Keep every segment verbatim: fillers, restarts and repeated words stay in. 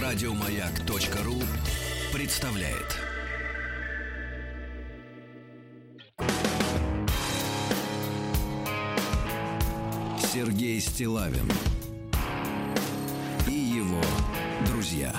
Радиомаяк.ру представляет. Сергей Стиллавин и его друзья.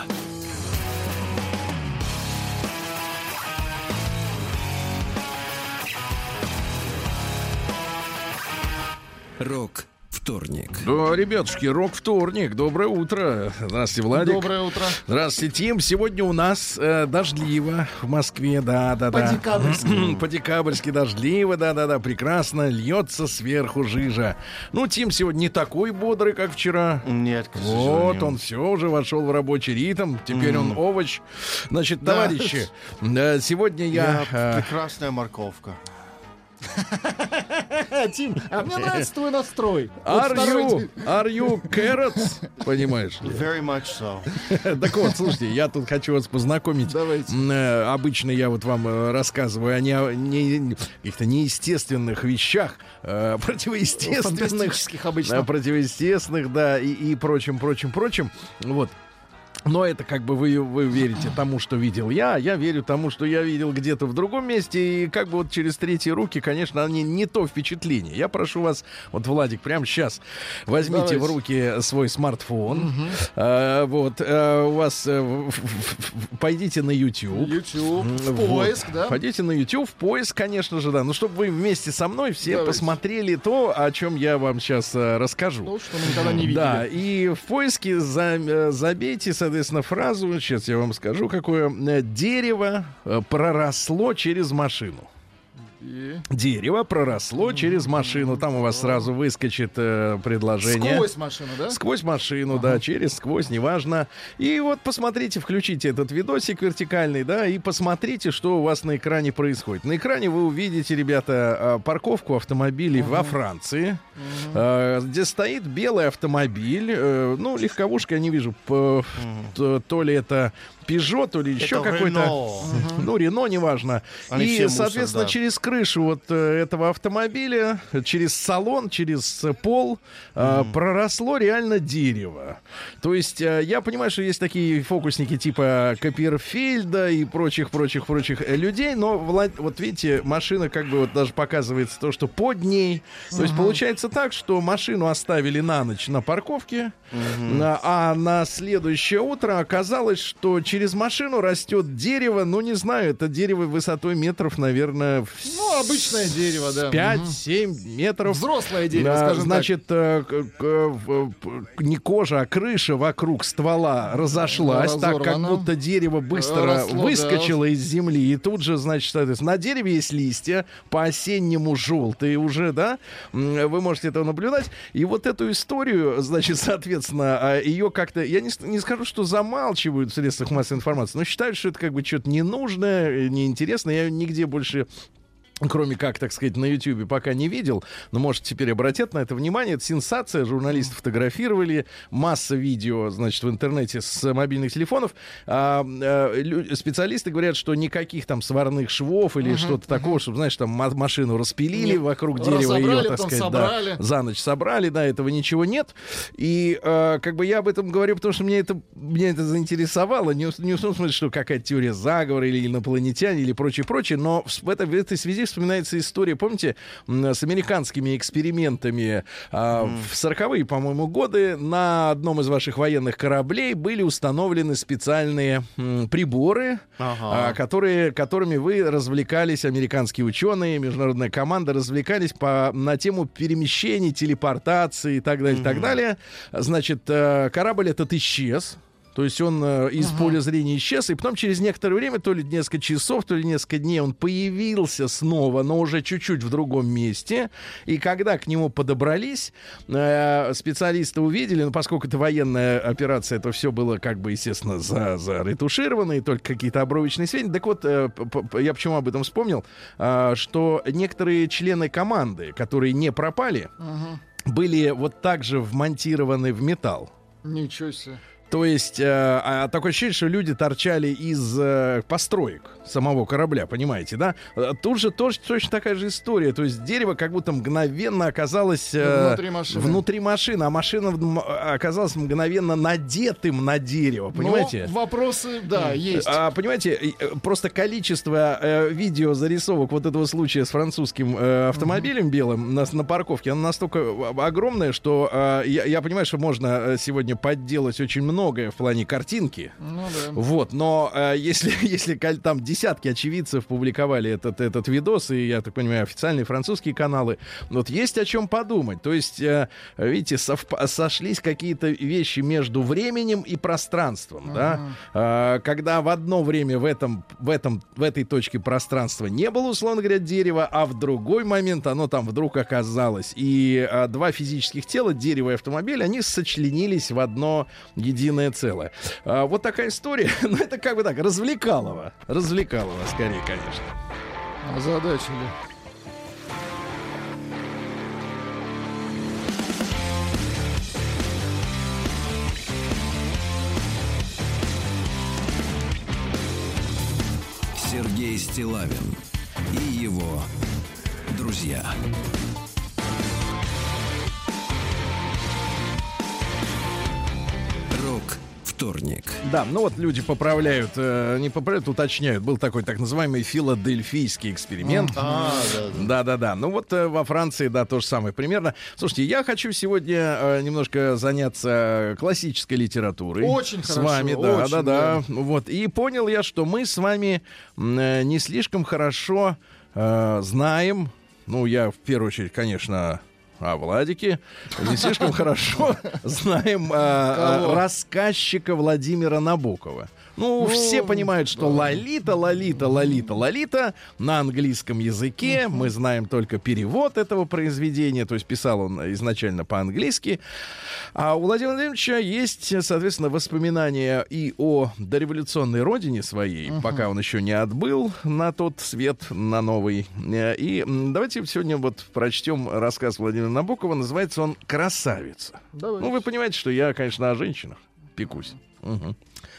Рок-вторник. Да, ребятушки, рок-вторник. Доброе утро. Здравствуйте, Владик. Доброе утро. Здравствуйте, Тим. Сегодня у нас э, дождливо в Москве. Да, да, да. По-декабрьски. По-декабрьски дождливо, да, да, да. Прекрасно. Льется сверху жижа. Ну, Тим сегодня не такой бодрый, как вчера. Нет, к сожалению. Вот, он все уже вошел в рабочий ритм. Теперь Mm. он овощ. Значит, Да. товарищи, э, сегодня я... Я э, прекрасная морковка. Тим, а мне нравится твой настрой. Are you, are you carrots? Понимаешь ли? Very much so. Так вот, слушайте, я тут хочу вас познакомить. Давайте. М, э, Обычно я вот вам э, рассказываю о не, не- каких-то неестественных вещах, э, противоестественных, Фантастических обычно. э, противоестественных, да, и, и прочим, прочим, прочим. Вот. Но это как бы вы, вы верите тому, что видел я, а я верю тому, что я видел где-то в другом месте, и как бы вот через третьи руки, конечно, они не то впечатление. Я прошу вас, вот, Владик, прямо сейчас возьмите Давайте. в руки свой смартфон, а, вот, а, у вас, э, в- в- в- пойдите на YouTube. YouTube, в Вот. поиск, да? Пойдите на YouTube, в поиск, конечно же, да. Ну, чтобы вы вместе со мной все Давайте. посмотрели то, о чем я вам сейчас расскажу. Ну, что мы никогда не видели. Да, и в поиске за- э, забейте, соответственно, фразу, сейчас я вам скажу, какое э, дерево э, проросло через машину. И Дерево проросло через машину. Там у вас сразу выскочит э, предложение. сквозь машину, да? Сквозь машину, да, через, сквозь, неважно. И вот посмотрите, включите этот видосик вертикальный, да, и посмотрите, что у вас на экране происходит. На экране вы увидите, ребята, э, парковку автомобилей во Франции, э, где стоит белый автомобиль. э, Ну, легковушка, я не вижу, п- то, то ли это Peugeot, то ли еще Это какой-то. Renault. Ну, Рено, неважно. Они И, все мусор, соответственно, да. через крышу вот э, этого автомобиля, через салон, через э, пол э, проросло реально дерево. То есть э, я понимаю, что есть такие фокусники типа Копперфильда и прочих-прочих-прочих э, людей, но, Влад- вот видите, машина как бы вот даже показывается то, что под ней. То есть получается так, что машину оставили на ночь на парковке, на- а на следующее утро оказалось, что через машину растет дерево, ну, не знаю, это дерево высотой метров, наверное, в Ну, обычное дерево, да. пять-семь метров. Взрослое дерево, Да, скажем значит, э, к- к- в- п- не кожа, а крыша вокруг ствола разошлась, так как Разорвана. будто дерево быстро Росло, выскочило из земли. И тут же, значит, соответственно, на дереве есть листья, по-осеннему желтые уже, да, М, вы можете это наблюдать. И вот эту историю, значит, соответственно, а, ее как-то, я не, с- не скажу, что замалчивают в средствах массовой информации, но считают, что это как бы что-то ненужное, неинтересное. Я нигде больше, кроме как, так сказать, на Ютьюбе пока не видел, но, может, теперь обратят на это внимание. Это сенсация, журналисты фотографировали, масса видео, значит, в интернете с мобильных телефонов. А, а, лю- специалисты говорят, что никаких там сварных швов или что-то такого, чтобы, знаешь, там ма- машину распилили Нет. вокруг дерева, Разобрали, ее, так потом сказать, собрали. да, за ночь собрали, да, этого ничего нет. И а, как бы я об этом говорю, потому что меня это, меня это заинтересовало, не, в- не в том смысле, что какая-то теория заговора или инопланетяне или прочее, прочее, но в, в, этой, в этой связи вспоминается история, помните, м, с американскими экспериментами а, в сороковые, по-моему, годы на одном из ваших военных кораблей были установлены специальные м, приборы, Ага. а, которые, которыми вы развлекались, американские ученые, международная команда развлекались по, на тему перемещений, телепортации и так далее, и так далее. Значит, э, корабль этот исчез. То есть он э, из поля зрения исчез, и потом через некоторое время, то ли несколько часов, то ли несколько дней, он появился снова, но уже чуть-чуть в другом месте. И когда к нему подобрались, э, специалисты увидели, ну, поскольку это военная операция, это все было, как бы, естественно, за, заретушировано, и только какие-то обрывочные сведения. Так вот, э, п- п- я почему об этом вспомнил, э, что некоторые члены команды, которые не пропали, были вот так же вмонтированы в металл. Ничего себе. То есть, э, а, такое ощущение, что люди торчали из э, построек самого корабля, понимаете, да? Э, Тут же тоже точно такая же история. То есть дерево как будто мгновенно оказалось э, Внутри машины. внутри машины, а машина м- оказалась мгновенно надетым на дерево, понимаете? Но вопросы, да, есть. А, понимаете, и, э, просто количество э, видео зарисовок вот этого случая с французским э, автомобилем белым на, на парковке, оно настолько огромное, что э, я, я понимаю, что можно сегодня подделать очень многое в плане картинки. Ну да. Вот, но э, если, если каль- там десятки очевидцев публиковали этот, этот видос, и, я так понимаю, официальные французские каналы, вот есть о чем подумать. То есть, э, видите, совп- сошлись какие-то вещи между временем и пространством, да? Э, когда в одно время в, этом, в, этом, в этой точке пространства не было, условно говоря, дерева, а в другой момент оно там вдруг оказалось. И э, два физических тела, дерево и автомобиль, они сочленились в одно единое целое. А, вот такая история. Ну, это как бы так, развлекалово. Развлекалово, скорее, конечно. Озадачили. Сергей Стиллавин и его друзья. Рок-вторник. Да, ну вот люди поправляют, э, не поправляют, уточняют. Был такой так называемый филадельфийский эксперимент. А, да, да. Да-да-да. Ну вот э, во Франции, да, то же самое примерно. Слушайте, я хочу сегодня э, немножко заняться классической литературой. Очень с хорошо, вами, да, очень, да, да, да. Вот. И понял я, что мы с вами э, не слишком хорошо э, знаем, ну, я в первую очередь, конечно, о Владике, не слишком хорошо знаем э, рассказчика Владимира Набокова. Ну, Ну, все понимают, что Лолита, Лолита, Лолита, Лолита на английском языке. Мы знаем только перевод этого произведения, то есть писал он изначально по-английски. А у Владимира Владимировича есть, соответственно, воспоминания и о дореволюционной родине своей, uh-huh. пока он еще не отбыл на тот свет, на новый. И давайте сегодня вот прочтем рассказ Владимира Набокова. Называется он «Красавица». Давайте. Ну, вы понимаете, что я, конечно, о женщинах пекусь. Угу.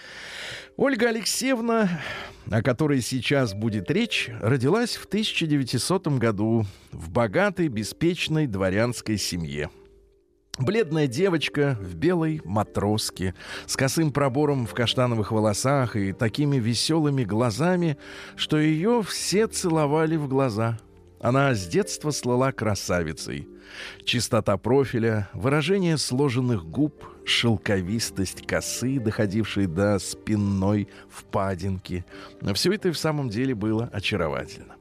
Ольга Алексеевна, о которой сейчас будет речь, родилась в тысяча девятисотом году в богатой, беспечной дворянской семье. Бледная девочка в белой матроске, с косым пробором в каштановых волосах и такими веселыми глазами, что ее все целовали в глаза. Она с детства слыла красавицей. Чистота профиля, выражение сложенных губ, шелковистость косы, доходившей до спинной впадинки. Все это и в самом деле было очаровательно.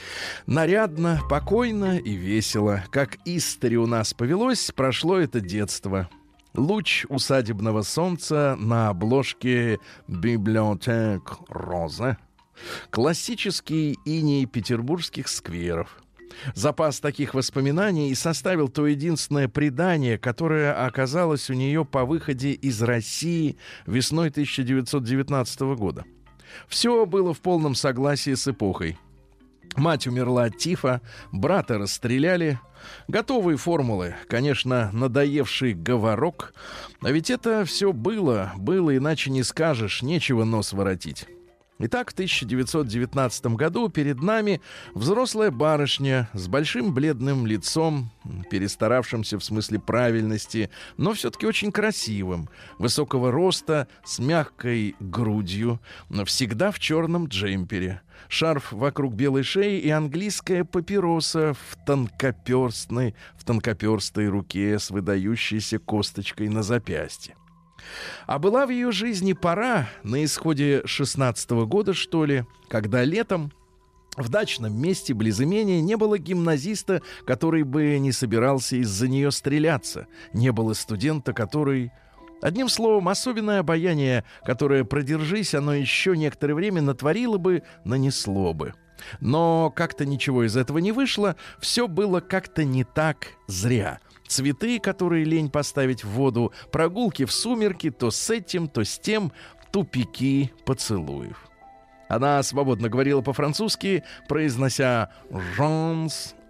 Нарядно, покойно и весело, как истори у нас повелось, прошло это детство. Луч усадебного солнца на обложке «Библиотек Розе». Классический иней петербургских скверов. Запас таких воспоминаний и составил то единственное предание, которое оказалось у нее по выходе из России весной тысяча девятьсот девятнадцатого года. Все было в полном согласии с эпохой. Мать умерла от тифа, брата расстреляли. Готовые формулы, конечно, надоевший говорок. А ведь это все было, было, иначе не скажешь, нечего нос воротить. Итак, в тысяча девятьсот девятнадцатом году перед нами взрослая барышня с большим бледным лицом, перестаравшимся в смысле правильности, но все-таки очень красивым, высокого роста, с мягкой грудью, но всегда в черном джемпере, шарф вокруг белой шеи и английская папироса в тонкоперстной, в тонкоперстой руке с выдающейся косточкой на запястье. А была в ее жизни пора, на исходе шестнадцатого года, что ли, когда летом в дачном месте близ имения не было гимназиста, который бы не собирался из-за нее стреляться, не было студента, который... Одним словом, особенное обаяние, которое, продержись оно еще некоторое время, натворило бы, нанесло бы. Но как-то ничего из этого не вышло, все было как-то не так зря. Цветы, которые лень поставить в воду, прогулки в сумерки, то с этим, то с тем, тупики поцелуев. Она свободно говорила по-французски, произнося «жанс»,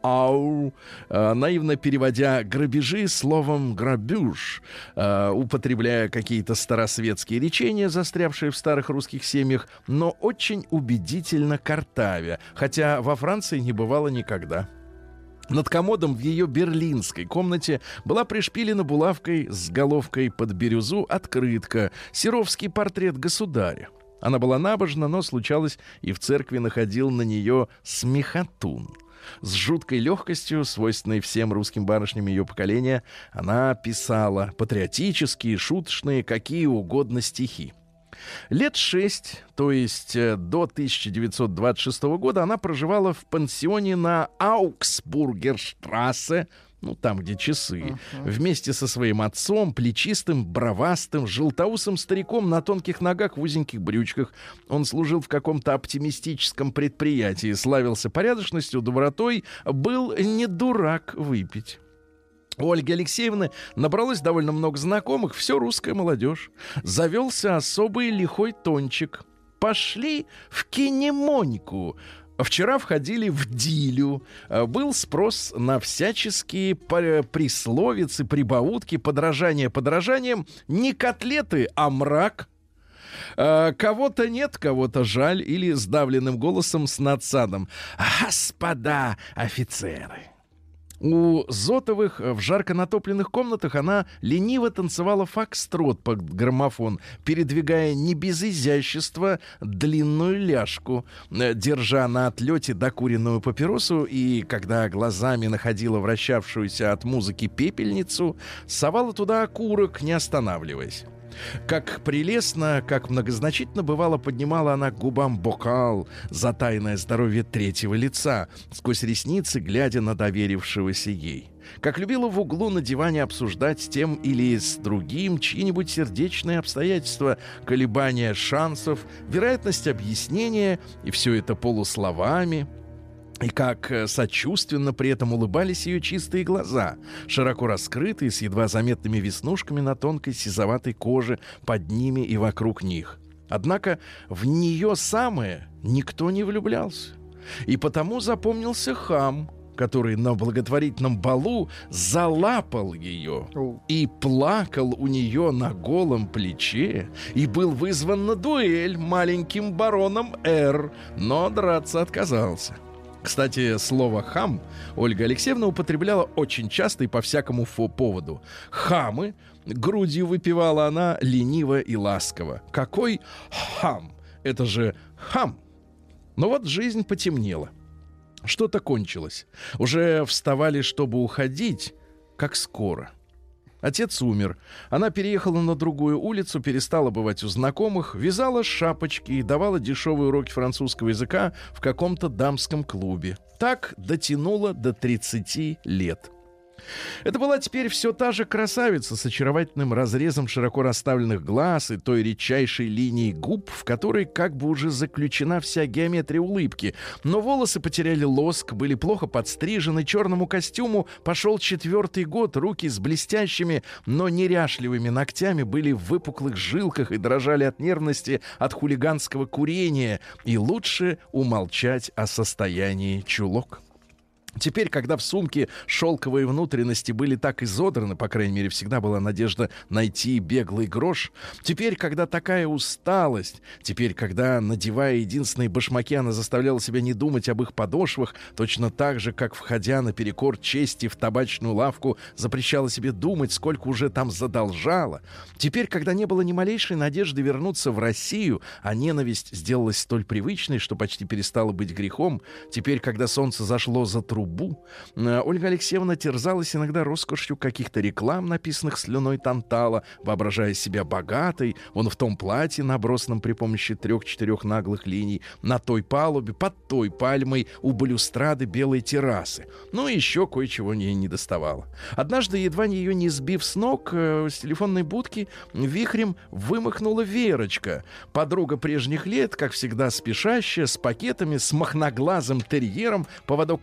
ау, э, наивно переводя грабежи словом грабюж, э, употребляя какие-то старосветские речения, застрявшие в старых русских семьях, но очень убедительно картавя, хотя во Франции не бывало никогда. Над комодом в ее берлинской комнате была пришпилена булавкой с головкой под бирюзу открытка «Серовский портрет государя». Она была набожна, но случалось, и в церкви находил на нее смехотун. С жуткой легкостью, свойственной всем русским барышням ее поколения, она писала патриотические, шуточные, какие угодно стихи. Лет шесть, то есть до тысяча девятьсот двадцать шестого года, она проживала в пансионе на Аугсбургерштрассе, ну, там, где часы, uh-huh. вместе со своим отцом, плечистым, бровастым, желтоусым стариком на тонких ногах в узеньких брючках. Он служил в каком-то оптимистическом предприятии, славился порядочностью, добротой, был не дурак выпить. У Ольги Алексеевны набралось довольно много знакомых, все русская молодежь. Завелся особый лихой тончик. Пошли в кинемоньку. Вчера входили в дилю. Был спрос на всяческие присловицы, прибаутки, подражания подражанием. Не котлеты, а мрак. Кого-то нет, кого-то жаль. Или сдавленным голосом с надсадом: «Господа офицеры!» У Зотовых в жарко натопленных комнатах она лениво танцевала фокстрот под граммофон, передвигая не без изящества длинную ляжку, держа на отлете докуренную папиросу, и, когда глазами находила вращавшуюся от музыки пепельницу, совала туда окурок, не останавливаясь. Как прелестно, как многозначительно бывало, поднимала она к губам бокал за тайное здоровье третьего лица, сквозь ресницы глядя на доверившегося ей. Как любила в углу на диване обсуждать с тем или с другим чьи-нибудь сердечные обстоятельства, колебания шансов, вероятность объяснения, и все это полусловами. И как сочувственно при этом улыбались ее чистые глаза, широко раскрытые, с едва заметными веснушками на тонкой сизоватой коже под ними и вокруг них. Однако в нее самое никто не влюблялся. И потому запомнился хам, который на благотворительном балу залапал ее и плакал у нее на голом плече, и был вызван на дуэль маленьким бароном Р, но драться отказался. Кстати, слово «хам» Ольга Алексеевна употребляла очень часто и по всякому фо поводу. «Хамы» грудью выпивала она лениво и ласково. Какой хам? Это же хам. Но вот жизнь потемнела. Что-то кончилось. Уже вставали, чтобы уходить, как скоро. Отец умер. Она переехала на другую улицу, перестала бывать у знакомых, вязала шапочки и давала дешевые уроки французского языка в каком-то дамском клубе. Так дотянула до тридцати лет. Это была теперь все та же красавица с очаровательным разрезом широко расставленных глаз и той редчайшей линией губ, в которой как бы уже заключена вся геометрия улыбки. Но волосы потеряли лоск, были плохо подстрижены, черному костюму пошел четвертый год, руки с блестящими, но неряшливыми ногтями были в выпуклых жилках и дрожали от нервности, от хулиганского курения, и лучше умолчать о состоянии чулок. Теперь, когда в сумке шелковые внутренности были так изодраны, по крайней мере, всегда была надежда найти беглый грош. Теперь, когда такая усталость, теперь, когда, надевая единственные башмаки, она заставляла себя не думать об их подошвах, точно так же, как, входя наперекор чести в табачную лавку, запрещала себе думать, сколько уже там задолжала. Теперь, когда не было ни малейшей надежды вернуться в Россию, а ненависть сделалась столь привычной, что почти перестала быть грехом, теперь, когда солнце зашло за трубу, Ольга Алексеевна терзалась иногда роскошью каких-то реклам, написанных слюной тантала, воображая себя богатой, он в том платье, набросанном при помощи трех-четырех наглых линий, на той палубе, под той пальмой, у балюстрады белой террасы. Ну и еще кое-чего ей не доставало. Однажды, едва ее не сбив с ног, э, с телефонной будки вихрем вымахнула Верочка, подруга прежних лет, как всегда спешащая, с пакетами, с мохноглазым терьером, поводок которого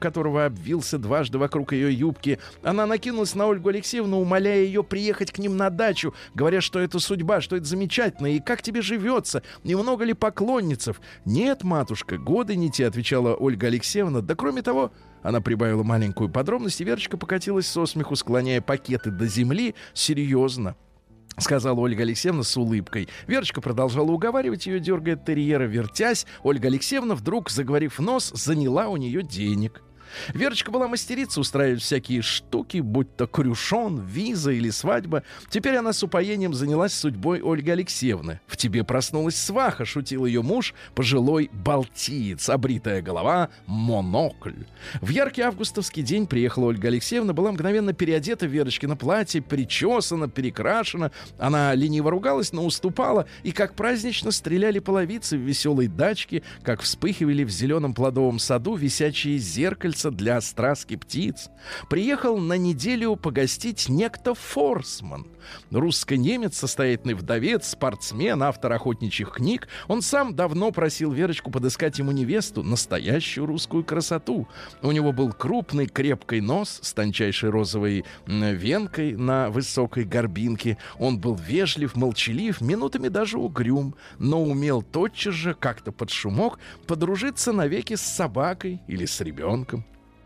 обвился дважды вокруг ее юбки. Она накинулась на Ольгу Алексеевну, умоляя ее приехать к ним на дачу, говоря, что это судьба, что это замечательно, и как тебе живется, и много ли поклонницев. «Нет, матушка, годы не те», — отвечала Ольга Алексеевна. Да кроме того, она прибавила маленькую подробность, и Верочка покатилась со смеху, склоняя пакеты до земли. «Серьезно», — сказала Ольга Алексеевна с улыбкой. Верочка продолжала уговаривать ее, дергая терьера, вертясь. Ольга Алексеевна вдруг, заговорив нос, заняла у нее денег. Верочка была мастерица устраивать всякие штуки, будь то крюшон, виза или свадьба. Теперь она с упоением занялась судьбой Ольги Алексеевны. «В тебе проснулась сваха», — шутил ее муж, пожилой балтиец, обритая голова, монокль. В яркий августовский день приехала Ольга Алексеевна, была мгновенно переодета в Верочкино платье, причесана, перекрашена. Она лениво ругалась, но уступала, и как празднично стреляли половицы в веселой дачке, как вспыхивали в зеленом плодовом саду висячие зеркальца для страски птиц. Приехал на неделю погостить некто Форсман. Русско-немец, состоятельный вдовец, спортсмен, автор охотничьих книг. Он сам давно просил Верочку подыскать ему невесту, настоящую русскую красоту. У него был крупный крепкий нос с тончайшей розовой венкой на высокой горбинке. Он был вежлив, молчалив, минутами даже угрюм, но умел тотчас же, как-то под шумок, подружиться навеки с собакой или с ребенком.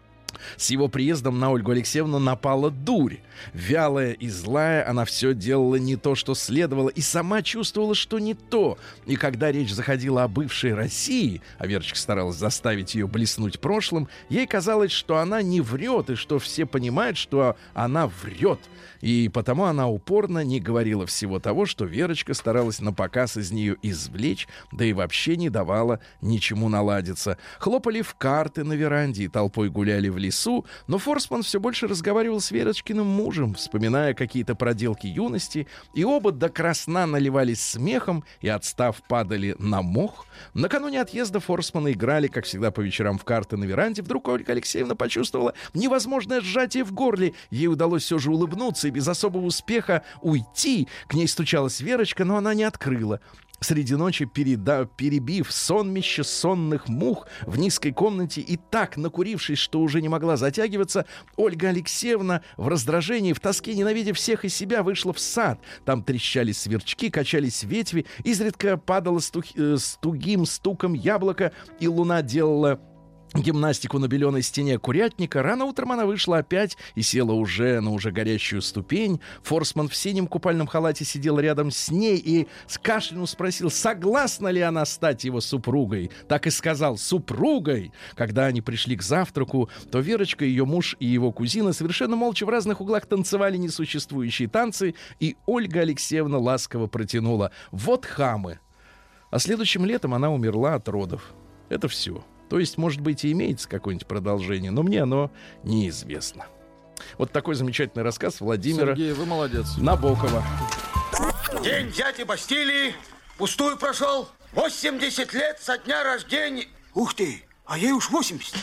С его приездом на Ольгу Алексеевну напала дурь. Вялая и злая, она все делала не то, что следовало, и сама чувствовала, что не то. И когда речь заходила о бывшей России, а Верочка старалась заставить ее блеснуть прошлым, ей казалось, что она не врет, и что все понимают, что она врет. И потому она упорно не говорила всего того, что Верочка старалась напоказ из нее извлечь, да и вообще не давала ничему наладиться. Хлопали в карты на веранде и толпой гуляли в лесу, но Форсман все больше разговаривал с Верочкиным мужем, вспоминая какие-то проделки юности, и оба до красна наливались смехом и, отстав, падали на мох. Накануне отъезда Форсмана играли, как всегда, по вечерам в карты на веранде. Вдруг Ольга Алексеевна почувствовала невозможное сжатие в горле. Ей удалось все же улыбнуться и без особого успеха уйти. К ней стучалась Верочка, но она не открыла. Среди ночи, переда... перебив сонмище сонных мух в низкой комнате и так накурившись, что уже не могла затягиваться, Ольга Алексеевна в раздражении, в тоске, ненавидя всех и себя, вышла в сад. Там трещали сверчки, качались ветви, изредка падало стух... э, с тугим стуком яблоко, и луна делала гимнастику на беленой стене курятника. Рано утром она вышла опять и села уже на уже горящую ступень. Форсман в синем купальном халате сидел рядом с ней и с кашлянул спросил, согласна ли она стать его супругой. Так и сказал, супругой. Когда они пришли к завтраку, то Верочка, ее муж и его кузина совершенно молча в разных углах танцевали несуществующие танцы, и Ольга Алексеевна ласково протянула: вот хамы. А следующим летом она умерла от родов. Это все. То есть, может быть, и имеется какое-нибудь продолжение, но мне оно неизвестно. Вот такой замечательный рассказ Владимира Сергей, вы молодец. Набокова. День дяди Бастилии пустую прошел. восемьдесят лет со дня рождения. Ух ты, а ей уж восемьдесят.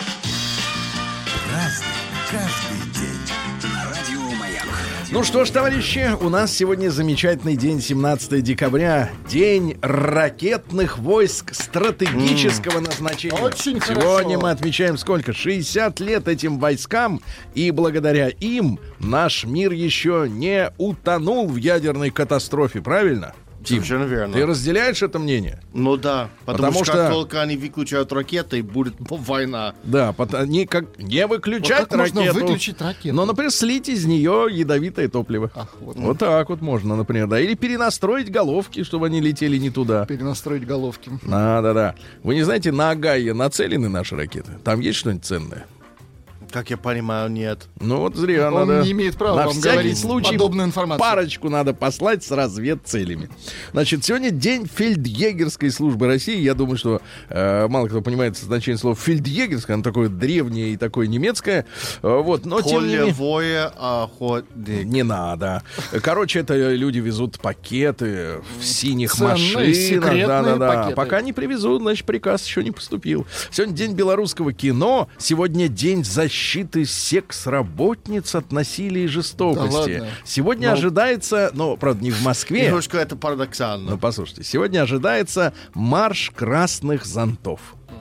Разный, каждый день. На радио Маяк. Ну что ж, товарищи, у нас сегодня замечательный день, семнадцатое декабря, день ракетных войск стратегического mm. назначения. Очень Сегодня хорошо. мы отмечаем сколько? шестьдесят лет этим войскам, и благодаря им наш мир еще не утонул в ядерной катастрофе, правильно? Тим, Совершенно верно. ты разделяешь это мнение? Ну да, потому, Потому что, что- как только они выключают ракеты, будет война. Да, пот- они как не выключать Вот как можно ракету, выключить ракету? но, например, слить из нее ядовитое топливо. Ах, вот. Вот так вот можно, например, да. Или перенастроить головки, чтобы они летели не туда. Перенастроить головки. А, да-да. Вы не знаете, на Агайе нацелены наши ракеты? Там есть что-нибудь ценное? Как я понимаю, нет. Ну вот зря Он надо... не имеет права на вам всякий говорить случай подобную информацию. парочку надо послать с разведцелями. Значит, сегодня день фельдъегерской службы России. Я думаю, что э, мало кто понимает значение слова фельдъегерская. Оно такое древнее и такое немецкое. Э, вот, но тем не менее... Полевое охотник. Не надо. Короче, это люди везут пакеты в синих Ценные, машинах. секретные Да-да-да. пакеты. Пока не привезут, значит, приказ еще не поступил. Сегодня день белорусского кино. Сегодня день защиты секс-работниц от насилия и жестокости. Да ладно? Сегодня Ну, ожидается, ну, правда, не в Москве. Немножко это парадоксально. Ну, послушайте, сегодня ожидается марш красных зонтов.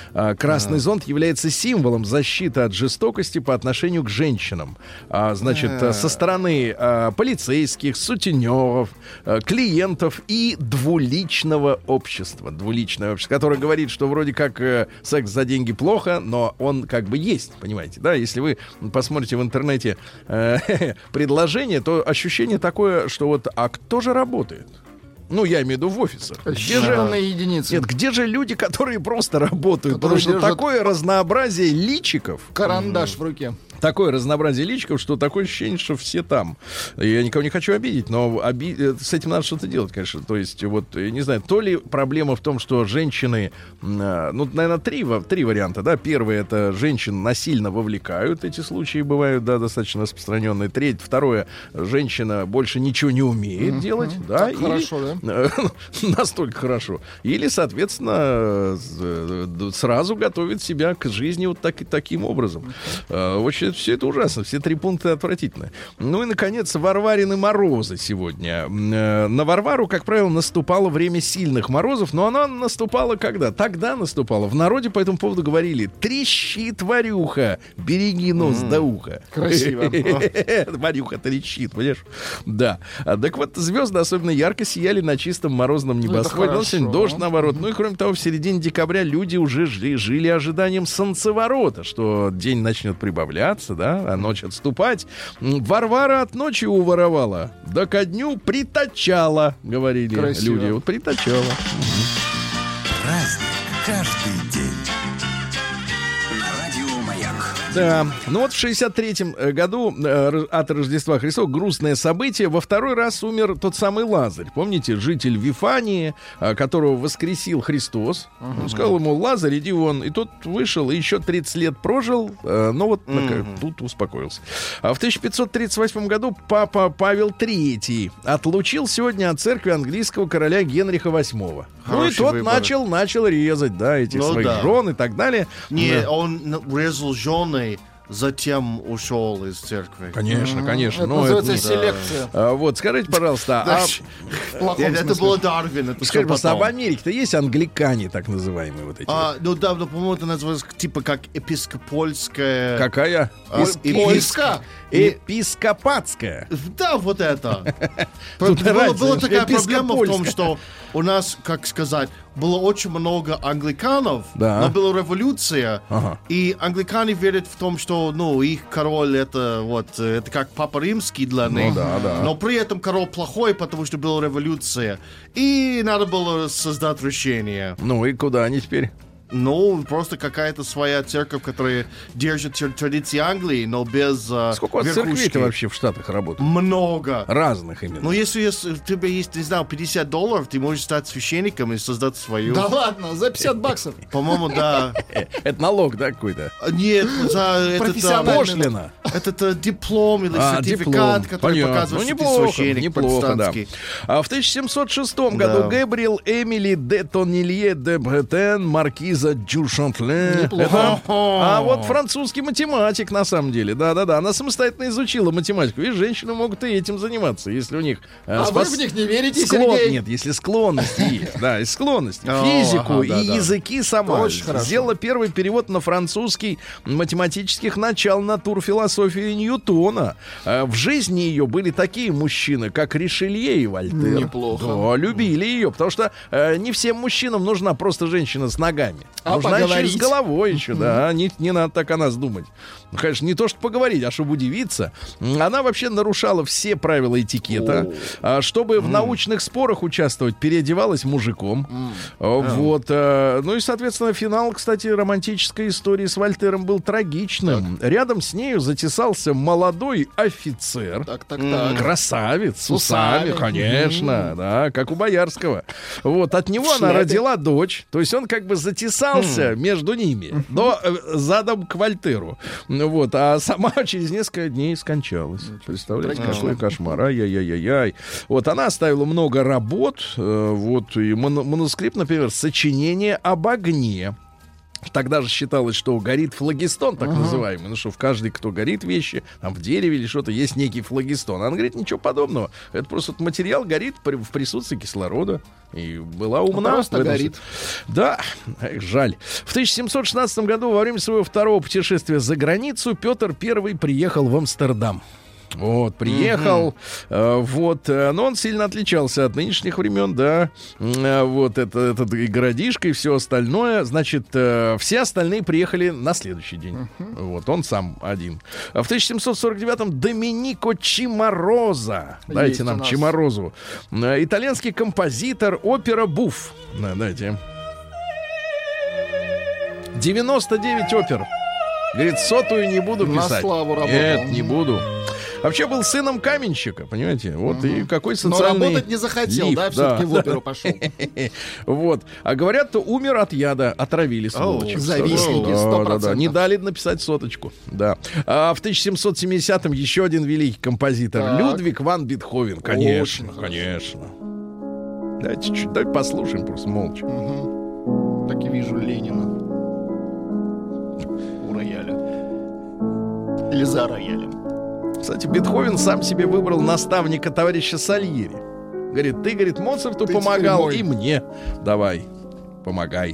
А, красный зонт является символом защиты от жестокости по отношению к женщинам. А, значит, а. со стороны а, полицейских, сутенеров, а, клиентов и двуличного общества. Двуличное общество, которое говорит, что вроде как э, секс за деньги плохо, но он как бы есть, понимаете, да? Если вы посмотрите в интернете э, предложение, то ощущение такое, что вот, а кто же работает? Ну, я имею в виду в офисах. Где же на единицы? Нет, где же люди, которые просто работают? Которые Потому что держат такое разнообразие личиков. Карандаш в руке. Такое разнообразие личиков, что такое ощущение, что все там. Я никого не хочу обидеть, но оби... с этим надо что-то делать, конечно. То есть, вот, я не знаю, то ли проблема в том, что женщины, ну, наверное, три, три варианта, да. Первый — это женщин насильно вовлекают, эти случаи бывают, да, достаточно распространенные. Третье, второе, женщина больше ничего не умеет mm-hmm. делать, да. Так или... хорошо, да? Настолько хорошо. Или, соответственно, сразу готовит себя к жизни вот так, таким образом. Очень все это ужасно, все три пункта отвратительны. Ну и, наконец, Варварины морозы сегодня. На Варвару, как правило, наступало время сильных морозов, но она наступала когда? Тогда наступала. В народе по этому поводу говорили: трещит Варюха, береги нос mm. до уха. Красиво. Варюха трещит, понимаешь? Да. Так вот, звезды особенно ярко сияли на чистом морозном небосводе. Ну, сегодня дождь, наоборот. Ну и, кроме того, в середине декабря люди уже жили, жили ожиданием солнцеворота, что день начнет прибавляться, да, а ночь отступать. Варвара от ночи уворовала, да ко дню притачала, говорили Красиво. Люди. Вот притачала. Праздник каждый день. Да, ну вот в шестьдесят третьем году э, от Рождества Христова грустное событие. Во второй раз умер тот самый Лазарь. Помните, житель Вифании, э, которого воскресил Христос. Uh-huh. Он сказал ему: Лазарь, иди вон. И тот вышел и еще тридцать лет прожил, э, но вот uh-huh. тут успокоился. А в тысяча пятьсот тридцать восьмом году папа Павел третий отлучил сегодня от церкви английского короля Генриха восьмого. Хороший ну и тот выбор. начал, начал резать, да, этих ну, своих да. жен и так далее. Не, да. он резал жены, затем ушел из церкви. Конечно, конечно. Это ну, называется это, селекция. А, вот, скажите, пожалуйста, а... это было Дарвин. Это скажите, просто, а в Америке-то есть англикане, так называемые вот эти? А, ну да, но, по-моему, это называется типа как епископольская. Какая? Польска? Епископатская. Да, вот это. Была такая проблема в том, что у нас, как сказать, было очень много англиканов, да. но была революция, ага. и англикане верят в том, что, ну, их король это вот, это как Папа Римский для них, ну, да, да. но при этом король плохой, потому что была революция, и надо было создать решение. Ну и куда они теперь? Ну, просто какая-то своя церковь, которая держит традиции Англии, но без uh, Сколько у вас церквей-то вообще в Штатах работает? Много. Разных именно. Ну, если, если у тебя есть, не знаю, пятьдесят долларов, ты можешь стать священником и создать свою. Да ладно, за пятьдесят баксов. По-моему, да. Это налог, да, какой-то? Нет, за это пошлина. Это диплом или сертификат, который показывает, что ты священник протестантский. А в тысяча семьсот шестом году Гэбриэл Эмили де Тоннелье де Бретен, маркиз Дюшантлен. Это, а вот французский математик, на самом деле. Да-да-да. Она самостоятельно изучила математику. И женщины могут и этим заниматься, если у них... А спас... вы в них не верите, Склон... Сергей? Нет, если склонность есть. Да, есть склонность. Физику и языки сама. Сделала первый перевод на французский математических начал натур философии Ньютона. В жизни ее были такие мужчины, как Ришелье и Вольтер. Неплохо. Да, любили ее, потому что не всем мужчинам нужна просто женщина с ногами. А нужна поговорить? еще с головой еще, да. Не, не надо так о нас думать. Ну, конечно, не то, что поговорить, а чтобы удивиться. Она вообще нарушала все правила этикета. А, чтобы mm. в научных спорах участвовать, переодевалась мужиком. Mm. Вот. А, ну и, соответственно, финал, кстати, романтической истории с Вольтером был трагичным. Так. Рядом с нею затесался молодой офицер. Так, так, так. Красавец, с усами, конечно. Mm. Да, как у Боярского. Вот. От него Шляпе. Она родила дочь. То есть он как бы затесался mm. между ними. Но задом к Вольтеру. Вот, а сама через несколько дней скончалась. Представляете, какой кошмар. Ай-яй-яй-яй. Вот, она оставила много работ. Вот, и манускрипт, например, «Сочинение об огне». Тогда же считалось, что горит флагистон, так uh-huh. называемый. Ну что, в каждой, кто горит вещи, там в дереве или что-то, есть некий флагистон. Она говорит, ничего подобного. Это просто материал горит при, в присутствии кислорода. И была умна. Просто горит. Да, эх, жаль. В тысяча семьсот шестнадцатом году во время своего второго путешествия за границу Петр Первый приехал в Амстердам. Вот, приехал, mm-hmm. э, вот, э, но он сильно отличался от нынешних времен, да, э, вот, это, этот и городишко и все остальное, значит, э, все остальные приехали на следующий день, mm-hmm. вот, он сам один. В тысяча семьсот сорок девятом Доменико Чимороза, дайте нам Чиморозу, э, итальянский композитор, опера «Буф», да, дайте, девяносто девять опер, говорит, сотую не буду писать. На славу работал. Нет, не буду. Вообще был сыном каменщика, понимаете? Вот угу. и какой социальный... Но работать не захотел, лифт, да? Все-таки да, в оперу пошел. Вот. А говорят, то умер от яда, отравили сволочь. Завистники, сто процентов. Не дали написать соточку. Да. А в тысяча семьсот семидесятом еще один великий композитор. Так. Людвиг ван Бетховен. Конечно, очень конечно. Давайте чуть-чуть, давайте послушаем просто молча. Угу. Так и вижу Ленина у рояля. Или за роялем. Кстати, Бетховен сам себе выбрал наставника товарища Сальери. Говорит, ты, говорит, Моцарту ты помогал, и мне давай, помогай.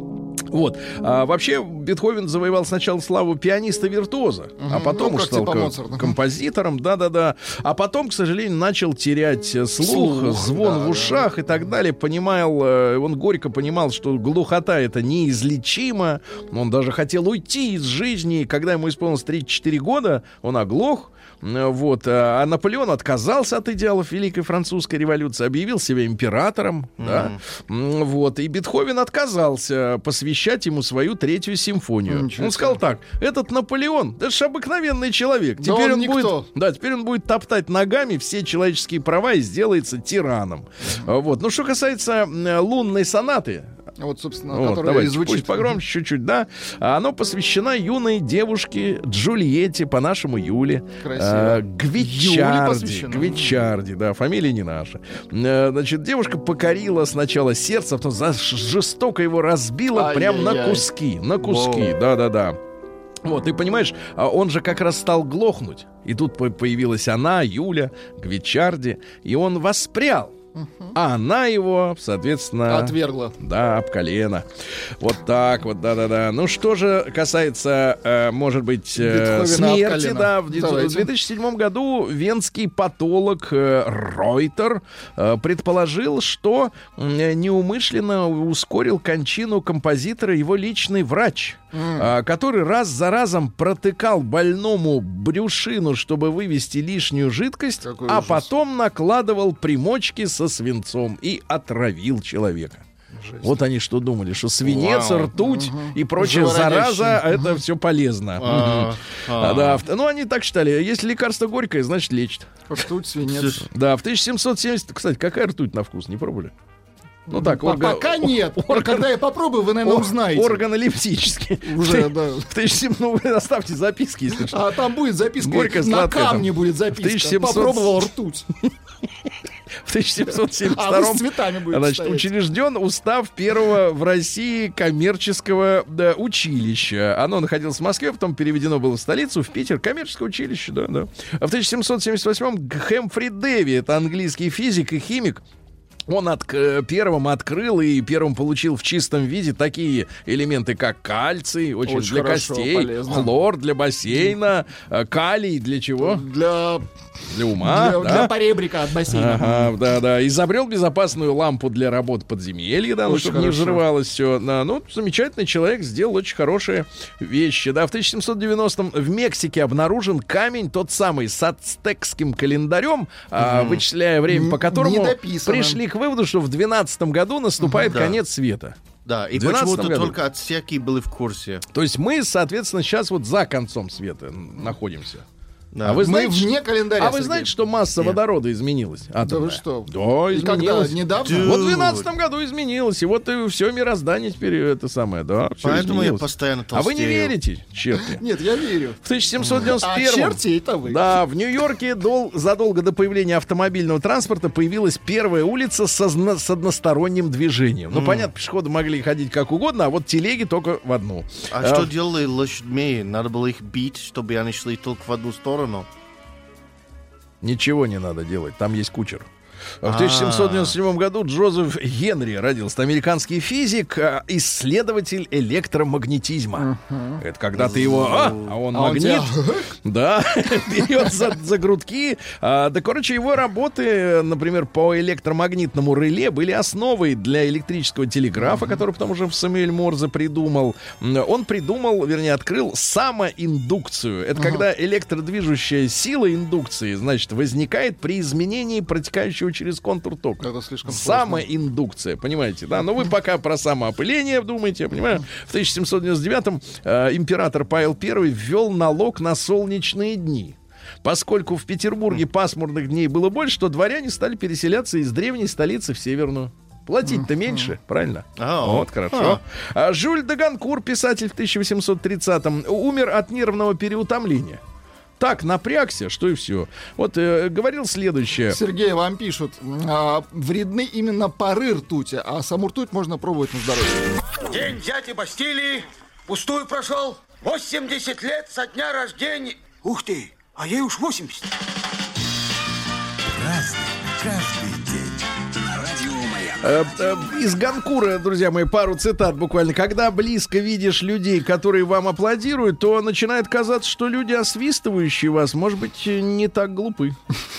Вот. А вообще Бетховен завоевал сначала славу пианиста-виртуоза, угу. а потом ну, уж стал типа композитором, да-да-да. А потом, к сожалению, начал терять слух, слух звон да, в ушах да. и так далее. Понимал, он горько понимал, что глухота это неизлечимо. Он даже хотел уйти из жизни. Когда ему исполнилось тридцать четыре года, он оглох. Вот. А Наполеон отказался от идеалов Великой Французской революции, объявил себя императором. Mm. Да? Вот. И Бетховен отказался посвящать ему свою третью симфонию. Ничего он сказал так: этот Наполеон, это же обыкновенный человек. Да теперь он, он будет, да, теперь он будет топтать ногами все человеческие права и сделается тираном. Mm. Вот. Ну, что касается лунной сонаты, вот, собственно, вот, которая давайте, звучит. Пусть погромче чуть-чуть, да. Оно посвящено юной девушке Джульетте, по-нашему Юле. Э, Гвичарди. Гвичарди, да, фамилия не наша. Э, значит, девушка покорила сначала сердце, потом жестоко его разбила прям на куски. На куски, да-да-да. Вот, и понимаешь, он же как раз стал глохнуть. И тут появилась она, Юля, Гвичарди, и он воспрял. Uh-huh. А она его, соответственно... отвергла. Да, об колено. Вот так вот, да-да-да. Ну, что же касается, э, может быть, э, смерти, да. В, в две тысячи седьмом году венский патолог э, Ройтер э, предположил, что э, неумышленно ускорил кончину композитора его личный врач, mm. э, который раз за разом протыкал больному брюшину, чтобы вывести лишнюю жидкость, какой а ужас. Потом накладывал примочки со свинцом и отравил человека. Жесть. Вот они что думали, что свинец, Вау. ртуть угу. и прочая зараза, угу. это все полезно. А, угу. а. Да, ну, они так считали. Если лекарство горькое, значит лечит. Ртуть, свинец. Да, в тысяча семьсот семидесятом... Кстати, какая ртуть на вкус, не пробовали? Ну так, орга... пока нет. Орган... Когда я попробую, вы, наверное, узнаете. Органолептический. Уже, да. В тысяча семьсот... Ну, вы оставьте записки, если что. А там будет записка. Горько, на камне там. Будет записка. тысяча семьсот... Попробовал ртуть. В тысяча семьсот семьдесят втором а вы с цветами будете значит, стоять. Учрежден устав первого в России коммерческого да, училища. Оно находилось в Москве, потом переведено было в столицу, в Питер. Коммерческое училище, да, да. А в тысяча семьсот семьдесят восьмом Хэмфри Дэви, это английский физик и химик, он от, первым открыл и первым получил в чистом виде такие элементы, как кальций, очень, очень для хорошо, костей, полезно. Хлор для бассейна, калий для чего? Для... Для ума, для, да? для поребрика от бассейна. Ага, да, да. Изобрел безопасную лампу для работы подземелья, да, ну, чтобы хорошо. Не взрывалось все. Да, ну, замечательный человек, сделал очень хорошие вещи. Да, в тысяча семьсот девяностом в Мексике обнаружен камень, тот самый с ацтекским календарем, mm. а, вычисляя время, по которому пришли к выводу, что в двенадцатом году наступает mm-hmm, конец да. света. Да, и почему-то году. Только отсеки были в курсе. То есть мы, соответственно, сейчас вот за концом света находимся. Да. А вы знаете, мы вне календаря. А вы знаете, что масса Нет. водорода изменилась? Атомная. Да вы что? Да, И изменилась. когда? Недавно? Dude. Вот в двенадцатом году изменилось. И вот и все мироздание теперь это самое. Да, Поэтому изменилось. я постоянно толстею. А вы не верите, черти? Нет, я верю. В тысяча семьсот девяносто первом, а черти это вы. Да, в Нью-Йорке дол- задолго до появления автомобильного транспорта появилась первая улица с, озна- с односторонним движением. Ну, mm. понятно, пешеходы могли ходить как угодно, а вот телеги только в одну. А, а что делали лошадьми? Надо было их бить, чтобы они шли только в одну сторону? Ничего не надо делать, там есть кучер. В тысяча семьсот девяносто седьмом году Джозеф Генри родился. Американский физик, исследователь электромагнетизма. Uh-huh. Это когда ты его... А, а он а магнит. Он да, берет за, за грудки. А, да, короче, его работы, например, по электромагнитному реле были основой для электрического телеграфа, uh-huh. который потом уже Самуэль Морзе придумал. Он придумал, вернее, открыл самоиндукцию. Это uh-huh. когда электродвижущая сила индукции, значит, возникает при изменении протекающего через контур тока. Это слишком самоиндукция, понимаете, да? Но вы пока про самоопыление думаете, я понимаю. В тысяча семьсот девяносто девятом э, император Павел Первый ввел налог на солнечные дни. Поскольку в Петербурге пасмурных дней было больше, то дворяне стали переселяться из древней столицы в северную. Платить-то меньше, правильно? Oh. Вот, хорошо. Oh. Жюль де Ганкур, писатель, в тысяча восемьсот тридцатом, умер от нервного переутомления. Так напрягся, что и все. Вот э, говорил следующее. Сергей, вам пишут, э, вредны именно пары ртути, а саму ртуть можно пробовать на здоровье. День дяди Бастилии пустую прошел. восемьдесят лет со дня рождения. Ух ты, а ей уж восемьдесят. Разный, каждый день. Э, э, из Ганкура, друзья мои, пару цитат буквально. Когда близко видишь людей, которые вам аплодируют, то начинает казаться, что люди, освистывающие вас, может быть, не так глупы.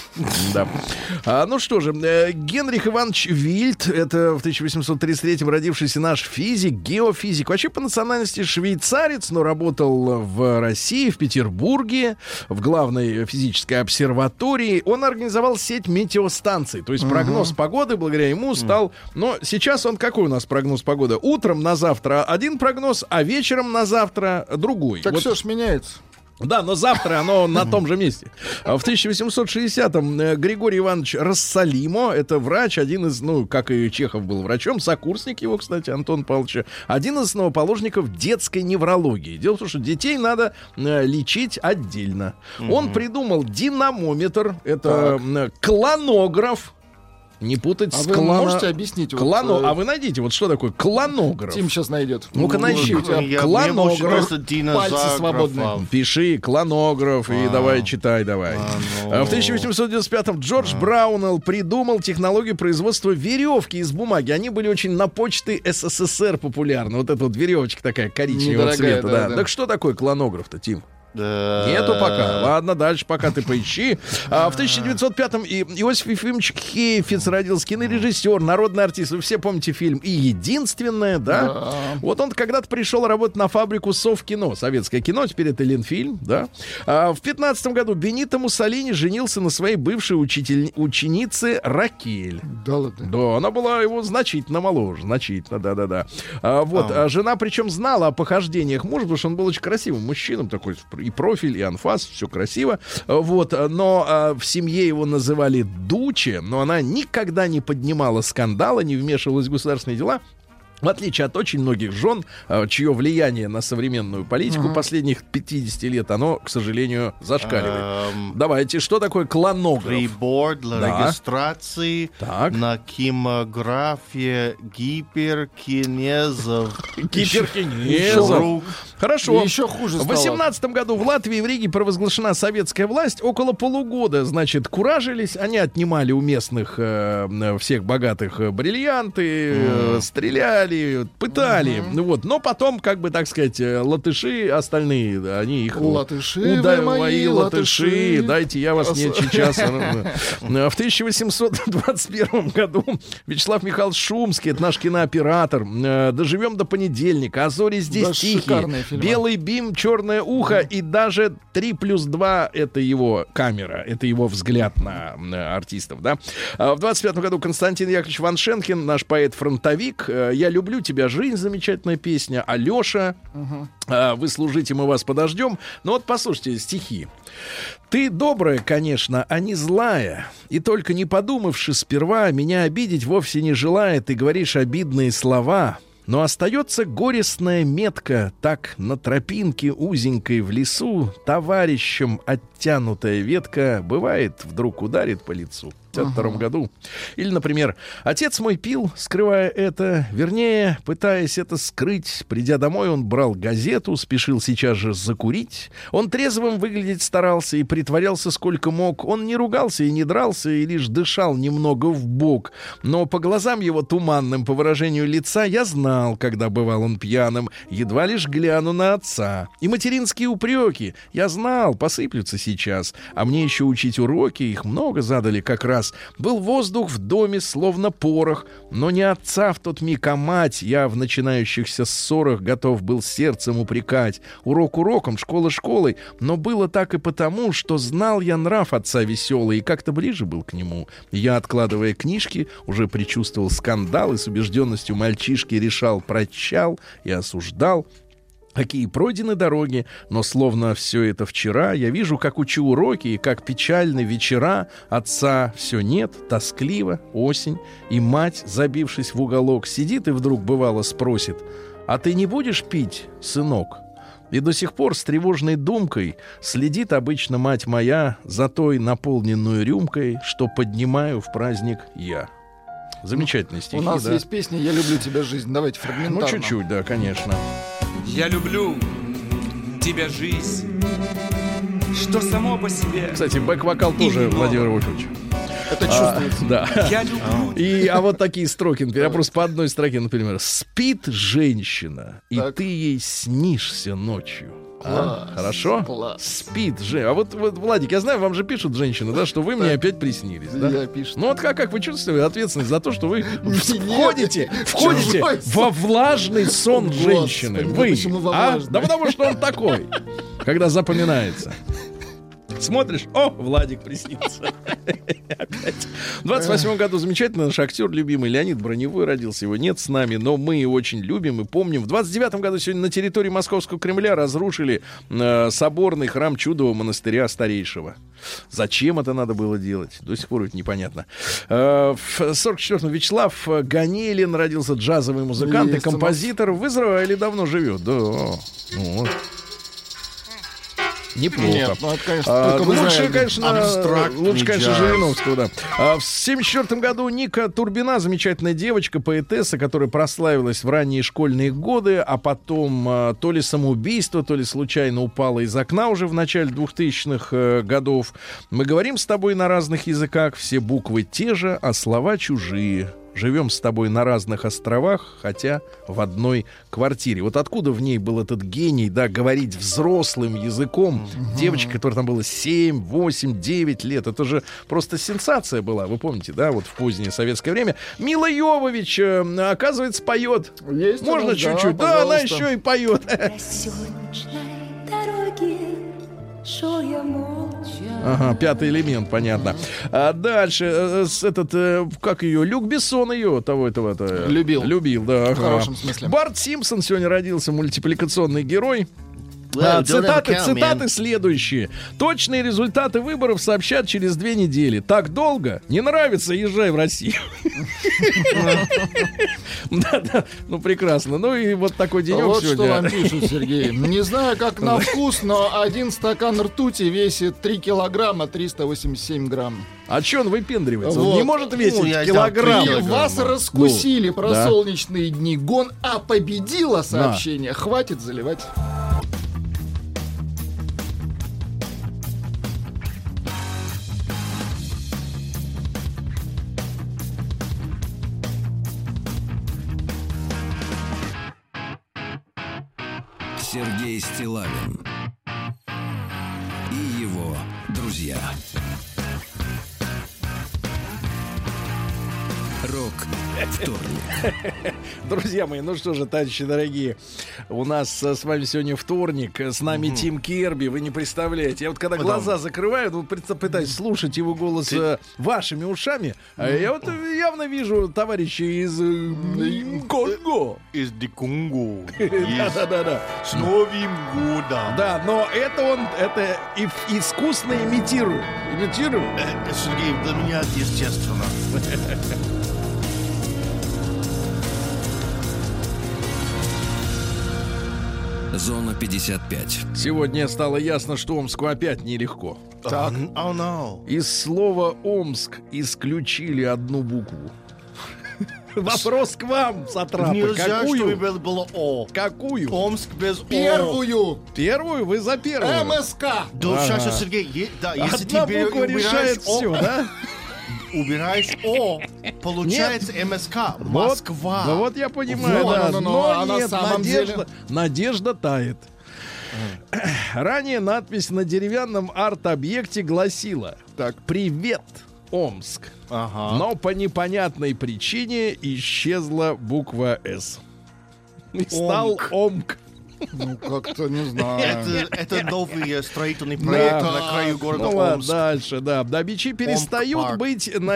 Да. А, ну что же, э, Генрих Иванович Вильд, это в тысяча восемьсот тридцать третьем родившийся наш физик, геофизик, вообще по национальности швейцарец, но работал в России, в Петербурге, в главной физической обсерватории. Он организовал сеть метеостанций, то есть прогноз uh-huh. погоды благодаря ему стал. Но сейчас он какой у нас прогноз погоды? Утром на завтра один прогноз, а вечером на завтра другой. Так вот. все ж меняется. Да, но завтра оно на том же месте. В тысяча восемьсот шестидесятом Григорий Иванович Рассалимо, это врач, один из, ну, как и Чехов был врачом, сокурсник его, кстати, Антон Павловича, один из основоположников детской неврологии. Дело в том, что детей надо лечить отдельно. Mm-hmm. Он придумал динамометр, это так. клонограф. Не путать а с вы клано... можете объяснить? Клано... Вот, а вы найдите, вот что такое клонограф? Тим сейчас найдет. Ну-ка, найди. Клонограф. Пальцы свободные. Пиши клонограф и давай читай, давай. В тысяча восемьсот девяносто пятом Джордж Браунелл придумал технологию производства веревки из бумаги. Они были очень на почте СССР популярны. Вот эта вот веревочка такая коричневого цвета. Да, да. Так что такое клонограф-то, Тим? Да. Нету пока. Ладно, дальше пока ты поищи. А, в тысяча девятьсот пятом и Иосиф Ефимович Хейфиц родился, кинорежиссер, народный артист. Вы все помните фильм «И единственное», да? да. Вот он когда-то пришел работать на фабрику Совкино, советское кино, теперь это Ленфильм, да? А, в пятнадцатом году Бенито Муссолини женился на своей бывшей учитель... ученице Ракель. Да ладно? Да, она была его значительно моложе, значительно, да-да-да. А, вот, а. А, жена причем знала о похождениях мужа, потому что он был очень красивым мужчиной, такой и профиль, и анфас, все красиво. Вот, но а, в семье его называли Дуче, но она никогда не поднимала скандала, не вмешивалась в государственные дела. В отличие от очень многих жен, чье влияние на современную политику uh-huh. последних пятьдесят лет, оно, к сожалению, зашкаливает. Um, Давайте, что такое клонограф? Прибор для да. регистрации так. на кимографии гиперкинезов. Гиперкинезов. Хорошо. Еще хуже стало. В восемнадцатом году в Латвии и в Риге провозглашена советская власть. Около полугода, значит, куражились. Они отнимали у местных э, всех богатых бриллианты, mm. э, стреляли, пытали, uh-huh. вот, но потом, как бы, так сказать, латыши остальные, они их... Латыши, уда- вы мои латыши, латыши, дайте я вас не сейчас. В тысяча восемьсот двадцать первом году Вячеслав Михайлович Шумский, это наш кинооператор, «Доживем до понедельника», «А зори здесь да, тихие», «Белый бим», «Черное ухо» и даже три плюс два это его камера, это его взгляд на, на артистов, да. В двадцать пятом году Константин Яковлевич Ваншенкин, наш поэт-фронтовик, «Я люблю «Люблю тебя, жизнь», замечательная песня. Алёша, угу. а, «Вы служите, мы вас подождем». Ну вот послушайте стихи. «Ты добрая, конечно, а не злая, и только не подумавши сперва, меня обидеть вовсе не желая, ты говоришь обидные слова». Но остается горестная метка, так на тропинке узенькой в лесу товарищем оттянутая ветка бывает вдруг ударит по лицу. В пятьдесят втором ага. году. Или, например, отец мой пил, скрывая это, вернее, пытаясь это скрыть. Придя домой, он брал газету, спешил сейчас же закурить. Он трезвым выглядеть старался и притворялся сколько мог. Он не ругался и не дрался, и лишь дышал немного вбок. Но по глазам его туманным, по выражению лица, я знал, когда бывал он пьяным, едва лишь гляну на отца. И материнские упреки, я знал, посыплются сейчас. А мне еще учить уроки, их много задали как раз. Был воздух в доме, словно порох, но не отца в тот миг, а мать я в начинающихся ссорах готов был сердцем упрекать. Урок уроком, школа школой, но было так и потому, что знал я нрав отца веселый и как-то ближе был к нему. Я, откладывая книжки, уже предчувствовал скандал и с убежденностью мальчишки решал, прощал и осуждал. Какие пройдены дороги, но словно все это вчера, я вижу, как учу уроки и как печальны вечера. Отца все нет, тоскливо, осень, и мать, забившись в уголок, сидит и вдруг бывало спросит: «А ты не будешь пить, сынок?» И до сих пор с тревожной думкой следит обычно мать моя за той наполненную рюмкой, что поднимаю в праздник я. Замечательные стихи. У нас да. есть песня «Я люблю тебя, жизнь». Давайте фрагментарно. Ну, чуть-чуть, да, конечно. Я люблю тебя, жизнь, что само по себе. Кстати, бэк-вокал тоже Владимир Вольфович. Это чувствуется. А, да. Я люблю. И, а вот такие строки, например, я просто по одной строке, например. «Спит женщина, и так. ты ей снишься ночью». Класс, А, хорошо? Класс. Спит же. А вот, вот, Владик, я знаю, вам же пишут женщины, да, что вы мне опять приснились, да? Я пишу. Ну вот как, как вы чувствуете ответственность за то, что вы Нет, входите, входите чужой во влажный сон Господи, женщины. да Вы, почему во а? влажный? Да потому что он такой, когда запоминается. Смотришь, о, Владик приснился. Опять. В двадцать восьмом году замечательно наш актер любимый Леонид Броневой родился. Его нет с нами, но мы его очень любим и помним. В двадцать девятом году сегодня на территории Московского Кремля разрушили э, соборный храм Чудового монастыря старейшего. Зачем это надо было делать? До сих пор это непонятно. Э, в сорок четвёртом Вячеслав Ганелин родился, джазовый музыкант и композитор. В Израиле давно живет. Да. Вот. Неплохо. Нет, ну, это, конечно, а, только лучше, конечно, лучше, конечно, джаз. Жириновского, да. А, в семьдесят четвёртом году Ника Турбина, замечательная девочка, поэтесса, которая прославилась в ранние школьные годы, а потом а, то ли самоубийство, то ли случайно упала из окна уже в начале двухтысячных э, годов. Мы говорим с тобой на разных языках, все буквы те же, а слова чужие. Живем с тобой на разных островах, хотя в одной квартире. Вот откуда в ней был этот гений, да, говорить взрослым языком. Uh-huh. Девочка, которой там было семь, восемь, девять лет. Это же просто сенсация была, вы помните, да, вот в позднее советское время. Мила Йовович, э, оказывается, поет. Есть Можно нас, чуть-чуть? да, Да, она пожалуйста. еще и поет. Ага, пятый элемент, понятно. А дальше, э, с этот, э, как ее, Люк Бессон ее, того этого, -то, Любил. Любил, да. В Ага. хорошем смысле. Барт Симпсон сегодня родился, мультипликационный герой. Well, А, don't цитаты, ever count, цитаты man. следующие. Точные результаты выборов сообщат через две недели. Так долго? Не нравится? Езжай в Россию. Да-да, ну прекрасно. Ну и вот такой денек Вот что вам сегодня. пишут, Сергей. Не знаю, как на вкус, но один стакан ртути весит три килограмма триста восемьдесят семь грамм. А че он выпендривается? Он Вот. не может весить Ну, я килограмм. взял И вас раскусили про да. солнечные дни. Гон, а победила сообщение. Хватит заливать. Сергей Стиллавин и его друзья. Вечерок вторник. Друзья мои, ну что же, товарищи дорогие, у нас с вами сегодня вторник, с нами угу. Тим Керби, вы не представляете. Я вот когда Потом. глаза закрываю, ну, пытаюсь слушать его голос Ты... вашими ушами, а я вот явно вижу товарища из Конго. Из Конго. Да-да-да. С Новым годом. Да, но это он, это искусно имитирует. Имитирует? Сергей, для меня естественно. Зона пятьдесят пять. Сегодня стало ясно, что Омску опять нелегко. Так. Oh, no. Из слова «Омск» исключили одну букву. Вопрос к вам, сатрапы. Нельзя, Какую? чтобы было «О». Какую? Омск без «О». Первую. Первую? Вы за первую. МСК. Да, ага. сейчас, Сергей, е- да, если Одна ты буква решает О, все, да? убираешь «О», получается Нет. МСК, Москва. Вот, да вот я понимаю, вот, да, но, но, но а на нет, самом надежда, деле... надежда тает. Mm. Ранее надпись на деревянном арт-объекте гласила: так, «Привет, Омск». Ага. Но по непонятной причине исчезла буква «С». И стал «Омк». Ну, как-то не знаю. Это, это новый строительный проект да, на краю города ну, Омск. Дальше, да. Да, мечи перестают быть на...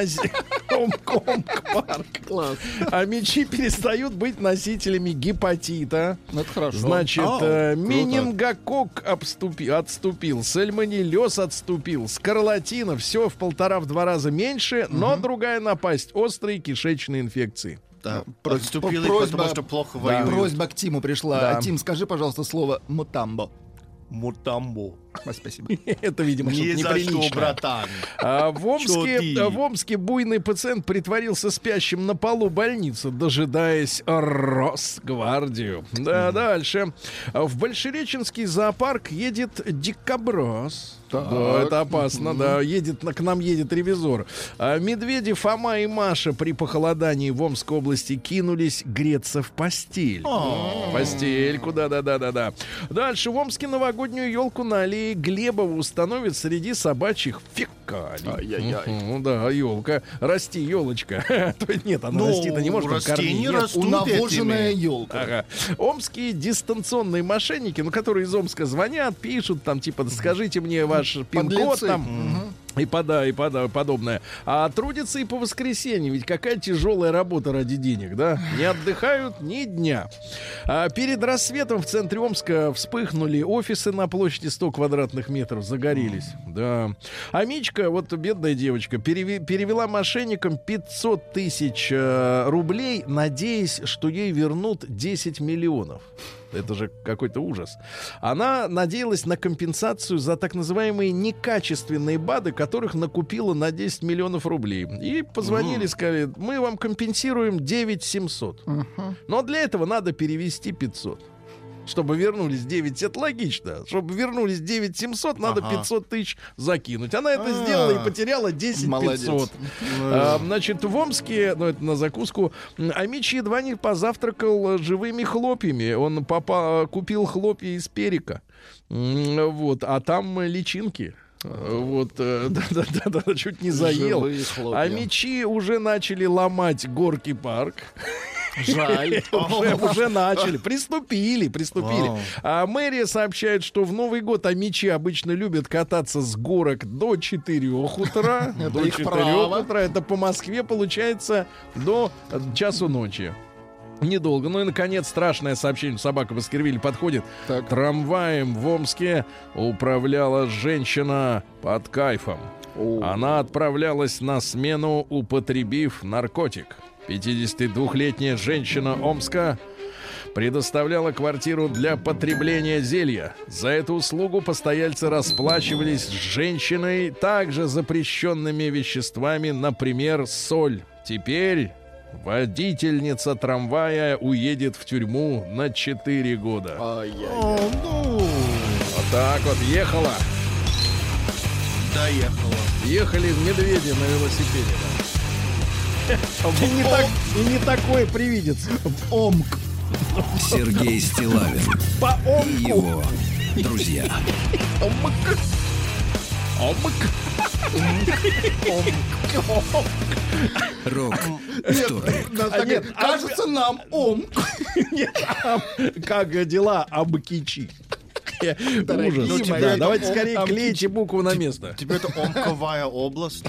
Омк-парк. Класс. А мечи перестают быть носителями гепатита. Это хорошо. Значит, О, э, менингококк обступи, отступил, сальмонеллез отступил, скарлатина, все в полтора-в два раза меньше, угу. но другая напасть — острые кишечные инфекции. Да, отступили, просьба, потому что плохо да, воюют. Просьба к Тиму пришла. Да. Тим, скажи, пожалуйста, слово «мутамбо». Мутамбо. Спасибо. Это, видимо, что-то неприлично. Что, братан. А в, Омске, в Омске буйный пациент притворился спящим на полу больницы, дожидаясь Росгвардию. Да, дальше. В Большереченский зоопарк едет дикобраз. Так. Да, это опасно, mm-hmm. да. Едет, к нам едет ревизор. А медведи Фома и Маша при похолодании в Омской области кинулись греться в постель. Oh. Постельку, да-да-да-да-да. Дальше в Омске новогоднюю елку на аллее Глебова установят среди собачьих фекалий. Ай-яй-яй. Ну да, елка. Расти, елочка. Нет, она ну, расти-то не может растения растут. Унавоженная елка. Ага. Омские дистанционные мошенники, ну, которые из Омска звонят, пишут, там, типа, скажите мне ваш пин-код, там, угу. и, пода, и пода, подобное. А трудятся и по воскресеньям, ведь какая тяжелая работа ради денег, да? Не отдыхают ни дня. А перед рассветом в центре Омска вспыхнули офисы на площади сто квадратных метров, загорелись. Да. А Мичка, вот бедная девочка, переве- перевела мошенникам пятьсот тысяч э, рублей, надеясь, что ей вернут десять миллионов. Это же какой-то ужас. Она надеялась на компенсацию за так называемые некачественные БАДы, которых накупила на десять миллионов рублей. И позвонили, сказали: мы вам компенсируем девять семьсот. Uh-huh. Но для этого надо перевести пятьсот. Чтобы вернулись девять, это логично. Чтобы вернулись девять семьсот, надо ага. пятьсот тысяч закинуть. Она это А-а-а. сделала и потеряла десять пятьсот. А, значит, в Омске, ну это на закуску, Амич едва не позавтракал живыми хлопьями. Он папа купил хлопья из перика. Вот, а там личинки. Вот, да-да-да, чуть не заел. А мечи уже начали ломать горки парк. Жаль. уже, уже начали. Приступили, приступили. Wow. А мэрия сообщает, что в Новый год амичи обычно любят кататься с горок до четырех утра. До четырех утра. Это по Москве получается до часу ночи. Недолго. Ну и, наконец, страшное сообщение. Собака Баскервиль подходит. Так. Трамваем в Омске управляла женщина под кайфом. О. Она отправлялась на смену, употребив наркотик. пятидесятидвухлетняя женщина Омска предоставляла квартиру для потребления зелья. За эту услугу постояльцы расплачивались с женщиной также запрещенными веществами, например, соль. Теперь водительница трамвая уедет в тюрьму на четыре года. Ай-яй-яй. Вот так вот ехала. Доехала. Ехали в Медведе на велосипеде. И не, так, и не такое привидится. Омк. Сергей Стиллавин По и его друзья. Рок-вторник. А нет, кажется, нам ом. Нет, ам. Как дела, Амкичи? Ужас. Ну, Да, это давайте ом- скорее Амкичи. клейте букву на место. Теперь это Омковая область.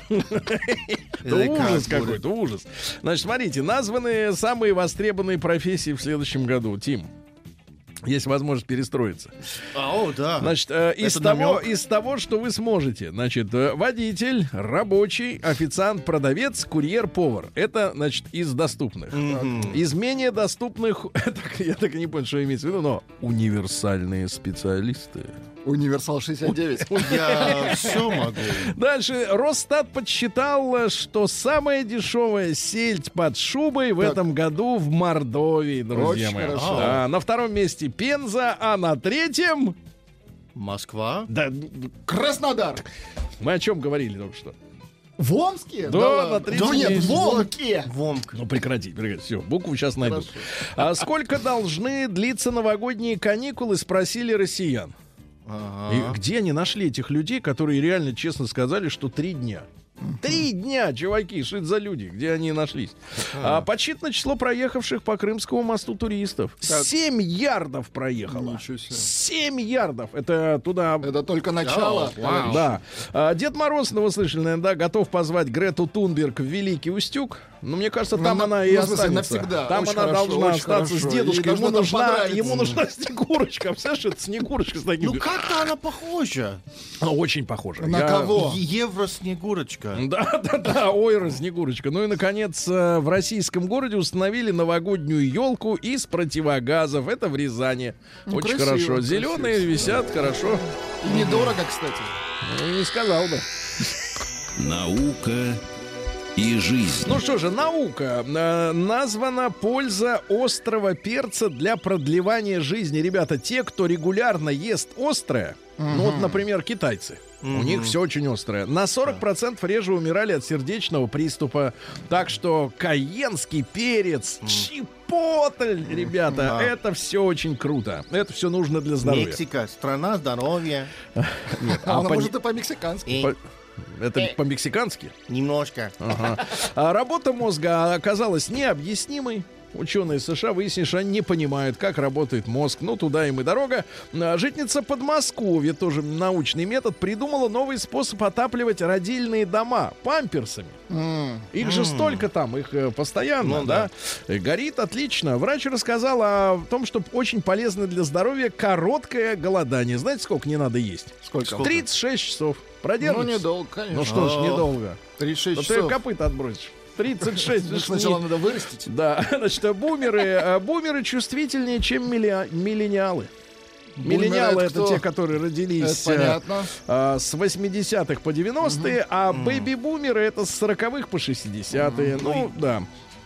Это ужас какой-то, ужас. Значит, смотрите, названы самые востребованные профессии в следующем году. Тим, есть возможность перестроиться. О, да. Значит, э, из, Это того, намек? из того, что вы сможете, значит, э, водитель, рабочий, официант, продавец, курьер, повар. Это, значит, из доступных. Из менее доступных, так, я так и не понял, что имеется в виду, но универсальные специалисты. Универсал шестьдесят девять. Я все могу. Дальше. Росстат подсчитал, что самая дешевая сельдь под шубой в Так. этом году в Мордовии, друзья Очень мои. хорошо. А, на втором месте Пенза, а на третьем... Москва. Да, Краснодар. мы о чем говорили только что? В Омске? Да, ладно. на третьем Да нет, месте. в Омске. Вомк. Ну, прекратить, прекратить. Все, букву сейчас найдут. Хорошо. А сколько должны длиться новогодние каникулы, спросили россиян. Ага. И где они нашли этих людей, которые реально честно сказали, что три дня? Три дня, чуваки, что это за люди? Где они нашлись? А, подсчитано число проехавших по Крымскому мосту туристов. Семь ярдов проехало. Ничего себе. Семь ярдов. Это туда... Это только начало. Вау. Да. А, Дед Мороз, ну вы слышали, наверное, да, готов позвать Грету Тунберг в Великий Устюг. Но мне кажется, там Ну, она ну, и в смысле, останется. навсегда. Там Очень она хорошо, должна очень остаться хорошо. с дедушкой. Ей Ему должно там нужна, понравиться. ему нужна Снегурочка. Представляешь, это Снегурочка с таким... Ну как-то она похожа. Она очень похожа. На Я- кого? Евро-снегурочка. Да, да, да, ой, Снегурочка. Ну и, наконец, э, в российском городе установили новогоднюю елку из противогазов. Это в Рязани. Ну, Очень красиво, хорошо. красиво. Зеленые висят, хорошо. И недорого, кстати. Ну, не сказал бы. Наука и жизнь. Ну что же, наука. Э, названа польза острого перца для продлевания жизни. Ребята, те, кто регулярно ест острое, ну вот, например, китайцы, у них все очень острое, на сорок процентов реже умирали от сердечного приступа. Так что кайенский перец, чипотль, ребята, Да. это все очень круто. Это все нужно для здоровья. Мексика, страна здоровья. Нет, А а она по- может и по-мексикански. И по- это по-мексикански? немножко. Ага. А работа мозга оказалась необъяснимой. Ученые США выяснили, что они не понимают, как работает мозг. Ну, туда им и дорога. А, Житница Подмосковья, тоже научный метод, придумала новый способ отапливать родильные дома памперсами. М. Их же столько там, их э, постоянно, Ну да. Э, Горит отлично. Врач рассказал о том, что очень полезно для здоровья короткое голодание. Знаете, сколько не надо есть? Сколько? тридцать шесть часов. Ну, Продержитесь? недолго, конечно. Ну что ж, О. недолго. тридцать шесть Ну, ты часов. копыта отбросишь. тридцать шесть. Ну, сначала надо вырастить. Да, значит, бумеры, э, бумеры чувствительнее, чем милля- миллениалы. Бумеры Миллениалы — это это кто? те, которые родились Это э, понятно. э, с восьмидесятых по девяностые, а бэби-бумеры — это с сороковых по шестидесятые. Ну, да.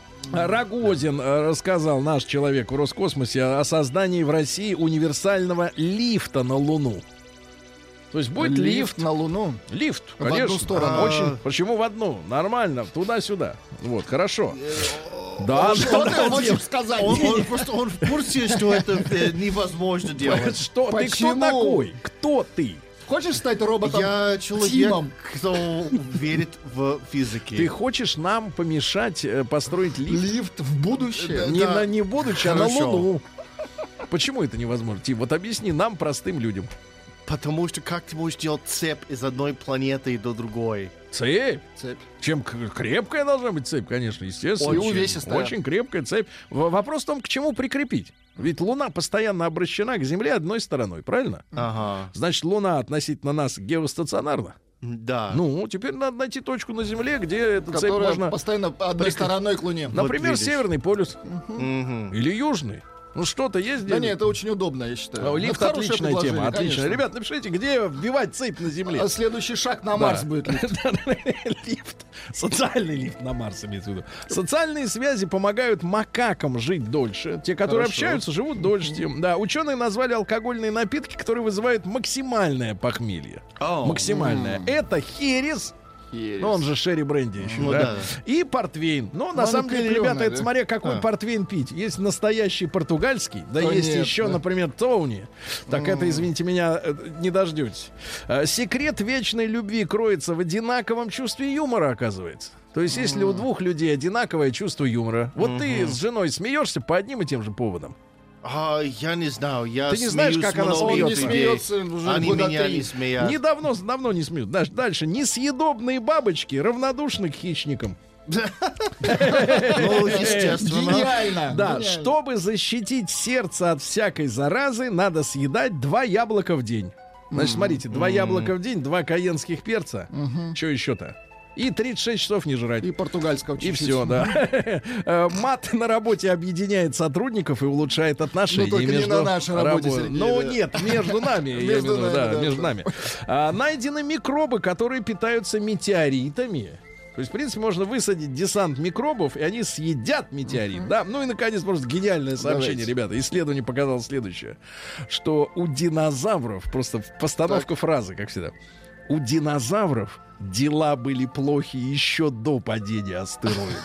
Рогозин э, рассказал, наш человек в Роскосмосе, о создании в России универсального лифта на Луну. То есть будет лифт. на Луну. Лифт, В одну конечно. сторону. Очень. Почему в одну? Нормально. Туда-сюда. Вот, хорошо. Да, Что да, ты да, хочешь сказать? Он, он просто он в курсе, что это э, невозможно Дим. делать. Что? Ты кто Почему? такой? Кто ты? Хочешь стать роботом? Я человек, Тимом. кто верит в физике. Ты хочешь нам помешать э, построить лифт? Лифт в будущее. Не, Да. на, не будучи, а на Хорошо. Луну. Почему это невозможно? Тим, вот объясни нам, простым людям. Потому что как ты можешь делать цепь из одной планеты до другой? Цепь? Цепь. Чем к- крепкая должна быть цепь, конечно, естественно. И увесистая. Очень крепкая цепь. В- вопрос в том, к чему прикрепить. Ведь Луна постоянно обращена к Земле одной стороной, правильно? Ага. Значит, Луна относительно нас геостационарна. Да. Ну, теперь надо найти точку на Земле, где эту цепь Которая можно... постоянно одной стороной к Луне. Например, видишь. Северный полюс. Мгм. Или Южный. Ну, что-то есть Да где... нет, это очень удобно, я считаю. А, Лифт Это хорошее отличная тема, предложение, отлично. конечно. Ребят, напишите, где вбивать цепь на Земле. А следующий шаг на Да. Марс будет лифт. Лифт. Социальный лифт на Марс имеется в виду. Социальные связи помогают макакам жить дольше. Те, которые Хорошо. общаются, живут дольше. Тем. Да, ученые назвали алкогольные напитки, которые вызывают максимальное похмелье. О. Максимальное. Это херес, Ересь. Ну, он же Шерри Бренди еще, Ну, да? да. И портвейн. Ну, на Ну, самом деле, крепленый, ребята, это да? смотря какой А. портвейн пить. Есть настоящий португальский, да То есть нет, еще, да. например, Тоуни. Так это, извините меня, э, не дождетесь. А, Секрет вечной любви кроется в одинаковом чувстве юмора, оказывается. То есть, если у двух людей одинаковое чувство юмора, вот ты с женой смеешься по одним и тем же поводам. А, я не знаю, я Ты не знаешь, смеюсь как она много Он не смеется? людей. смеется уже Они года меня три. не смеют. Недавно, давно не смеют. Дальше, дальше. Несъедобные бабочки равнодушны к хищникам. Ну, естественно. Гениально. Да, гениально. чтобы защитить сердце от всякой заразы, надо съедать два яблока в день. Значит, смотрите, два яблока в день, два каенских перца. Что еще-то? И тридцать шесть часов не жрать. И португальского И чуть-чуть. все, да. Э, Мат на работе объединяет сотрудников и улучшает отношения. Ну, только не между на нашей работе, рабо- Сергей, Ну, да. нет, между нами. я имею в Между виду, нами, да, да, между да. нами. А, Найдены микробы, которые питаются метеоритами. То есть, в принципе, можно высадить десант микробов, и они съедят метеорит. Да? Ну и, наконец, просто гениальное сообщение, Давайте. ребята. Исследование показало следующее. Что у динозавров, просто постановка фразы, как всегда. У динозавров дела были плохи еще до падения астероида.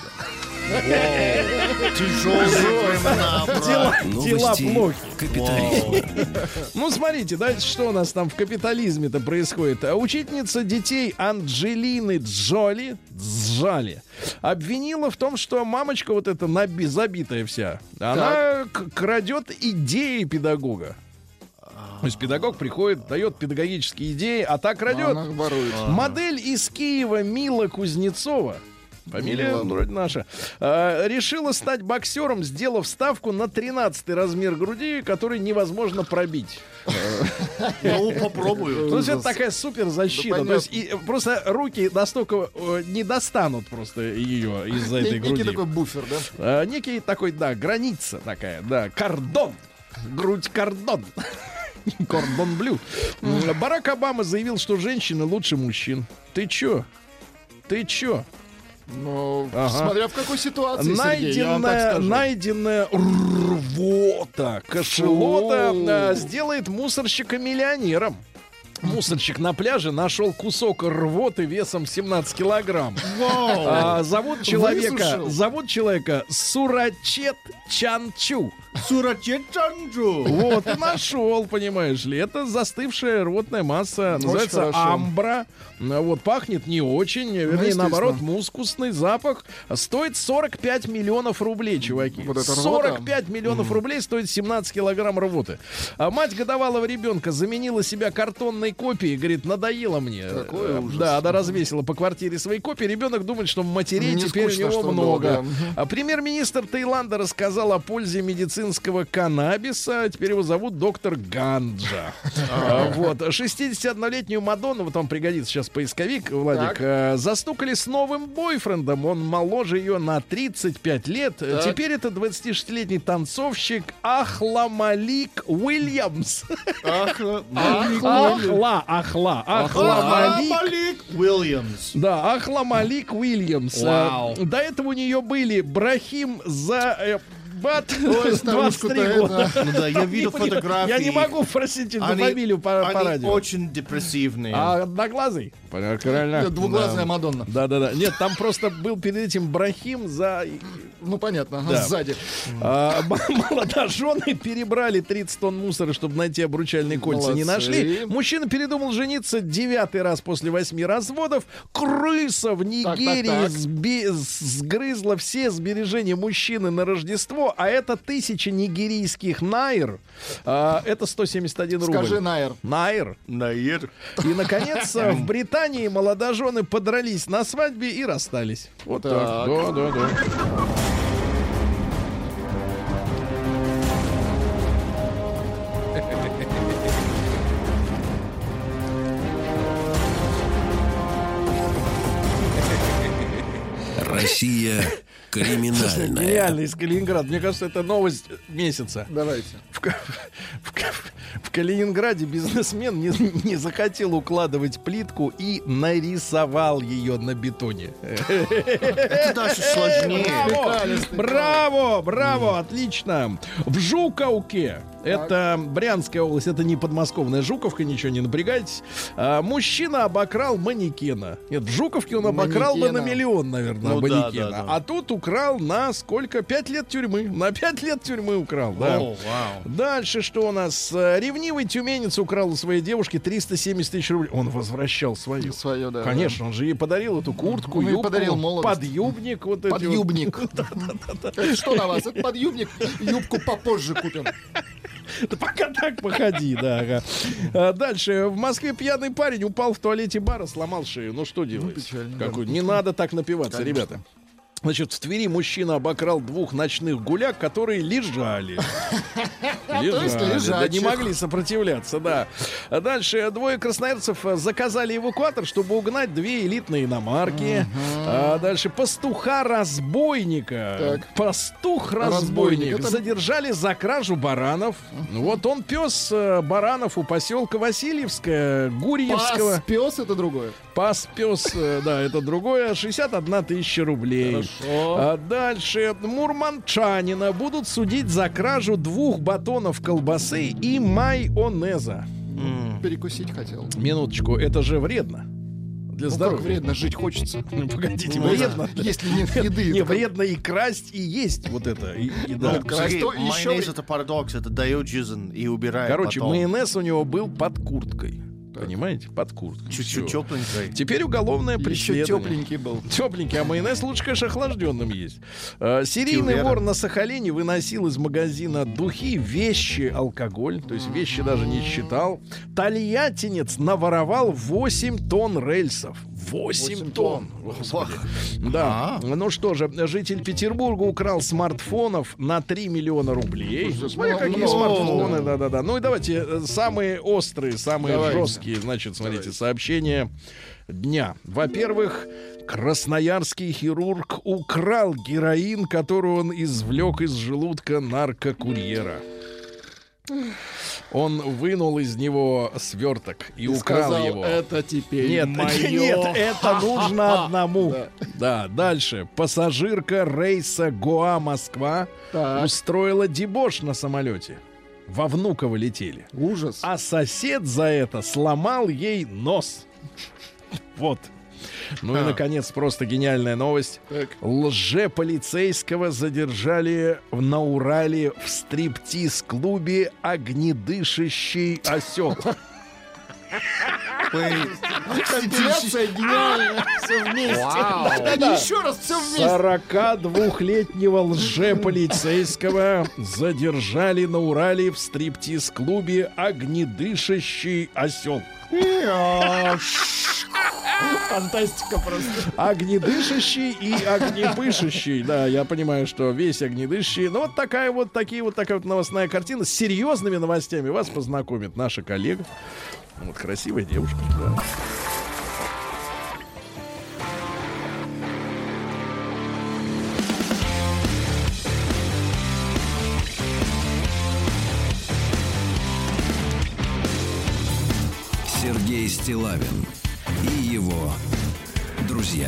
Тяжелые времена, брат. Дела, дела Новости плохи. капитализма. Ну, смотрите, дальше что у нас там в капитализме-то происходит? А Учительница детей Анджелины Джоли, Джоли обвинила в том, что мамочка вот эта наби- забитая вся, она к- крадет идеи педагога. То есть педагог приходит, дает педагогические идеи, а так крадет. Она ворует. Модель из Киева Мила Кузнецова, фамилия Мила. вроде наша, э, решила стать боксером, сделав ставку на тринадцатый размер груди, который невозможно пробить. Ну, попробую. То есть это такая супер защита. Да, То есть и, э, просто руки настолько э, не достанут просто ее из-за этой Некий груди. такой буфер, да? Э, некий такой, да, граница такая, да, кордон. Грудь кордон. Кордон блю. М, Барак Обама заявил, что женщины лучше мужчин. Ты чё? Ты чё? Ну, Ага. смотря в какой ситуации, Сергей, я вам так Найденная, скажу. найденная рвота кашелота Фу. а, сделает мусорщика миллионером. Мусорщик на пляже нашел кусок рвоты весом семнадцать килограмм. А, зовут человека, Высушил. зовут человека Сурачет Чанчу. Сурачет Чанджу. Вот, и нашел, понимаешь ли. Это застывшая рвотная масса. Называется хорошо. амбра. Ну, вот, пахнет не очень. Вернее, естественно. наоборот, мускусный запах. Стоит сорок пять миллионов рублей, чуваки. Вот это рвота. сорок пять миллионов рублей стоит семнадцать килограмм рвоты. А мать годовалого ребенка заменила себя картонной копией. Говорит, надоело мне. Какой Э, ужас. Да, она развесила по квартире свои копии. Ребенок думает, что матерей Не теперь у скучно, него что много. много. Мгм. А премьер-министр Таиланда рассказал о пользе медицинского каннабиса. Теперь его зовут доктор Ганджа. А, Вот. шестидесятиоднолетнюю Мадонну, вот вам пригодится сейчас поисковик, Владик, Так. э, застукали с новым бойфрендом. Он моложе ее на тридцать пять лет. Так. Теперь это двадцатишестилетний танцовщик Ахламалик Уильямс. Ах, Ахла, Ахла, Ахламалик. Малик Уильямс. Да, Ахламалик Уильямс. Вау. А, До этого у нее были Брахим за э, Бат Ой, двадцать три старушку-то года. это. Ну да, я Не видел понимаю, фотографии. Я не могу просить эту Они- фамилию по, по Они радио. очень депрессивные. А одноглазый? Правильно. Двуглазая Мадонна. Да-да-да. Нет, там просто был перед этим Брахим за... Ну, понятно, ага, Да. сзади. А, м- молодожены перебрали тридцать тонн мусора, чтобы найти обручальные кольца. Не Молодцы. нашли. Мужчина передумал жениться девятый раз после восьми разводов. Крыса в Нигерии так. сби- сгрызла все сбережения мужчины на Рождество, а это тысяча нигерийских найр. А, это сто семьдесят один рубль. Скажи, Найер. Найр. Наир. И, наконец, в Британии молодожены подрались на свадьбе и расстались. Вот так. Так. Да, да, да. Россия Криминальная. Гениально, из Калининграда. Мне кажется, это новость месяца. Давайте. В, в, в Калининграде бизнесмен не, не захотел укладывать плитку и нарисовал ее на бетоне. Это даже сложнее. Браво, браво, отлично. В Жуковке, это Брянская область, это не подмосковная Жуковка, ничего не напрягайтесь. А, мужчина обокрал манекена. Нет, в Жуковке он обокрал бы на миллион, наверное, Ну, манекена. да, да, да. А тут украл на сколько? Пять лет тюрьмы. На пять лет тюрьмы украл, да. О, вау. Дальше что у нас? Ревнивый тюменец украл у своей девушки триста семьдесят тысяч рублей. Он возвращал свою. Свое, да. Конечно, он же ей подарил эту куртку, Он ей юбку, подарил молодость. подъюбник. Вот эти вот. Подъюбник. Это что на вас? Это подъюбник. Юбку попозже купим. Да пока так походи, да. Ага. А дальше. В Москве пьяный парень упал в туалете бара, сломал шею. Ну что делать? печально, Какой? Не надо так напиваться, Конечно. ребята. Значит, в Твери мужчина обокрал двух ночных гуляк, которые лежали. есть Да, лежачих. не могли сопротивляться, да. А дальше двое красноярцев заказали эвакуатор, чтобы угнать две элитные иномарки. А дальше пастуха-разбойника. Так. Пастух-разбойник Разбойник, это- задержали за кражу баранов. Вот он пес э, баранов у поселка Васильевская, Гурьевского. Пас, пес это другое. Пас пес, э, да, это другое. шестьдесят одна тысяча рублей. Хорошо. А дальше мурманчанина будут судить за кражу двух батонов колбасы и майонеза. Перекусить хотел. Минуточку, это же вредно. Для Ну, как здоровья. вредно, жить хочется. Ну, погодите, Ну, вредно. если нет еды. Не, это как- вредно и красть, и есть вот это. И, и да. Ну, Сергей, Что еще? майонез это парадокс, это дает жизнь и убирает Короче, потом. майонез у него был под курткой. Понимаете? Под курткой. Чуть-чуть Всё. тепленькой. Теперь уголовное Еще преследование. тепленький был. Тепленький, а майонез лучше, конечно, охлажденным есть. Э, серийный Ты вор уверен? на Сахалине выносил из магазина духи, вещи, алкоголь. То есть вещи даже не считал. Тольяттинец наворовал восемь тонн рельсов. восемь тонн. Господи. Да. Ну что же, житель Петербурга украл смартфонов на три миллиона рублей. Слушай, Смотри, какие много. смартфоны. Да-да-да. Ну и давайте э, самые острые, самые Давайте. жесткие, значит, смотрите, сообщения дня. Во-первых, красноярский хирург украл героин, который он извлек из желудка наркокурьера. Он вынул из него сверток и, И украл сказал, его. это теперь Нет, моё. нет, это нужно одному. Да. Да, дальше. Пассажирка рейса Гоа-Москва Так. устроила дебош на самолете. Во Внуково летели. Ужас. А сосед за это сломал ей нос. Вот. Ну и, наконец, просто гениальная новость. Так. Лже-полицейского задержали на Урале в стриптиз-клубе «Огнедышащий осел». Компиляция гениальная. Все вместе. Они еще раз все вместе. сорокадвухлетнего лже-полицейского задержали на Урале в стриптиз-клубе «Огнедышащий осел». Фантастика просто. Огнедышащий и огнепышащий. Да, я понимаю, что весь огнедышащий. Ну, вот такая вот, такие вот такая вот новостная картина. С серьезными новостями вас познакомит наша коллега. Вот красивая девушка, да. Сергей Стиллавин и его друзья.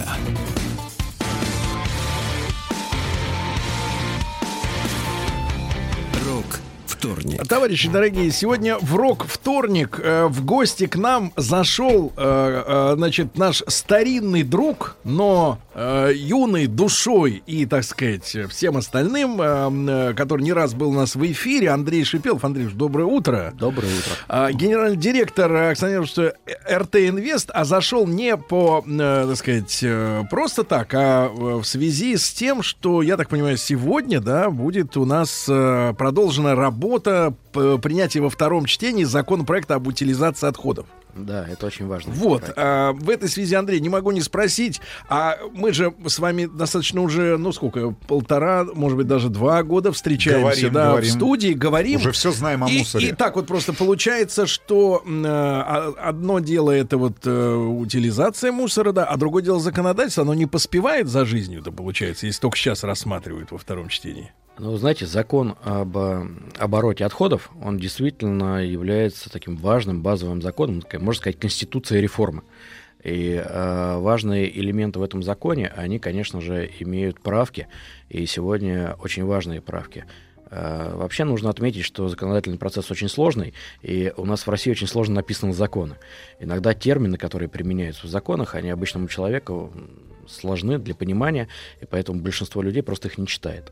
Рок-вторник. Товарищи дорогие, сегодня в рок-вторник э, в гости к нам зашел, э, э, значит, наш старинный друг, но э, юный душой и, так сказать, всем остальным, э, э, который не раз был у нас в эфире, Андрей Шипелов. Андрей, доброе утро. Доброе утро. А, генеральный директор акционерного эр тэ Инвест, а зашел не по, э, так сказать, э, просто так, а в связи с тем, что, я так понимаю, сегодня, да, будет у нас э, продолжена работа п- принятия во втором чтении законопроекта об утилизации отходов. Да, это очень важно. Вот, а, в этой связи, Андрей, не могу не спросить, а мы же с вами достаточно уже, ну сколько, полтора, может быть, даже два года встречаемся, говорим, да, говорим. в студии, говорим. Уже все знаем о и, мусоре. И так вот просто получается, что э, одно дело это вот э, утилизация мусора, да, а другое дело законодательство, оно не поспевает за жизнью-то, получается, если только сейчас рассматривают во втором чтении. Ну, знаете, закон об э, обороте отходов, он действительно является таким важным базовым законом, можно сказать, конституцией реформы. И э, важные элементы в этом законе, они, конечно же, имеют правки, и сегодня очень важные правки. Э, вообще нужно отметить, что законодательный процесс очень сложный, и у нас в России очень сложно написаны законы. Иногда термины, которые применяются в законах, они обычному человеку сложны для понимания, и поэтому большинство людей просто их не читает.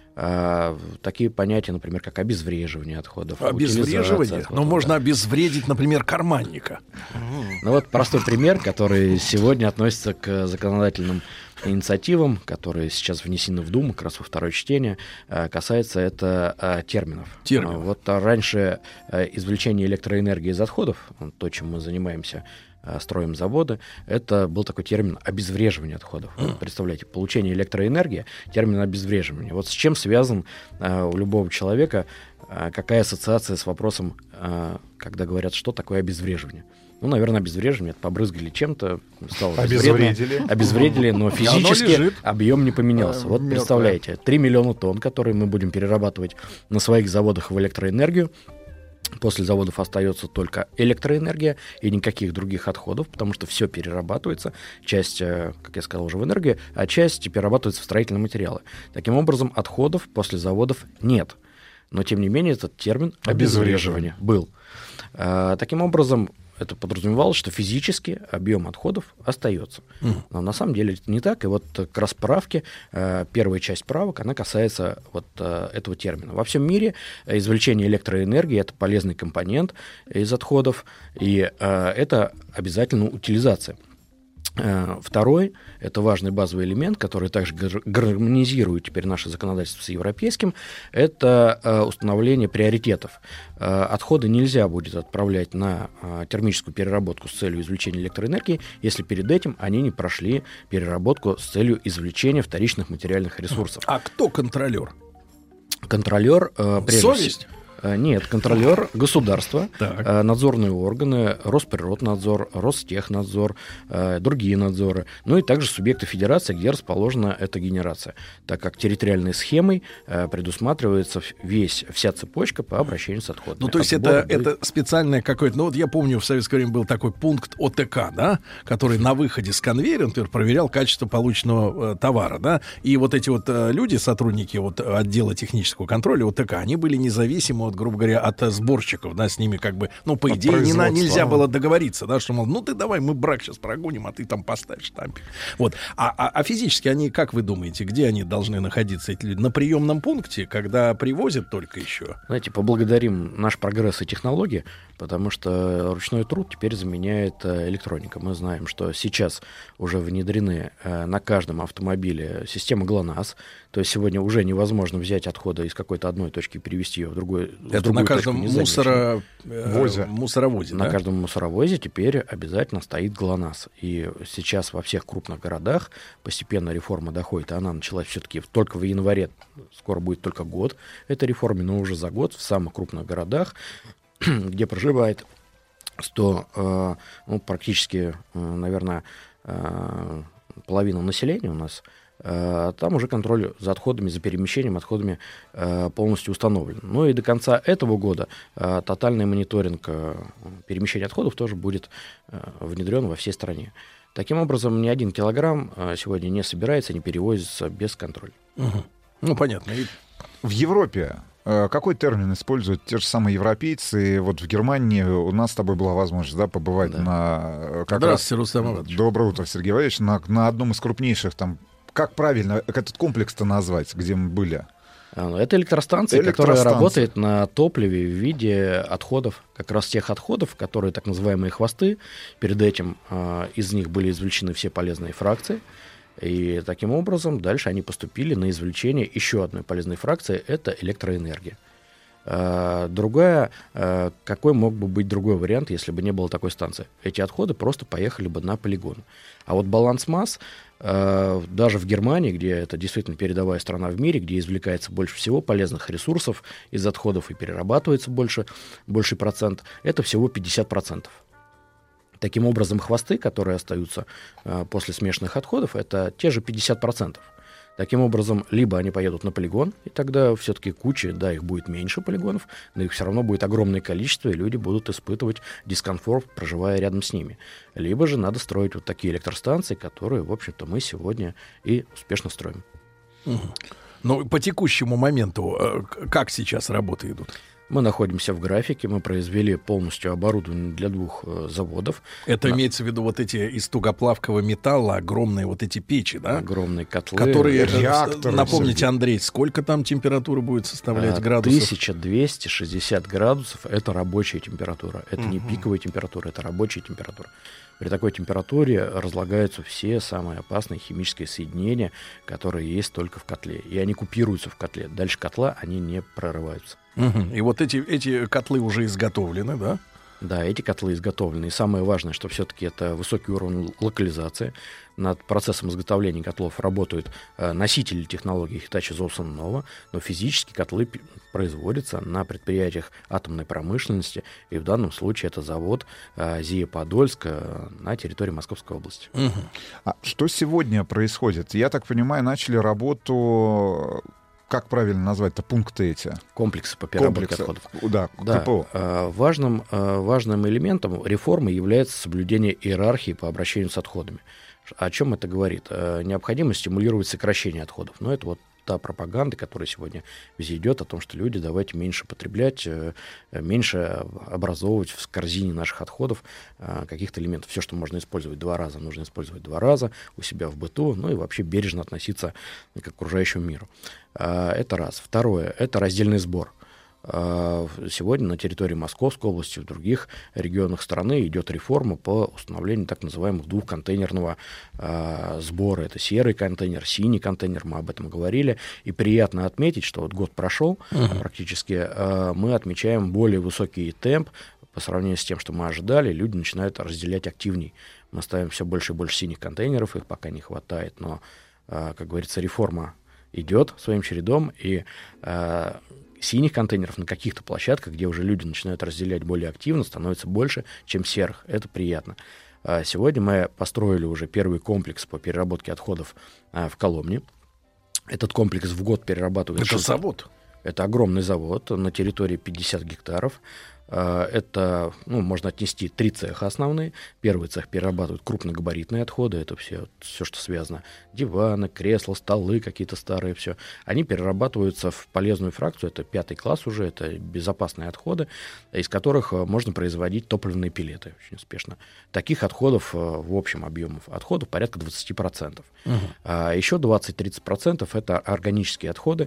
А, такие понятия, например, как обезвреживание отходов. Обезвреживание? Отходов, Но да. можно обезвредить, например, карманника. Ну вот простой пример, который сегодня относится к законодательным инициативам, которые сейчас внесены в Думу, как раз во второе чтение, касается это а, терминов. Терминов. Вот а, раньше а, извлечение электроэнергии из отходов, то, чем мы занимаемся, строим заводы, это был такой термин обезвреживание отходов. Mm. Представляете, получение электроэнергии, термин обезвреживания. Вот с чем связан а, у любого человека, а, какая ассоциация с вопросом, а, когда говорят, что такое обезвреживание? Ну, наверное, обезвреживание, это побрызгали чем-то, стало обезвредили. Обезвредили, но физически объем не поменялся. Вот Мертвое. представляете, три миллиона тонн, которые мы будем перерабатывать на своих заводах в электроэнергию. После заводов остается только электроэнергия и никаких других отходов, потому что все перерабатывается. Часть, как я сказал, уже в энергию, а часть перерабатывается в строительные материалы. Таким образом, отходов после заводов нет. Но, тем не менее, этот термин обезвреживание был. А, таким образом, это подразумевалось, что физически объем отходов остается. Mm. Но на самом деле это не так. И вот как раз правки, э, первая часть правок, она касается вот э, этого термина. Во всем мире извлечение электроэнергии — это полезный компонент из отходов, и э, это обязательно утилизация. Второй, это важный базовый элемент, который также гармонизирует теперь наше законодательство с европейским, это установление приоритетов. Отходы нельзя будет отправлять на термическую переработку с целью извлечения электроэнергии, если перед этим они не прошли переработку с целью извлечения вторичных материальных ресурсов. А кто контролер? Контролер, прежде Совесть? всего. Нет, контролер государства, Так. надзорные органы, Росприроднадзор, Ростехнадзор, другие надзоры, ну и также субъекты федерации, где расположена эта генерация, так как территориальной схемой предусматривается весь, вся цепочка по обращению с отходами. Ну, то есть От это, сбора до- это специальное какое-то... Ну, вот я помню, в советское время был такой пункт О Т К, да, который на выходе с конвейера, например, проверял качество полученного э, товара, да, и вот эти вот э, люди, сотрудники вот отдела технического контроля О Т К, они были независимы от, грубо говоря, от э, сборщиков, да, с ними как бы, ну, по От идее, не на- производства. нельзя было договориться, да, что, мол, ну, ты давай, мы брак сейчас прогоним, а ты там поставишь штампик. Вот. А, а, а физически они, как вы думаете, где они должны находиться, эти люди? На приемном пункте, когда привозят только еще? Знаете, поблагодарим наш прогресс и технологии, потому что ручной труд теперь заменяет э, электроника. Мы знаем, что сейчас уже внедрены э, на каждом автомобиле система ГЛОНАСС, то есть сегодня уже невозможно взять отходы из какой-то одной точки и перевести ее в другую. в Это другую на каждом точку незамеченную. мусоро... э, Возе. мусоровозе, На да? каждом мусоровозе теперь обязательно стоит ГЛОНАСС. И сейчас во всех крупных городах постепенно реформа доходит. Она началась все-таки только в январе, скоро будет только год этой реформе, но уже за год в самых крупных городах, где проживает сто, э, ну, практически, э, наверное, э, половина населения у нас, э, там уже контроль за отходами, за перемещением отходами э, полностью установлен. Ну и до конца этого года э, тотальный мониторинг э, перемещения отходов тоже будет э, внедрен во всей стране. Таким образом, ни один килограмм э, сегодня не собирается, не перевозится без контроля. Угу. Ну, понятно. И- В Европе э, какой термин используют те же самые европейцы? Вот в Германии у нас с тобой была возможность, да, побывать Да. на... э, Как Здравствуйте, раз- Рустам Иванович. Доброе утро, Сергей Валерьевич. На, на одном из крупнейших там... Как правильно этот комплекс-то назвать, где мы были? А, Это электростанция, Электростанция. которая работает на топливе в виде отходов, как раз тех отходов, которые так называемые хвосты. Перед этим а, из них были извлечены все полезные фракции. И таким образом дальше они поступили на извлечение еще одной полезной фракции — это электроэнергия. Другая, какой мог бы быть другой вариант, если бы не было такой станции? Эти отходы просто поехали бы на полигон. А вот баланс масс, даже в Германии, где это действительно передовая страна в мире, где извлекается больше всего полезных ресурсов из отходов и перерабатывается больше, больший процент, это всего пятьдесят процентов. Таким образом, хвосты, которые остаются после смешанных отходов, это те же пятьдесят процентов. Таким образом, либо они поедут на полигон, и тогда все-таки куча, да, их будет меньше полигонов, но их все равно будет огромное количество, и люди будут испытывать дискомфорт, проживая рядом с ними. Либо же надо строить вот такие электростанции, которые, в общем-то, мы сегодня и успешно строим. Угу. Ну, по текущему моменту, как сейчас работы идут? Мы находимся в графике, мы произвели полностью оборудование для двух э, заводов. Это На... имеется в виду вот эти из тугоплавкого металла огромные вот эти печи, да? Огромные котлы. Которые, реакторы. Напомните, Андрей, сколько там температура будет составлять а, градусов? тысяча двести шестьдесят градусов — это рабочая температура. Это угу. не пиковая температура, это рабочая температура. При такой температуре разлагаются все самые опасные химические соединения, которые есть только в котле. И они купируются в котле. Дальше котла они не прорываются. Угу. И вот эти, эти котлы уже изготовлены, да? Да, эти котлы изготовлены. И самое важное, что все-таки это высокий уровень локализации. Над процессом изготовления котлов работают э, носители технологий Hitachi Zosen Nova, но физически котлы п- производятся на предприятиях атомной промышленности, и в данном случае это завод э, ЗИА Подольск э, на территории Московской области. Угу. А что сегодня происходит? Я так понимаю, начали работу... Как правильно назвать-то пункты эти? Комплексы по переработке отходов. Да, да. КПО. Э, важным, э, важным элементом реформы является соблюдение иерархии по обращению с отходами. О чем это говорит? Э, необходимо стимулировать сокращение отходов. Но это вот та пропаганда, которая сегодня везде идет, о том, что люди, давайте меньше потреблять, э, меньше образовывать в корзине наших отходов э, каких-то элементов. Все, что можно использовать два раза, нужно использовать два раза у себя в быту, ну и вообще бережно относиться к окружающему миру. Э, это раз. Второе — это раздельный сбор. Сегодня на территории Московской области, в других регионах страны идет реформа по установлению так называемых двухконтейнерного э, сбора. Это серый контейнер, синий контейнер, мы об этом говорили. И приятно отметить, что вот год прошел, uh-huh. практически э, мы отмечаем более высокий темп по сравнению с тем, что мы ожидали. Люди начинают разделять активней. Мы ставим все больше и больше синих контейнеров, их пока не хватает, но, э, как говорится, реформа идет своим чередом, и э, синих контейнеров на каких-то площадках, где уже люди начинают разделять более активно, становится больше, чем серых. Это приятно. Сегодня мы построили уже первый комплекс по переработке отходов в Коломне. Этот комплекс в год перерабатывает... Это завод? Это огромный завод на территории пятьдесят гектаров. Это, ну, можно отнести три цеха основные. Первый цех перерабатывает крупногабаритные отходы. Это все, все, что связано. Диваны, кресла, столы какие-то старые, все. Они перерабатываются в полезную фракцию. Это пятый класс уже. Это безопасные отходы, из которых можно производить топливные пеллеты очень успешно. Таких отходов в общем объеме отходов порядка двадцать процентов. Угу. А еще двадцать-тридцать процентов это органические отходы.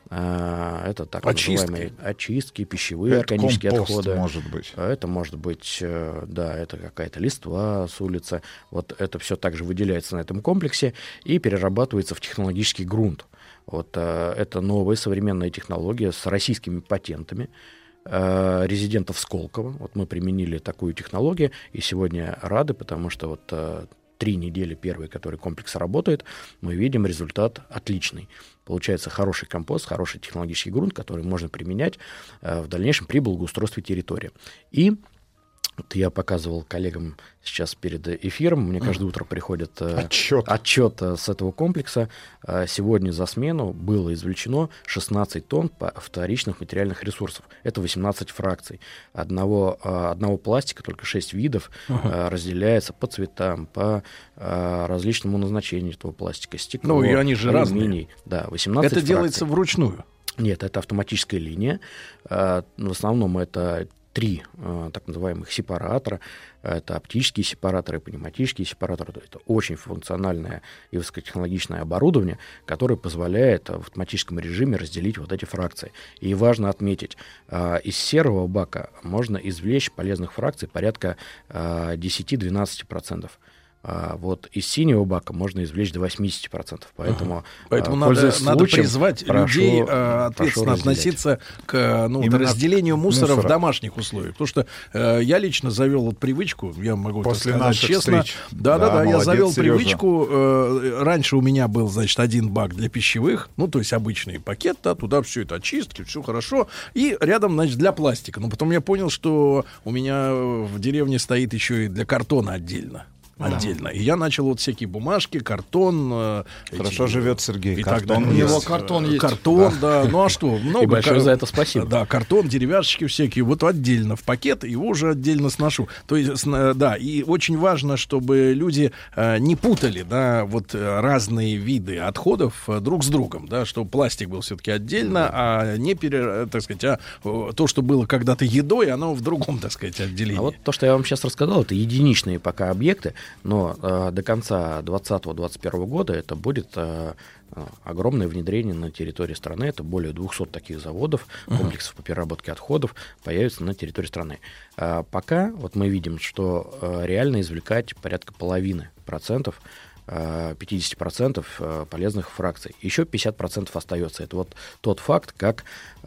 Это так очистки. называемые очистки, пищевые это органические компост, отходы. Может быть. Это может быть, да, это какая-то листва с улицы. Вот это все также выделяется на этом комплексе и перерабатывается в технологический грунт. Вот это новая современная технология с российскими патентами резидентов Сколково. Вот мы применили такую технологию и сегодня рады, потому что вот три недели первые, которые комплекс работает, мы видим результат отличный. Получается хороший компост, хороший технологический грунт, который можно применять э, в дальнейшем при благоустройстве территории. И вот я показывал коллегам сейчас перед эфиром, мне каждое утро приходит э, отчет, отчет э, с этого комплекса. Э, сегодня за смену было извлечено шестнадцать тонн вторичных материальных ресурсов. Это восемнадцать фракций. Одного, э, одного пластика, только шесть видов, uh-huh. э, разделяется по цветам, по э, различному назначению этого пластика. Стекло, ну и они же алюминий. разные. Да, восемнадцать это фракций. Делается вручную? Нет, это автоматическая линия. Э, в основном это три э, так называемых сепаратора. Это оптические сепараторы, пневматические сепараторы. Это очень функциональное и высокотехнологичное оборудование, которое позволяет в автоматическом режиме разделить вот эти фракции. И важно отметить, э, из серого бака можно извлечь полезных фракций порядка э, десять-двенадцать процентов. А вот из синего бака можно извлечь до восемьдесят процентов. Поэтому, ага. Поэтому а, надо, случаем, надо призвать прошу, людей а, ответственно относиться к ну, разделению мусора, мусора в домашних условиях. Потому что э, я лично завел вот привычку, я могу После сказать честно. Да-да-да, я завел Сережа. привычку. Э, раньше у меня был, значит, один бак для пищевых, ну, то есть обычный пакет, да, туда все это очистки, все хорошо. И рядом, значит, для пластика. Но потом я понял, что у меня в деревне стоит еще и для картона отдельно. Отдельно. И я начал вот всякие бумажки, картон. Хорошо эти, живет Сергей. И картон так у него картон есть. Картон, да. да. Ну а что? Много. И большое кар... за это спасибо. Да, картон, деревяшечки всякие. Вот отдельно в пакет, его уже отдельно сношу. То есть, да, и очень важно, чтобы люди не путали, да, вот разные виды отходов друг с другом, да, чтобы пластик был все-таки отдельно, а не, пере, так сказать, а то, что было когда-то едой, оно в другом, так сказать, отделении. А вот то, что я вам сейчас рассказал, это единичные пока объекты. Но э, до конца двадцатого-двадцать первого года это будет э, огромное внедрение на территории страны. Это более двухсот таких заводов, комплексов по переработке отходов появится на территории страны. А пока вот мы видим, что э, реально извлекать порядка половины процентов, пятьдесят процентов полезных фракций. Еще пятьдесят процентов остается. Это вот тот факт, как,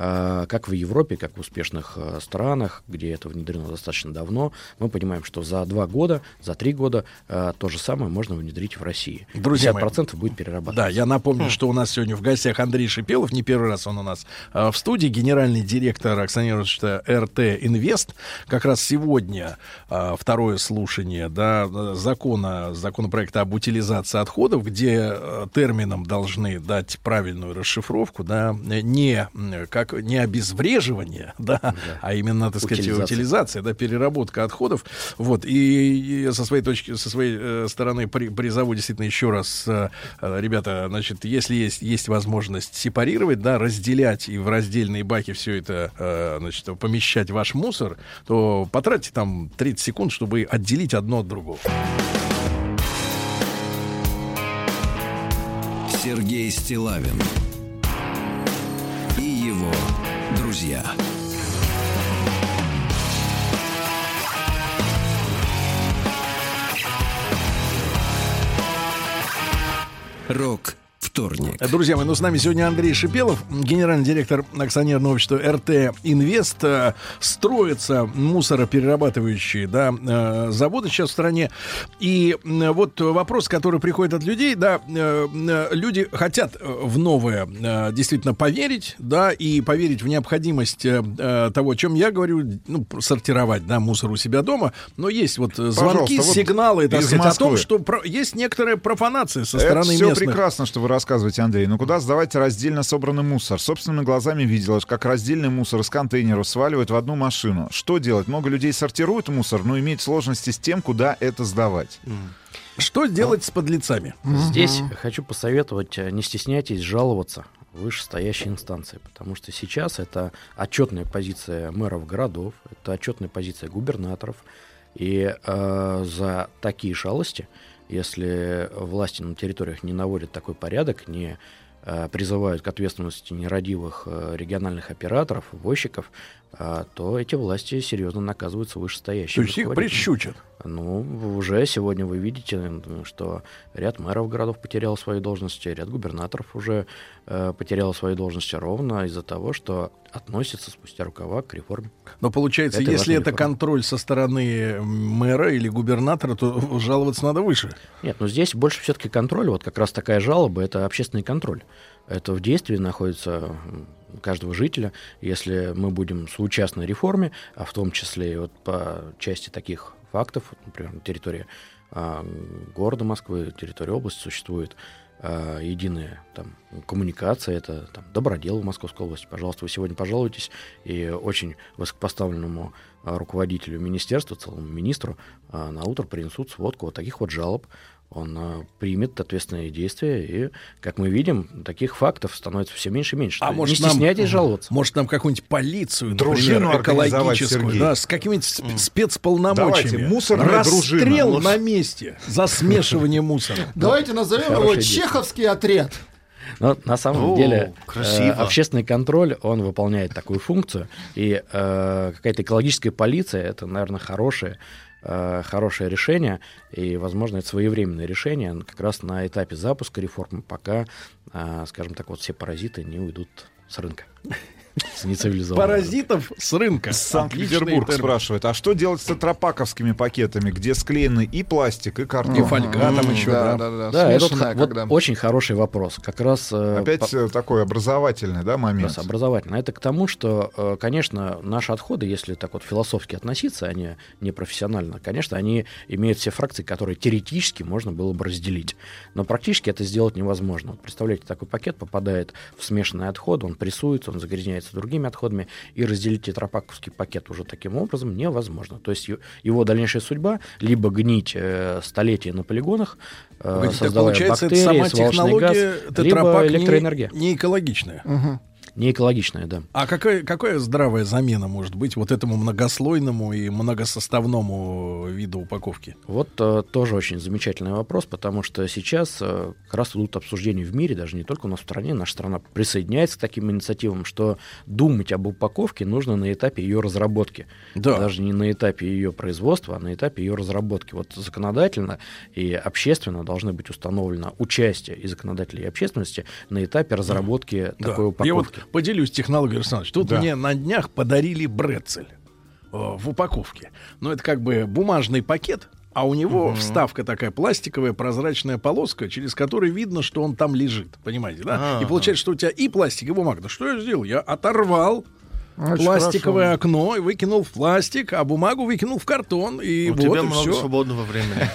как в Европе, как в успешных странах, где это внедрено достаточно давно, мы понимаем, что за два года, за три года то же самое можно внедрить в России. Друзья пятьдесят процентов мои, будет перерабатываться. Да, я напомню, что у нас сегодня в гостях Андрей Шипелов, не первый раз он у нас в студии, генеральный директор акционерного эр тэ Инвест. Как раз сегодня второе слушание, да, закона, законопроекта об утилизации отходов, где э, термином должны дать правильную расшифровку, да, не как не обезвреживание, да, да. а именно, так сказать, утилизация, утилизация, да, переработка отходов. Вот, и, и со своей точки, со своей э, стороны при, призову действительно еще раз, э, ребята, значит, если есть, есть возможность сепарировать, да, разделять и в раздельные баки все это, э, значит, помещать ваш мусор, то потратьте там тридцать секунд, чтобы отделить одно от другого. Сергей Стиллавин и его друзья. Рок вторник. Друзья мои, ну с нами сегодня Андрей Шипелов, генеральный директор акционерного общества эр тэ Инвест. Строятся мусороперерабатывающие, да, заводы сейчас в стране. И вот вопрос, который приходит от людей, да, люди хотят в новое действительно поверить, да, и поверить в необходимость того, о чем я говорю, ну, сортировать, да, мусор у себя дома. Но есть вот звонки, вот сигналы, так сказать, о том, что про- есть некоторая профанация со стороны Это местных. Все прекрасно, что вы рассказываете, Андрей. Но куда сдавать раздельно собранный мусор? Собственными глазами видела, как раздельный мусор из контейнеров сваливают в одну машину. Что делать? Много людей сортируют мусор, но имеют сложности с тем, куда это сдавать. Что делать а? с подлецами? Здесь uh-huh. хочу посоветовать, не стесняйтесь жаловаться в вышестоящей инстанции, потому что сейчас это отчетная позиция мэров городов, это отчетная позиция губернаторов, и э, за такие шалости, если власти на территориях не наводят такой порядок, не э, призывают к ответственности нерадивых э, региональных операторов, возчиков, э, то эти власти серьезно наказываются вышестоящими. То есть их прищучат? Ну, уже сегодня вы видите, что ряд мэров городов потерял свои должности, ряд губернаторов уже э, потерял свои должности ровно из-за того, что относятся спустя рукава к реформе. Но получается, это если это реформа. Контроль со стороны мэра или губернатора, то жаловаться надо выше. Нет, но здесь больше все-таки контроль. Вот как раз такая жалоба — это общественный контроль. Это в действии находится каждого жителя. Если мы будем соучастны реформе, а в том числе и вот по части таких фактов, например, на территории а, города Москвы, территории области существует а, единая там, коммуникация, это там, добродел в Московской области. Пожалуйста, вы сегодня пожалуйтесь, и очень высокопоставленному а, руководителю министерства, целому министру а, на утро принесут сводку вот таких вот жалоб. Он а, примет ответственные действия, и, как мы видим, таких фактов становится все меньше и меньше. А может, не стесняйтесь нам, жаловаться. Может, нам какую-нибудь полицию, дружину например, экологическую, да, с какими-нибудь mm. спецполномочиями. Давайте, мусорная Расстрел дружина. на месте за смешивание мусора. Давайте назовем его чеховский отряд. Но на самом О, деле э, общественный контроль, он выполняет такую функцию, и э, какая-то экологическая полиция — это, наверное, хорошая э, хорошее решение, и, возможно, это своевременное решение как раз на этапе запуска реформы, пока, э, скажем так, вот все паразиты не уйдут с рынка. С нецивилизованного. Паразитов с рынка. Санкт-Петербург спрашивает, а что делать с тетрапаковскими пакетами, где склеены и пластик, и картон? И фольга там еще, да. Да, да, да. Да, это Смешанная, вот когда... очень хороший вопрос. Как раз... э, Опять по- э, такой образовательный, да, момент? Да, образовательно. Это к тому, что, э, конечно, наши отходы, если так вот философски относиться, они не профессионально, конечно, они имеют все фракции, которые теоретически можно было бы разделить. Но практически это сделать невозможно. Вот представляете, такой пакет попадает в смешанный отход, он прессуется, он загрязняется другими отходами, и разделить тетрапаковский пакет уже таким образом невозможно. То есть ю- его дальнейшая судьба либо гнить э, столетия на полигонах, э, Погодите, так создавая получается, это бактерии, сама свалочный газ, технология либо тетрапак электроэнергия. не, не экологичная. Мгм. Не экологичная, да. А какая, какая здравая замена может быть вот этому многослойному и многосоставному виду упаковки? Вот э, тоже очень замечательный вопрос, потому что сейчас э, как раз идут обсуждения в мире, даже не только у нас в стране, наша страна присоединяется к таким инициативам, что думать об упаковке нужно на этапе ее разработки. Да. Даже не на этапе ее производства, а на этапе ее разработки. Вот законодательно и общественно должны быть установлено участие и законодателей, и общественности на этапе разработки Да. такой упаковки. Я вот поделюсь технологией, Александр. Тут Да. мне на днях подарили брецель э, в упаковке. Ну, это как бы бумажный пакет, а у него Мгм. вставка такая пластиковая, прозрачная полоска, через которую видно, что он там лежит. Понимаете, да? Ага. И получается, что у тебя и пластик, и бумага. Да что я сделал? Я оторвал Очень пластиковое хорошо. окно и выкинул в пластик, а бумагу выкинул в картон. И У вот, тебя и много все. свободного времени.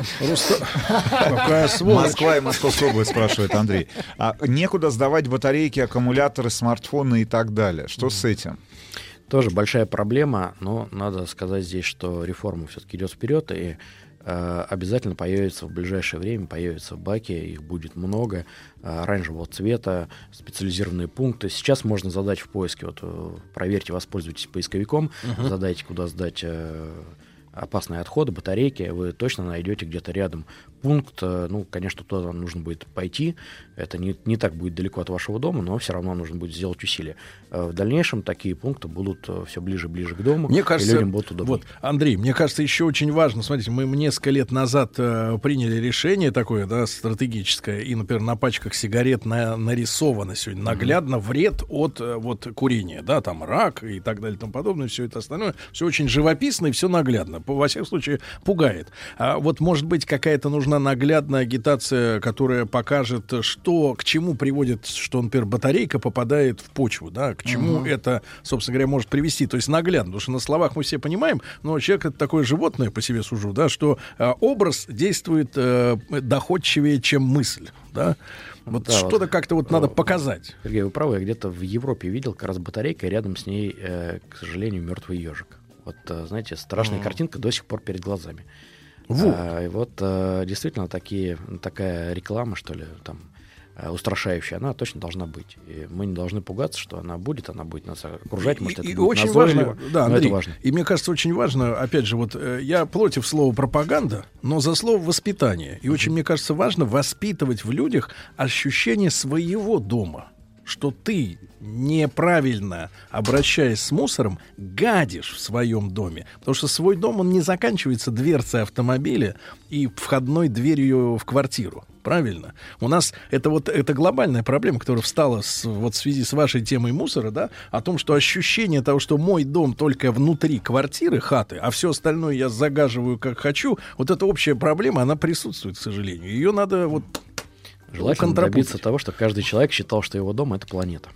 Какая сволочь. Москва и Московская область, спрашивает Андрей. А некуда сдавать батарейки, аккумуляторы, смартфоны и так далее. Что с этим? Тоже большая проблема, но надо сказать здесь, что реформа все-таки идет вперед, и э, обязательно появится в ближайшее время, появятся баки, их будет много, э, оранжевого цвета, специализированные пункты. Сейчас можно задать в поиске, вот э, проверьте, воспользуйтесь поисковиком, Мгм. задайте, куда сдать э, опасные отходы, батарейки, вы точно найдете где-то рядом пункт. э, Ну, конечно, туда нужно будет пойти, это не, не так будет далеко от вашего дома, но все равно нужно будет сделать усилия. Э, В дальнейшем такие пункты будут все ближе и ближе к дому, Мне и кажется, людям будут удобно. вот, Андрей, мне кажется, еще очень важно, смотрите, мы несколько лет назад э, приняли решение такое, да, стратегическое, и, например, на пачках сигарет на, нарисовано сегодня наглядно вред от э, вот курения, да, там рак и так далее и тому подобное, все это остальное, все очень живописно и все наглядно, По- во всяком случае пугает. А вот, может быть, какая-то нужна наглядная агитация, которая покажет, что, к чему приводит, что, например, батарейка попадает в почву, да, к чему это, собственно говоря, может привести, то есть наглядно, потому что на словах мы все понимаем, но человек это такое животное, по себе сужу, да, что э, образ действует э, доходчивее, чем мысль, да. Вот Да, что-то вот. как-то вот надо показать. Сергей, вы правы, я где-то в Европе видел как раз батарейка, и рядом с ней, э, к сожалению, мертвый ежик. Вот, э, знаете, страшная картинка до сих пор перед глазами. Вот. А, и вот э, действительно такие, такая реклама, что ли, там, э, устрашающая, она точно должна быть. И мы не должны пугаться, что она будет, она будет нас окружать, может, это И- и будет очень назойливо, важно, да, но Андрей, это важно. и мне кажется, очень важно, опять же, вот э, я против слова пропаганда, но за слово воспитание. И очень, мне кажется, важно воспитывать в людях ощущение своего дома, что ты, неправильно обращаясь с мусором, гадишь в своем доме. Потому что свой дом, он не заканчивается дверцей автомобиля и входной дверью в квартиру. Правильно? У нас это вот это глобальная проблема, которая встала с, вот в связи с вашей темой мусора, да, о том, что ощущение того, что мой дом только внутри квартиры, хаты, а все остальное я загаживаю как хочу, вот эта общая проблема, она присутствует, к сожалению. Ее надо вот Желательно контрапунктить. добиться того, чтобы каждый человек считал, что его дом — это планета.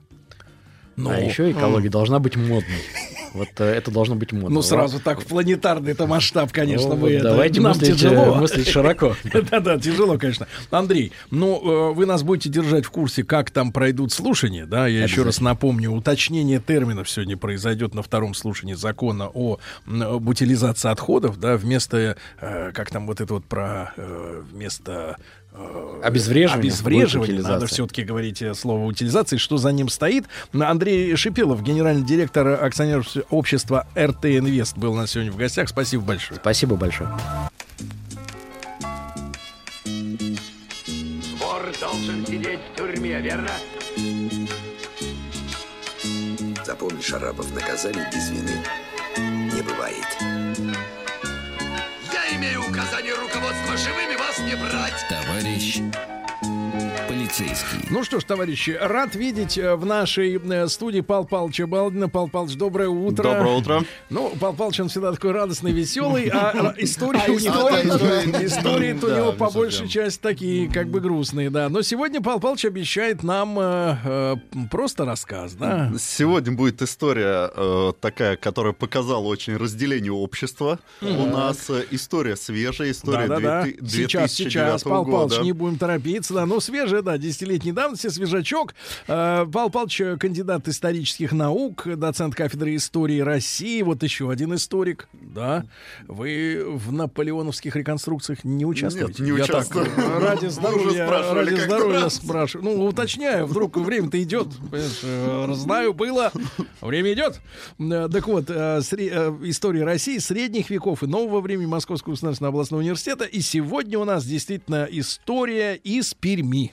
Но- А еще экология должна быть модной. Вот э, это должно быть модно. Ну, сразу так в планетарный-то масштаб, конечно, Ну, мы вот это- давайте нам мыслить, тяжело. э, мыслить широко. Да-да, тяжело, конечно. Андрей, ну, э, вы нас будете держать в курсе, как там пройдут слушания, да? Я еще раз напомню, уточнение терминов сегодня произойдет на втором слушании закона о м, об утилизации отходов, да, вместо, э, как там вот это вот про, э, вместо... э, Обезвреживание будет Обезвреживание. утилизация. Надо все-таки говорить э, слово утилизации, что за ним стоит. Андрей Шипилов, генеральный директор акционерного общества эр тэ Инвест, был у нас сегодня в гостях. Спасибо большое. Спасибо большое. Вор должен сидеть в тюрьме, верно? Запомни, Шарапов, наказание без вины не бывает. приказание руководства живыми вас не брать. Товарищ полицейский. Ну что ж, товарищи, рад видеть в нашей э, студии Павла Павловича Балдина. Павел Павлович, доброе утро. Доброе утро. Ну, Павел Павлович, он всегда такой радостный, веселый, а истории у него, истории-то у него по большей части такие, как бы грустные, да. Но сегодня Павел Павлович обещает нам э, э, просто рассказ, да. Сегодня будет история э, такая, которая показала очень разделение общества. У нас э, история свежая, история Да-да-да. две- Сейчас, сейчас, Павел года. Павлович, не будем торопиться, да. Ну, свежая, да, десятилетней давности, свежачок. Э, Павел Павлович, кандидат исторических наук, доцент кафедры истории России. Вот еще один историк, да. Вы в наполеоновских реконструкциях не участвуете? Нет, не Я участвую. так, ради здоровья, спрашивали ради как-то здоровья раз. спрашиваю. Ну, уточняю, вдруг время-то идет. Понимаешь, э, знаю, было, время идет. Э, Так вот, э, сре- э, история России, средних веков и нового времени Московского государственного областного университета. И сегодня у нас действительно история из Перми.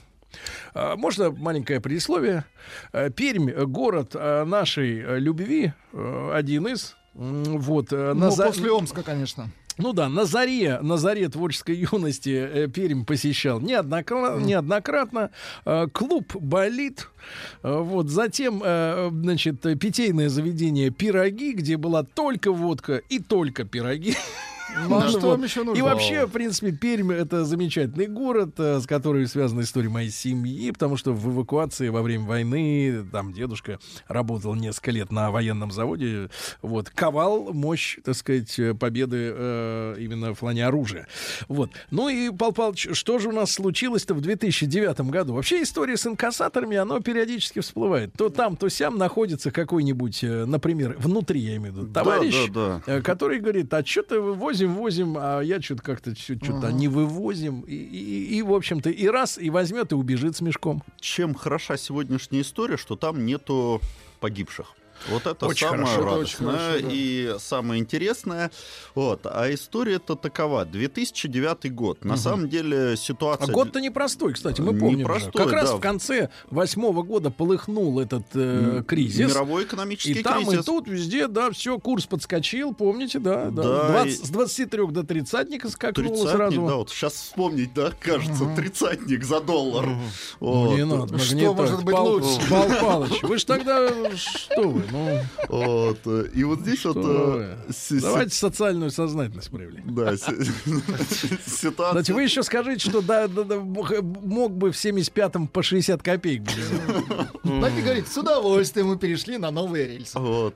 Э, Можно маленькое предисловие? Э, Пермь — город э, нашей э, любви, э, один из. М, Вот, э, Ну, на за- после Омска, конечно. Ну да, на заре, на заре творческой юности э, Пермь посещал неоднократно. неоднократно. Э, клуб «Болит». Э, вот, затем, э, значит, питейное заведение «Пироги», где была только водка и только пироги. Ну, а Ну, что вот. вам еще нужно? И вообще, в принципе, Пермь — это замечательный город, э, с которым связана история моей семьи, потому что в эвакуации во время войны там дедушка работал несколько лет на военном заводе, вот, ковал мощь, так сказать, победы э, именно в плане оружия. Вот. Ну и, Павел Павлович, что же у нас случилось-то в две тысячи девятом году? Вообще история с инкассаторами, она периодически всплывает. То там, то сям находится какой-нибудь, э, например, внутри, я имею в виду, товарищ, да, да. э, который говорит: а что ты возим, возим, а я что-то как-то что-то Ага. не вывозим. И, и- и, в общем-то, и раз, и возьмет, и убежит с мешком. Чем хороша сегодняшняя история, что там нету погибших. Вот это Очень самое хорошо, это очень радостное хорошо, да. и самое интересное. Вот. А история-то такова. две тысячи девятый год. На самом деле А ситуация... год-то непростой, кстати, мы помним. же. Непростой, Как раз да. в конце восьмого года полыхнул этот э, кризис. Мировой экономический И там, кризис. и тут, везде, да, все, курс подскочил, помните, да, да. Да, двадцать и- с двадцати трёх до тридцатника скакнуло Тридцатник, сразу. да, вот сейчас вспомнить, да, кажется, тридцатник за доллар. Ну, Вот. не надо Что нагнетать. может быть Пал- лучше? Пал Палыч, вы ж тогда, что вы, ну, Вот. И вот здесь вот... что э, вы. си- си- Давайте социальную сознательность проявлем. Да, си- ситуация... Кстати, вы еще скажите, что да, да, да, мог мог бы в семьдесят пятом по шестьдесят копеек бы взять. Так и говорит, с удовольствием мы перешли на новые рельсы. Вот.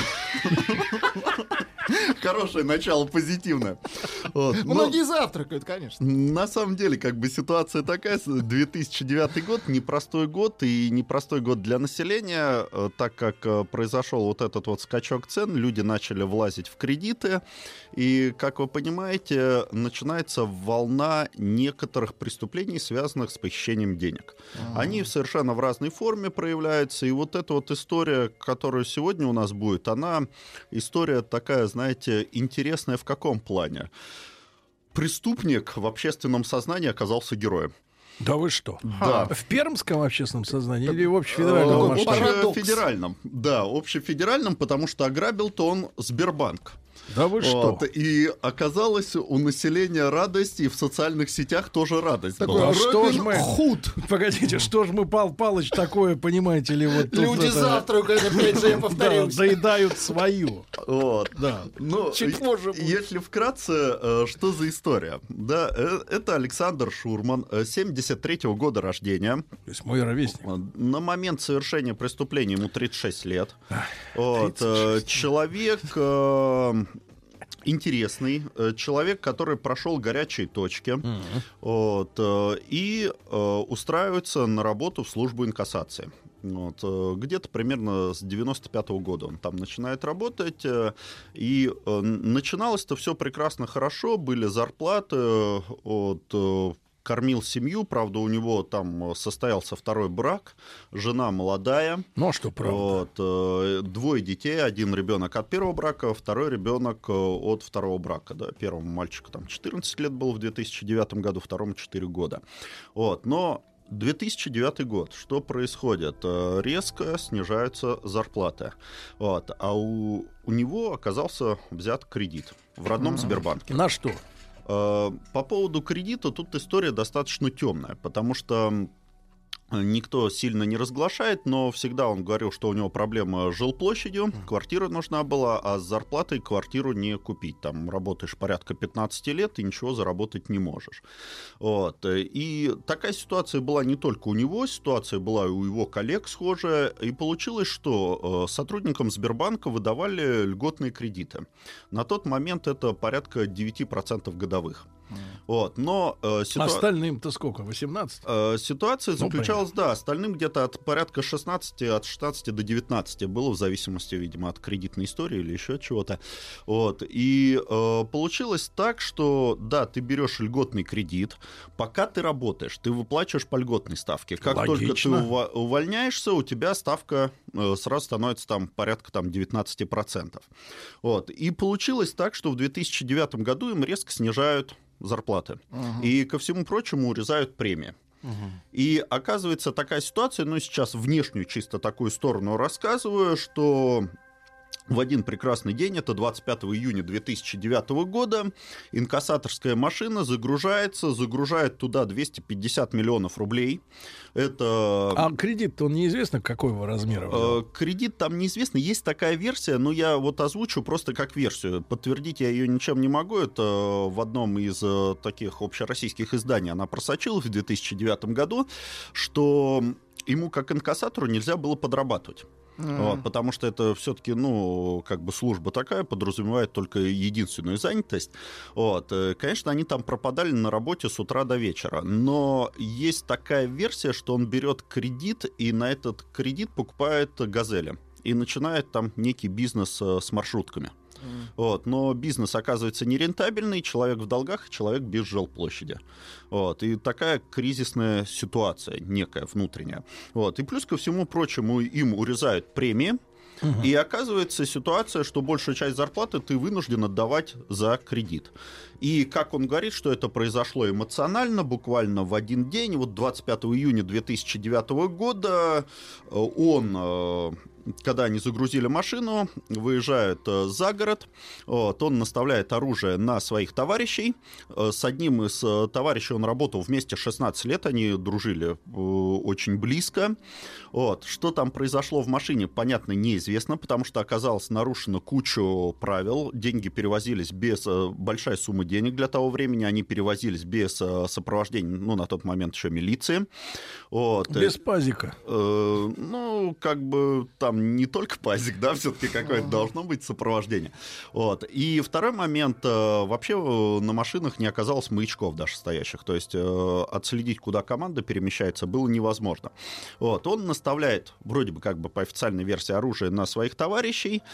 Хорошее начало, позитивное. Вот. Но Многие завтракают, конечно. на самом деле, как бы ситуация такая. две тысячи девятый год, непростой год, и непростой год для населения, э, так как э, произошел вот этот вот скачок цен, люди начали влазить в кредиты, и, как вы понимаете, начинается волна некоторых преступлений, связанных с похищением денег. Они совершенно в разной форме проявляются, и вот эта вот история, которая сегодня у нас будет, она история такая, знаете, интересная в каком плане? Преступник в общественном сознании оказался героем. Да вы что? Да. В пермском общественном сознании или в общефедеральном Э, масштабе? Общефедеральном. Да, общефедеральном, потому что ограбил-то он Сбербанк. Да вы что? Вот, и оказалось у населения радость, и в социальных сетях тоже радость Такой была. А что ж Робин мы... Худ. Погодите, что ж мы, Пал Палыч, такое, понимаете ли, вот тут Люди это- завтракают, опять же, я Да, повторюсь. доедают свою. Вот. Да. Ну, Чуть и- позже будет. если вкратце, э, что за история? Да, э, это Александр Шурман, э, семьдесят третьего года рождения. То есть мой ровесник. На момент совершения преступления ему тридцать шесть лет. Вот, э, человек э, интересный, э, человек, который прошел горячие точки, вот, э, и э, устраивается на работу в службу инкассации. Вот, э, где-то примерно с девяносто пятого года он там начинает работать, э, и э, начиналось-то все прекрасно хорошо, были зарплаты, э, от, э, кормил семью, правда, у него там состоялся второй брак, жена молодая. Ну, а что правда? Вот, э, двое детей, один ребенок от первого брака, второй ребенок э, от второго брака. Да. Первому мальчику там четырнадцать лет было в две тысячи девятом году, второму четыре года. Вот, но две тысячи девятый год, что происходит? Э, Резко снижаются зарплаты. Вот, а у, у него оказался взят кредит в родном Сбербанке. На что? По поводу кредита тут история достаточно темная, потому что никто сильно не разглашает, но всегда он говорил, что у него проблема с жилплощадью, квартира нужна была, а с зарплатой квартиру не купить. Там работаешь порядка пятнадцать лет и ничего заработать не можешь. Вот. И такая ситуация была не только у него, ситуация была и у его коллег схожая. И получилось, что сотрудникам Сбербанка выдавали льготные кредиты. На тот момент это порядка девять процентов годовых. Вот, но э, ситуа... остальным-то сколько? восемнадцать? Э, ситуация заключалась, ну, да, остальным где-то от порядка шестнадцати, от шестнадцати до девятнадцати было, в зависимости, видимо, от кредитной истории или еще чего-то. Вот, и э, получилось так, что, да, ты берешь льготный кредит, пока ты работаешь, ты выплачиваешь по льготной ставке. Как Логично. Только ты ува- увольняешься, у тебя ставка э, сразу становится там порядка там, девятнадцать процентов. Вот, и получилось так, что в две тысячи девятом году им резко снижают зарплаты. Uh-huh. И, ко всему прочему, урезают премии. Uh-huh. И оказывается такая ситуация, ну, сейчас внешнюю чисто такую сторону рассказываю, что в один прекрасный день, это двадцать пятого июня две тысячи девятого года, инкассаторская машина загружается, загружает туда двести пятьдесят миллионов рублей. Это... А кредит-то он неизвестно, какого размера? Э, кредит там неизвестно. Есть такая версия, но я вот озвучу просто как версию. Подтвердить я ее ничем не могу. Это в одном из таких общероссийских изданий она просочилась в две тысячи девятом году, что ему как инкассатору нельзя было подрабатывать. Mm-hmm. Вот, потому что это все-таки, ну, как бы служба такая, подразумевает только единственную занятость. Вот, конечно, они там пропадали на работе с утра до вечера, но есть такая версия, что он берет кредит и на этот кредит покупает «Газели» и начинает там некий бизнес с маршрутками. Mm. Вот, но бизнес оказывается нерентабельный, человек в долгах, человек без жилплощади. Вот, и такая кризисная ситуация некая внутренняя. Вот, и плюс ко всему прочему им урезают премии. Uh-huh. И оказывается ситуация, что большую часть зарплаты ты вынужден отдавать за кредит. И как он говорит, что это произошло эмоционально, буквально в один день, вот двадцать пятого июня две тысячи девятого года он... Когда они загрузили машину, выезжают за город, вот, он наставляет оружие на своих товарищей. С одним из товарищей он работал вместе шестнадцать лет, они дружили очень близко. Вот. Что там произошло в машине, понятно, неизвестно, потому что оказалось нарушено кучу правил. Деньги перевозились без... Большая сумма денег для того времени, они перевозились без сопровождения, ну, на тот момент еще милиции. Вот. Без пазика. Э, ну, как бы там не только пазик, да, все-таки какое-то должно быть сопровождение. Вот. И второй момент, вообще на машинах не оказалось маячков даже стоящих, то есть отследить, куда команда перемещается, было невозможно. Вот. Он наставляет, вроде бы как бы по официальной версии, оружие на своих товарищей,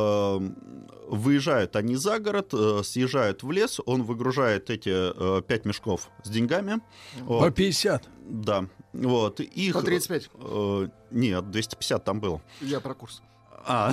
выезжают они за город, съезжают в лес, он выгружает эти пять мешков с деньгами. Вот. По пятьдесят? Да. Вот. Их, по тридцать пять? Э, нет, двести пятьдесят там было. Я про курс. А,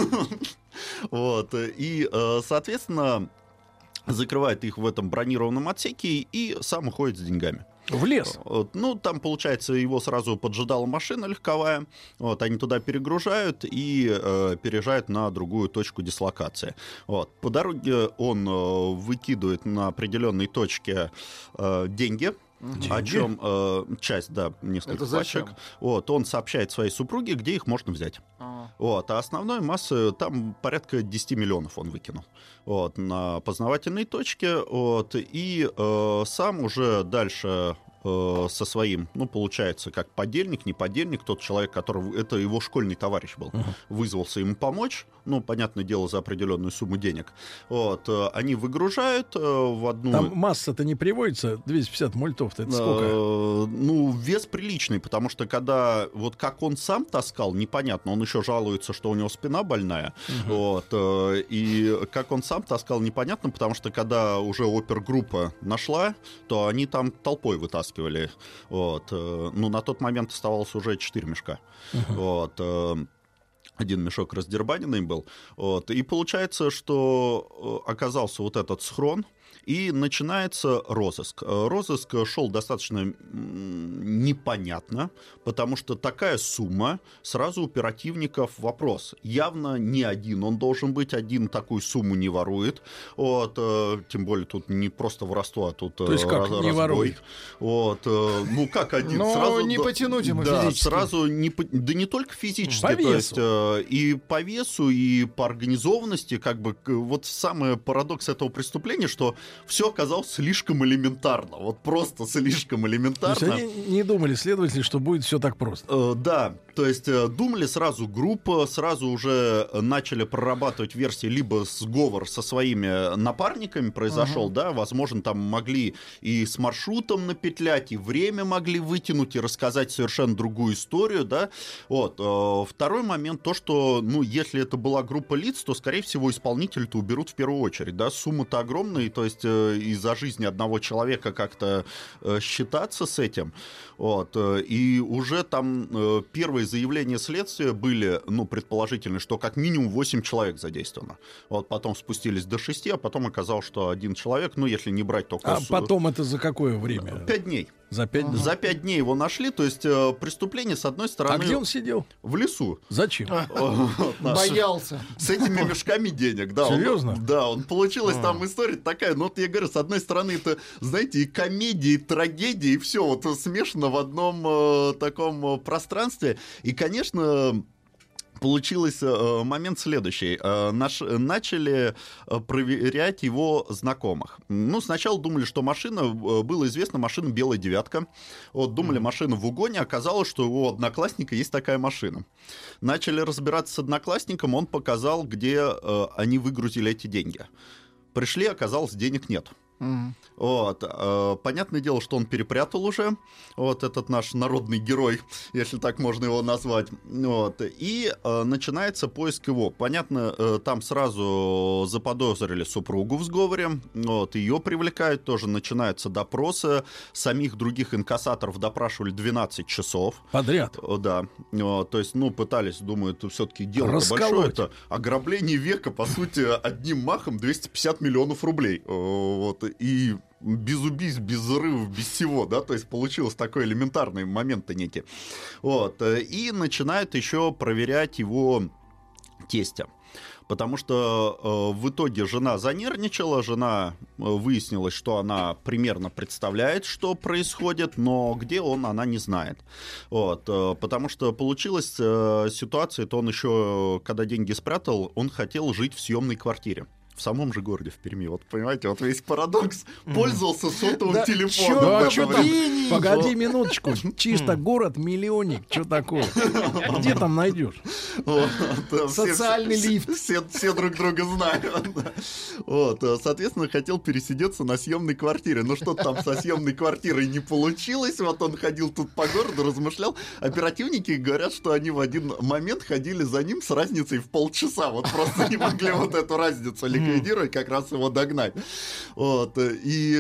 вот. И, соответственно, закрывает их в этом бронированном отсеке и сам уходит с деньгами. В лес? Ну, там, получается, его сразу поджидала машина легковая. Вот, они туда перегружают и э, переезжают на другую точку дислокации. Вот. По дороге он э, выкидывает на определенной точке э, деньги. Деньги? О чем э, часть, да, несколько пачек. Вот, он сообщает своей супруге, где их можно взять. А, вот, а основной массы там порядка десять миллионов он выкинул. Вот, на познавательной точке. Вот, и э, сам уже дальше э, со своим, ну, получается, как подельник, не подельник, тот человек, который, это его школьный товарищ был, uh-huh. вызвался ему помочь, ну, понятное дело, за определенную сумму денег. Вот, э, они выгружают э, в одну... Там масса-то не приводится, двести пятьдесят мультов-то, это сколько? Э, ну, вес приличный, потому что когда, вот как он сам таскал, непонятно, он еще жалуется, что у него спина больная, uh-huh. вот, э, и как он сам таскал, непонятно, потому что когда уже опергруппа нашла, то они там толпой вытаскивали. Вот. Ну, на тот момент оставалось уже четыре мешка. Uh-huh. Вот. Один мешок раздербаненный был. Вот. И получается, что оказался вот этот схрон, и начинается розыск. Розыск шел достаточно непонятно, потому что такая сумма, сразу у оперативников вопрос. Явно не один он должен быть, один такую сумму не ворует. Вот, тем более тут не просто воровство, а тут То есть как раз, не ворует? Вот, ну как один? Но сразу, не да, потянуть ему да, физически. Сразу не, да не только физически, По то весу. есть и по весу, и по организованности, как бы вот самый парадокс этого преступления, что все оказалось слишком элементарно, вот просто слишком элементарно. То есть они не думали, следователи, что будет все так просто. Э, да, то есть э, думали сразу группа, сразу уже начали прорабатывать версии, либо сговор со своими напарниками произошел, uh-huh. да, возможно, там могли и с маршрутом напетлять, и время могли вытянуть, и рассказать совершенно другую историю, да. Вот. Э, второй момент, то, что, ну, если это была группа лиц, то, скорее всего, исполнитель-то уберут в первую очередь, да, сумма-то огромная, то есть э, из-за жизни одного человека как-то э, считаться с этим, вот, э, и уже там э, первые заявления следствия были, ну, предположительно, что как минимум восемь человек задействовано, вот, потом спустились до шести, а потом оказалось, что один человек, ну, если не брать только... А потом это за какое время? Пять дней. За пять дней? За пять дней его нашли, то есть э, преступление, с одной стороны... А где он сидел? В лесу. Зачем? Боялся. С этими мешками денег, да. Серьезно? Он, да, он получилась там история такая, ну вот я говорю, с одной стороны это, знаете, и комедия, и трагедия, и все вот смешано в одном э, таком э, пространстве. И, конечно... Получился э, момент следующий. Э, наш, начали э, проверять его знакомых. Ну, сначала думали, что машина, э, было известно, машина белая девятка. Вот, думали, mm-hmm. машина в угоне. Оказалось, что у одноклассника есть такая машина. Начали разбираться с одноклассником, он показал, где э, они выгрузили эти деньги. Пришли, оказалось, денег нет. Mm-hmm. Вот. Понятное дело, что он перепрятал уже, вот этот наш народный герой, если так можно его назвать. Вот. И э, начинается поиск его. Понятно, э, там сразу заподозрили супругу в сговоре, вот, ее привлекают, тоже начинаются допросы. Самих других инкассаторов допрашивали двенадцать часов. Подряд? Да. Вот, то есть, ну, пытались, думаю, это все-таки дело большое. Это ограбление века, по сути, одним махом двести пятьдесят миллионов рублей. Вот. И без убийств, без взрывов, без всего, да, то есть получилось такой элементарный момент-то некий. Вот. И начинают еще проверять его тестя. Потому что э, в итоге жена занервничала, жена э, выяснилось, что она примерно представляет, что происходит, но где он, она не знает. Вот, э, потому что получилась э, ситуация, то он еще, когда деньги спрятал, он хотел жить в съемной квартире. В самом же городе, в Перми. Вот понимаете, вот весь парадокс. Пользовался сотовым Да, телефоном. Да, Да, что да, там? да. Погоди минуточку. Чисто город-миллионник. Что такое? Где там найдешь? Вот, да, все- Социальный все- лифт. Все, все друг друга знают. Да. Вот, соответственно, хотел пересидеться на съемной квартире. Но что там со съемной квартирой не получилось. Вот он ходил тут по городу, размышлял. Оперативники говорят, что они в один момент ходили за ним с разницей в полчаса. Вот просто не могли вот эту разницу ликвидировать, как раз его догнать. Вот, и...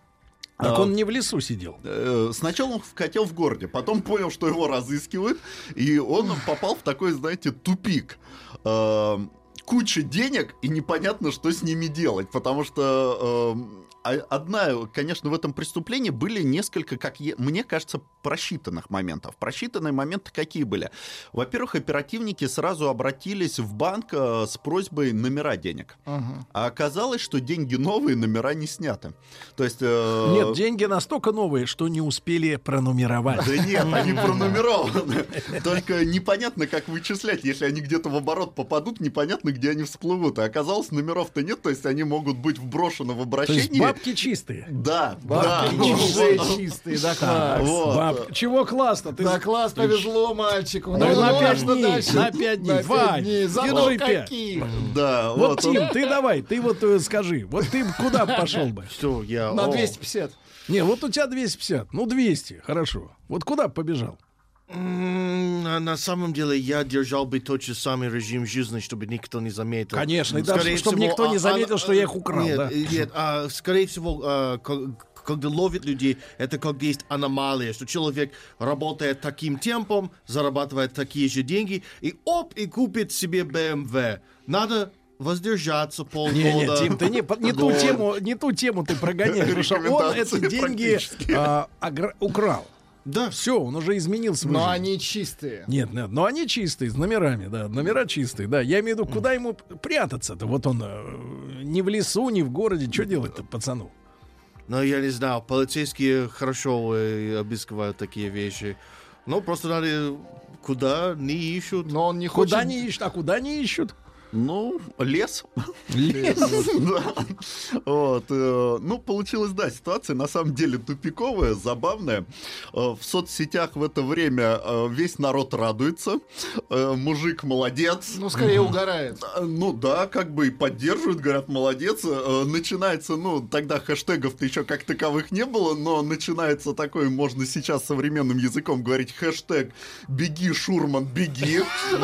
Так а, он не в лесу сидел. э, Сначала он хотел в городе, потом понял, что его разыскивают, и он попал в такой, знаете, тупик. Э, Куча денег, и непонятно, что с ними делать, потому что... э, Одна, конечно, в этом преступлении были несколько, как е- мне кажется, просчитанных моментов. Просчитанные моменты какие были? Во-первых, оперативники сразу обратились в банк э, с просьбой номера денег. Ага. А оказалось, что деньги новые, номера не сняты. То есть... э, Нет, деньги настолько новые, что не успели пронумеровать. Да нет, они пронумерованы. Только непонятно, как вычислять. Если они где-то в оборот попадут, непонятно, где они всплывут. А оказалось, номеров-то нет, то есть они могут быть вброшены в То есть обращение. бабки чистые. Да, Бабки да. уже Вот. чистые, да класс. Вот. Баб- Чего классно? Ты Да класс, повезло мальчику. Ну, на Ну, пять что дней, дальше? на пять дней. На пять Вань, дней. Зато держи пять. какие. Да, Вот, вот. Тим, ты давай, ты вот э, скажи, вот ты куда пошел бы? Что я... На о, двести пятьдесят. Не, вот у тебя двести пятьдесят, ну двести, хорошо. Вот куда побежал? м, на- На самом деле я держал бы тот же самый режим жизни, чтобы никто не заметил. Конечно, и даже Скорее чтобы всего, никто не а- заметил, а- что я их украл, Нет, да? э, нет, а, скорее всего, а, ко- когда ловят людей, это когда есть аномалия, что человек работает таким темпом, зарабатывает такие же деньги, и оп, и купит себе бэ эм вэ. Надо воздержаться полгода. Не, не, Тим, ты не, не, ту тему, не ту тему ты прогоняешь, потому что он эти деньги а, огр- украл. Да. Все, он уже изменил свой Но жизнь. они чистые. Нет, нет, но они чистые, с номерами, да, номера чистые, да. Я имею в виду, куда ему прятаться-то? Вот он э, не в лесу, не в городе, что делать-то пацану? Ну, я не знаю, полицейские хорошо э, обыскивают такие вещи. Ну, просто надо куда не ищут. Но он не Куда хочет... не ищут, а куда не ищут? Ну, лес. Лес. Да. Вот, э, ну, получилась, да, ситуация на самом деле тупиковая, забавная. Э, В соцсетях в это время э, весь народ радуется. Э, Мужик молодец. Ну, скорее угорает. Э, Ну да, как бы и поддерживают, говорят, молодец. Э, Начинается, ну, тогда хэштегов-то еще как таковых не было, но начинается такой, можно сейчас современным языком говорить, хэштег «Беги, Шурман, беги».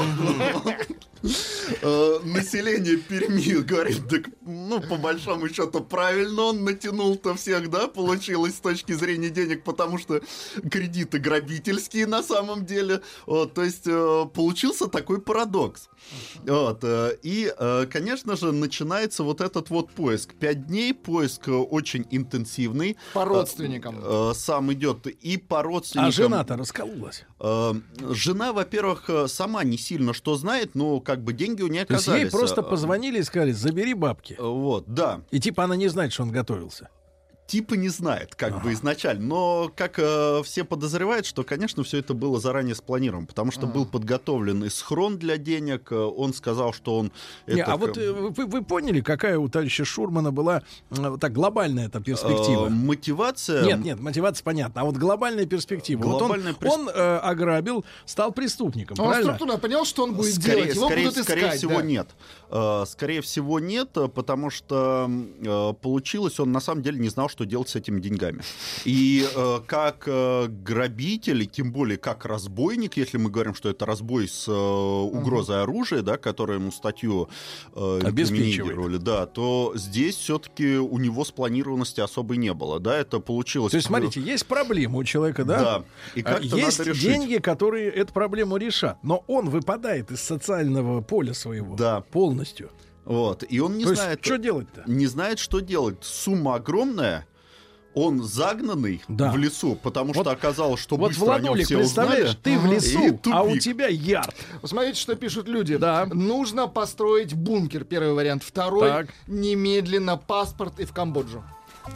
Э, Население Перми говорит, так, ну, по большому счету, правильно он натянул-то всех, да, получилось с точки зрения денег, потому что кредиты грабительские на самом деле. Вот, то есть э, получился такой парадокс. Вот, э, и, э, конечно же, начинается вот этот вот поиск. Пять дней поиск э, очень интенсивный. По родственникам. Э, э, Сам идет и по родственникам. А жена-то раскололась. Э, Жена, во-первых, э, сама не сильно что знает, но как бы деньги у нее То есть оказались. ей просто Э, позвонили и сказали, забери бабки. Вот, да. И типа она не знает, что он готовился. Типа не знает, как бы изначально. Но, как э, все подозревают, что, конечно, все это было заранее спланировано, потому что был подготовлен и схрон для денег. э, Он сказал, что он... Не, это а вот как- э, вы, вы поняли, какая у товарища Шурмана была э, так глобальная эта перспектива? э, мотивация... Нет, нет, мотивация понятна. А вот глобальная перспектива. Глобальная вот он, перс- он э, ограбил, стал преступником, Он правильно? структурно понял, что он будет Скорее, делать. Его скорее, будут искать. скорее всего, да. нет. Э, Скорее всего, нет, э, потому что э, получилось, он на самом деле не знал, что делать с этими деньгами. И э, как э, грабитель, и тем более как разбойник, если мы говорим, что это разбой с э, угрозой оружия, да, которое ему статью э, Обеспечивает. инкриминировали, да, то здесь все-таки у него спланированности особой не было. Да, это получилось... То есть, смотрите, есть проблема у человека, да? Да, и А как-то есть надо решить. деньги, которые эту проблему решат. Но он выпадает из социального поля своего Да. полностью. Вот, и он не То знает... есть, что делать-то? Не знает, что делать. Сумма огромная. Он загнанный Да. в лесу, потому Вот- что оказалось, что Вот, быстро о нем Владулик, все представляешь, узнали. ты в И лесу, а у тупик. тебя ярд. Смотрите, что пишут люди. Да. Нужно построить бункер, первый вариант. Второй, Так. немедленно паспорт и в Камбоджу.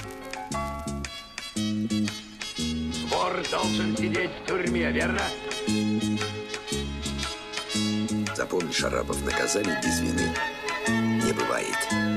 Вор должен сидеть в тюрьме, верно? Запомни, Шарапов, наказаний без вины не бывает.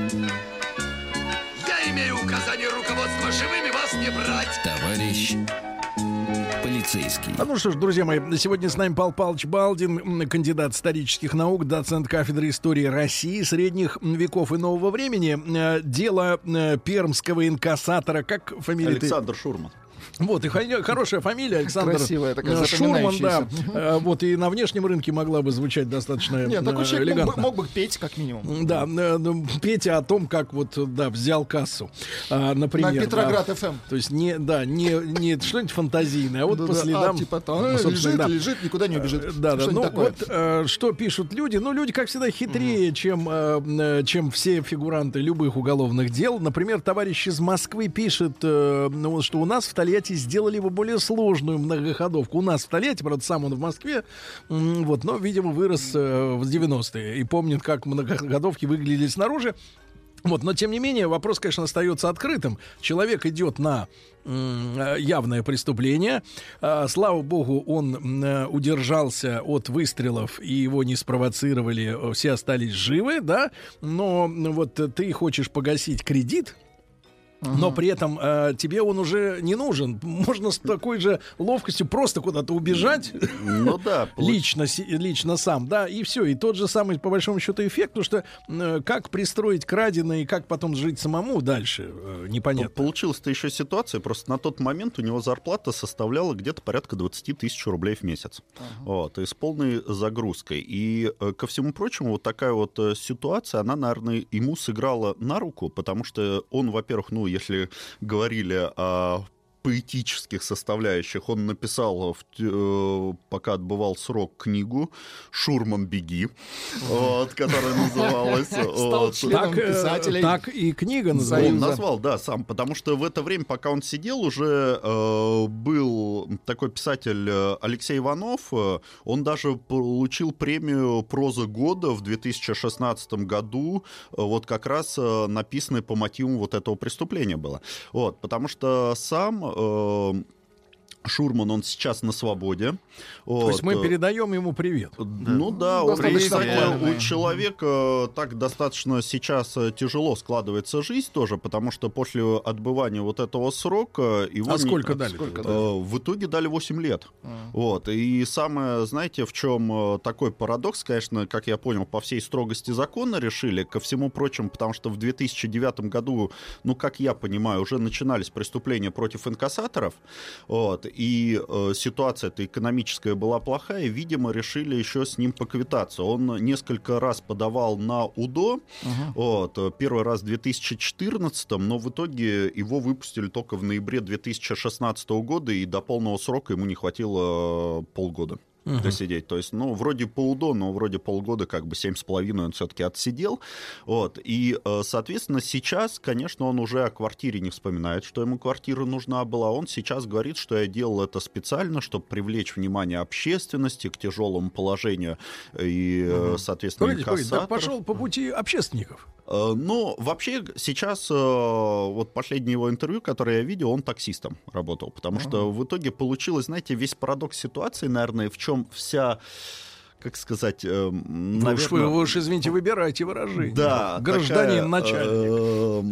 Я имею указание руководства живыми вас не брать. Товарищ полицейский. А ну что ж, друзья мои, сегодня с нами Павел Павлович Балдин, м, кандидат исторических наук, доцент кафедры истории России, средних веков и нового времени. Э, Дело э, пермского инкассатора, как фамилия? Александр Шурман. Вот, и хо- хорошая фамилия, Александр Красивая такая, э, Шурман, да. запоминающаяся. Э, Вот, и на внешнем рынке могла бы звучать достаточно Нет, такой э, человек мог бы, элегантно. мог бы петь, как минимум. Да, э, ну, Петя о том, как вот, да, взял кассу, а, например. На Петроград да. эф эм. То есть не, да, не, не что-нибудь фантазийное, а вот по Да-да, следам. а, типа там, ну, э, собственно, лежит, да. лежит, никуда не убежит. Э, Да, да. Что-нибудь Ну такое. вот э, что пишут люди. Ну, люди, как всегда, хитрее, чем, э, э, чем все фигуранты любых уголовных дел. Например, товарищ из Москвы пишет, э, ну, вот, что у нас в Тольятти сделали его более сложную многоходовку. У нас в Тольятти, правда, сам он в Москве, м, вот, но, видимо, вырос э, в девяностые и помнит, как многоходовки выглядели снаружи. Вот, но тем не менее вопрос, конечно, остается открытым. Человек идет на м, э, явное преступление. А, слава богу, он м, э, удержался от выстрелов и его не спровоцировали. э, Все остались живы, да. Но м, вот э, ты хочешь погасить кредит. Но при этом э, тебе он уже не нужен. Можно с такой же ловкостью просто куда-то убежать. Ну да. получ- Лично, си- лично сам, да, и все. И тот же самый, по большому счету, эффект, потому что э, как пристроить краденое и как потом жить самому дальше, э, непонятно. Получилась-то еще ситуация, просто на тот момент у него зарплата составляла где-то порядка двадцать тысяч рублей в месяц. Вот, и с полной загрузкой. И, э, ко всему прочему, вот такая вот э, ситуация, она, наверное, ему сыграла на руку, потому что он, во-первых, ну, если говорили о поэтических составляющих. Он написал, в, пока отбывал срок, книгу «Шурман, беги», вот, которая называлась... Стал членом писателей. Так и книга называлась. Он назвал, да, сам, потому что в это время, пока он сидел, уже э, был такой писатель Алексей Иванов, он даже получил премию «Проза года» в две тысячи шестнадцатом году, вот как раз написанной по мотивам вот этого преступления было. Вот, потому что сам... Э, Шурман, он сейчас на свободе. То вот. есть мы передаем ему привет. Ну да, да он, кстати, у человека так достаточно сейчас тяжело складывается жизнь тоже, потому что после отбывания вот этого срока... Его а не... сколько не... дали? Сколько дали? В итоге дали восемь лет. А. Вот. И самое, знаете, в чем такой парадокс, конечно, как я понял, по всей строгости закона решили, ко всему прочему, потому что в две тысячи девятом году, ну, как я понимаю, уже начинались преступления против инкассаторов, вот, и э, ситуация-то экономическая была плохая, видимо, решили еще с ним поквитаться. Он несколько раз подавал на УДО, uh-huh. вот, первый раз в две тысячи четырнадцатом, но в итоге его выпустили только в ноябре две тысячи шестнадцатого года, и до полного срока ему не хватило э, полгода. Uh-huh. Досидеть. То есть, ну, вроде по УДО, но вроде полгода, как бы семь с половиной он все-таки отсидел. Вот. И, соответственно, сейчас, конечно, он уже о квартире не вспоминает, что ему квартира нужна была. Он сейчас говорит, что я делал это специально, чтобы привлечь внимание общественности к тяжелому положению и, uh-huh. соответственно, погоди, погоди, да пошел по пути общественников. Ну, вообще, сейчас, вот последнее его интервью, которое я видел, он таксистом работал, потому uh-huh. что в итоге получилось, знаете, весь парадокс ситуации, наверное, в чем вся, как сказать, э, наверное... Вы уж, вы уж, извините, выбирайте выражение. Да. Гражданин, начальник. Э,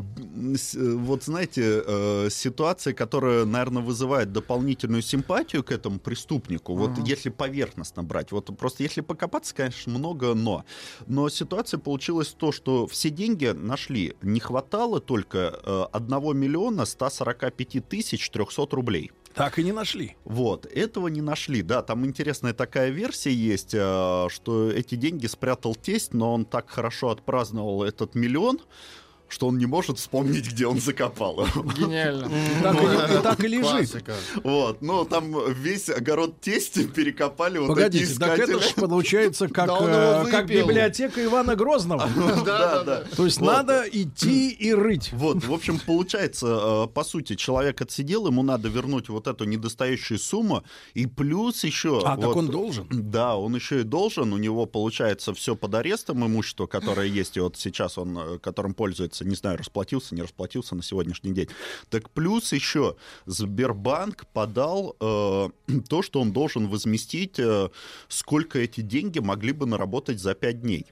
вот, знаете, э, ситуация, которая, наверное, вызывает дополнительную симпатию к этому преступнику, вот uh-huh. если поверхностно брать, вот просто если покопаться, конечно, много «но». Но ситуация получилась то, что все деньги нашли. Не хватало только э, одного миллиона ста сорока пяти тысяч трехсот рублей. Так и не нашли. Вот, этого не нашли. Да, там интересная такая версия есть, что эти деньги спрятал тесть, но он так хорошо отпраздновал этот миллион, что он не может вспомнить, где он закопал. Гениально. И так и лежит. Вот, ну там весь огород тестя перекопали вот эти искатели. Погодите, так это же получается как библиотека Ивана Грозного. Да, да. То есть надо идти и рыть. Вот, в общем, получается, по сути, человек отсидел, ему надо вернуть вот эту недостающую сумму, и плюс еще... А, так он должен? Да, он еще и должен, у него получается все под арестом имущество, которое есть, и вот сейчас он, которым пользуется, не знаю, расплатился, не расплатился на сегодняшний день. Так плюс еще Сбербанк подал э, то, что он должен возместить, э, сколько эти деньги могли бы наработать за пять дней.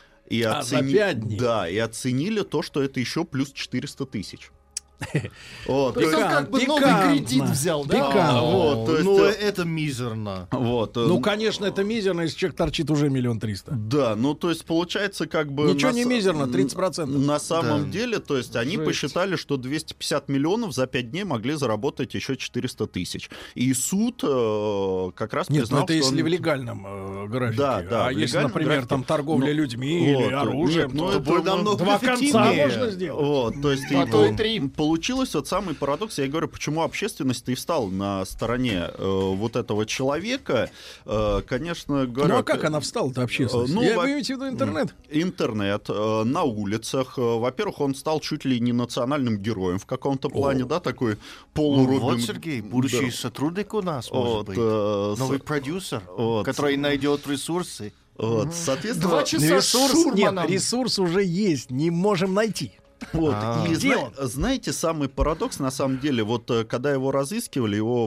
И а, оцени... за пять дней? Да, и оценили то, что это еще плюс четыреста тысяч. Вот. То есть он как бы новый кредит взял, да? А, вот, то есть, ну, это мизерно. Вот. Ну, конечно, это мизерно, если человек торчит уже миллион триста. Да, ну, то есть, получается, как бы... Ничего на, не мизерно, тридцать процентов. На самом да. деле, то есть, они Жесть. посчитали, что двести пятьдесят миллионов за пять дней могли заработать еще четыреста тысяч. И суд э, как раз Нет, признал, ну, это что... если он... в легальном э, графике. Да, да, а если, например, графике... там торговля ну, людьми вот, или оружием, нет, ну, то это намного два конца можно сделать. Вот, то есть, а то и три. Получилось вот самый парадокс, я говорю, почему общественность и встала на стороне э, вот этого человека, э, конечно, говорю... Ну, а как она встала-то, общественность? Ну, я во... имею в виду интернет? Интернет, э, на улицах. Во-первых, он стал чуть ли не национальным героем в каком-то плане, О. да, такой полуробин... Ну, вот, Сергей, будущий да. сотрудник у нас, может вот, быть, э, новый с... продюсер, вот. который найдет ресурсы. Вот, угу. соответственно... Два часа ресурс, нет, ресурс уже есть, не можем найти. Вот. И зна- знаете, самый парадокс, на самом деле, вот когда его разыскивали, его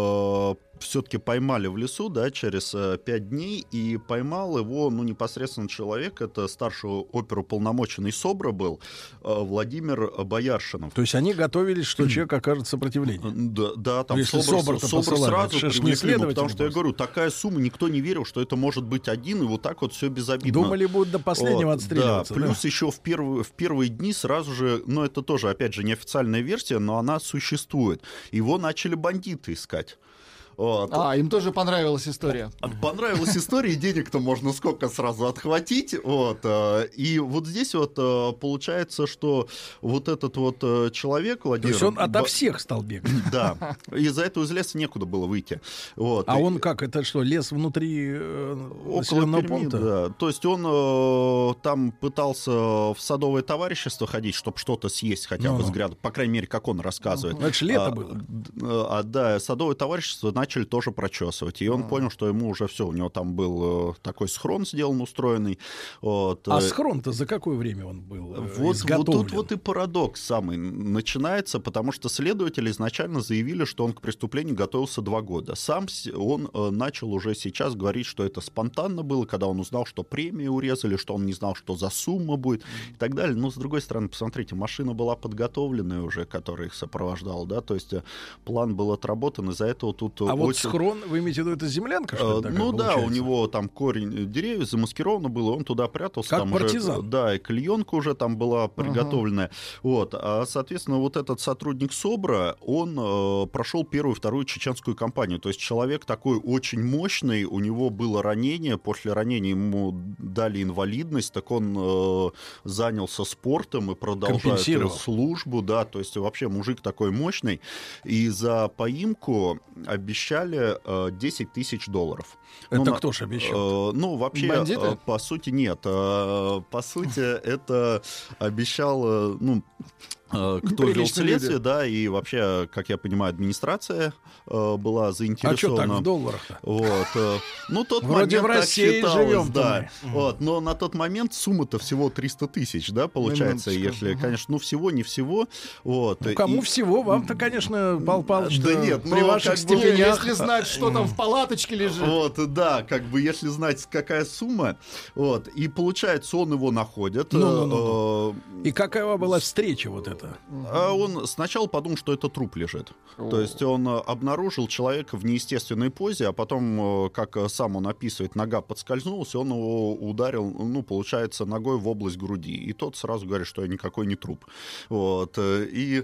э, все-таки поймали в лесу, да, через э, пять дней, и поймал его, ну, непосредственно человек, это старший оперуполномоченный СОБРа был, э, Владимир Бояршинов. То есть они готовились, что человек окажет сопротивление? Да, да, там Если СОБР, СОБР сразу привлекли, ну, потому что просто. я говорю, такая сумма, никто не верил, что это может быть один, и вот так вот все безобидно. Думали, будут до последнего вот, отстреливаться. Да, плюс да? еще в первые, в первые дни сразу же, ну, это тоже, опять же, неофициальная версия, но она существует. Его начали бандиты искать. Вот. А, им тоже понравилась история. Понравилась история, и денег-то можно сколько сразу отхватить. Вот. И вот здесь вот получается, что вот этот вот человек, Владимир... То есть он ото всех стал бегать. Да. Из-за этого из леса некуда было выйти. Вот. А и... он как? Это что, лес внутри э, населенного пункта? Да. То есть он э, там пытался в садовое товарищество ходить, чтобы что-то съесть хотя бы с гряду. По крайней мере, как он рассказывает. Это ж лето а, было. А, да, садовое товарищество начали тоже прочесывать. И он а. понял, что ему уже все. У него там был такой схрон сделан, устроенный. Вот. А схрон-то за какое время он был вот, вот тут вот и парадокс самый начинается, потому что следователи изначально заявили, что он к преступлению готовился два года. Сам он э, начал уже сейчас говорить, что это спонтанно было, когда он узнал, что премии урезали, что он не знал, что за сумма будет и так далее. Но, с другой стороны, посмотрите, машина была подготовленная уже, которая их сопровождала, да, то есть план был отработан, из-за этого тут... А очень... вот схрон, вы имеете в виду, это землянка, что ли, такая, Ну да, получается? у него там корень деревьев замаскировано было, он туда прятался. Как там партизан. Уже, да, и клеенка уже там была приготовленная. Ага. Вот, а, соответственно, вот этот сотрудник СОБРа, он э, прошел первую, вторую чеченскую кампанию, то есть человек такой очень мощный, у него было ранение, после ранения ему дали инвалидность, так он э, занялся спортом и продолжает службу, да, то есть вообще мужик такой мощный, и за поимку обещали э, десять тысяч долларов. Это ну, кто ж обещал? Э, ну, вообще, э, по сути, нет. Э, по сути, это обещал, э, ну... кто вел следствие, люди. Да, и вообще, как я понимаю, администрация э, была заинтересована. А что так в долларах-то? Вот, э, ну, тот Вроде момент в России так живем, да. Вот, но на тот момент сумма-то всего триста тысяч, да, получается, Минуточку. если, конечно, ну, всего, не всего. Вот, ну, кому и... всего, вам-то, конечно, Павел Павлович, да нет, при ваших степенях. Если знать, что там в палаточке лежит. Вот, да, как бы, если знать, какая сумма, вот, и получается, он его находит. Ну, ну, ну, ну. И какова была встреча вот эта? Он сначала подумал, что это труп лежит. О. То есть он обнаружил человека в неестественной позе, а потом, как сам он описывает, нога подскользнулась, он его ударил, ну, получается, ногой в область груди. И тот сразу говорит, что я никакой не труп. Вот. И,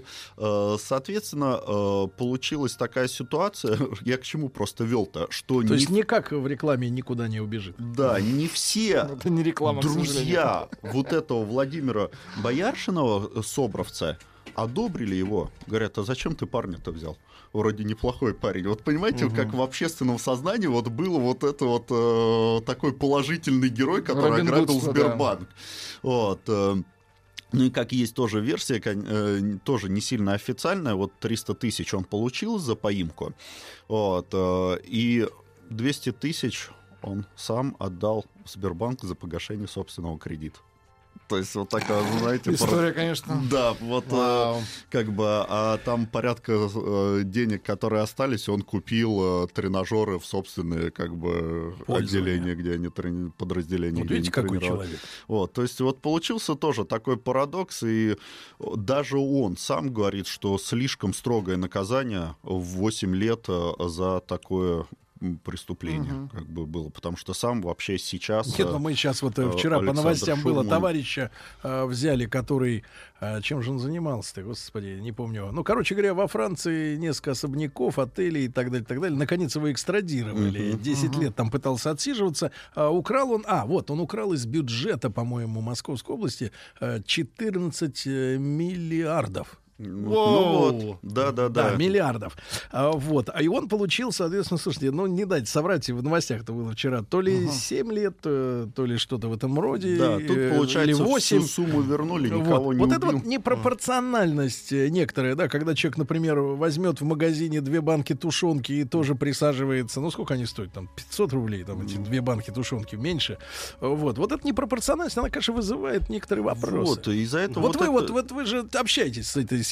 соответственно, получилась такая ситуация, я к чему просто вел-то, что... То не... есть никак в рекламе никуда не убежит. Да, не все это не реклама, друзья вот этого Владимира Бояршинова, собровца, одобрили его. Говорят, а зачем ты парня-то взял? Вроде неплохой парень. Вот понимаете, угу. как в общественном сознании вот был вот это вот э, такой положительный герой, который Робин ограбил Гудство, Сбербанк. Да. Вот. Э, ну и как есть тоже версия, э, тоже не сильно официальная, вот триста тысяч он получил за поимку. Вот. Э, и двести тысяч он сам отдал в Сбербанк за погашение собственного кредита. То есть вот такая, знаете... История, пор... конечно. Да, вот э, как бы, а там порядка э, денег, которые остались, он купил э, тренажеры в собственные, как бы, отделения, где они трени... подразделения. Вот видите, какой человек. Вот, то есть вот получился тоже такой парадокс, и даже он сам говорит, что слишком строгое наказание в восемь лет за такое... преступление, угу. как бы было, потому что сам вообще сейчас... Нет, ну мы сейчас вот вчера Александр по новостям Шурман... было, товарища э, взяли, который... Э, чем же он занимался-то, господи, не помню. Ну, короче говоря, во Франции несколько особняков, отелей и так далее, так далее. Наконец его экстрадировали. Угу. десять угу. лет там пытался отсиживаться. А, украл он... А, вот, он украл из бюджета, по-моему, Московской области четырнадцать миллиардов. Ну, ну вот, да, да, да. Да, миллиардов. А, вот. А и он получил, соответственно, слушайте, ну не дайте соврать, в новостях-то было вчера, то ли uh-huh. семь лет, то, то ли что-то в этом роде. Да, тут, получается, или восемь. Всю сумму вернули, никого вот. не Вот убил. это вот непропорциональность некоторая, да, когда человек, например, возьмет в магазине две банки тушенки и тоже присаживается, ну сколько они стоят, там, пятьсот рублей, там, эти две банки тушенки, меньше. Вот. Вот эта непропорциональность, она, конечно, вызывает некоторые вопросы. Вот, из-за этого вот, вот вы, это... вот, вот вы же общаетесь с этой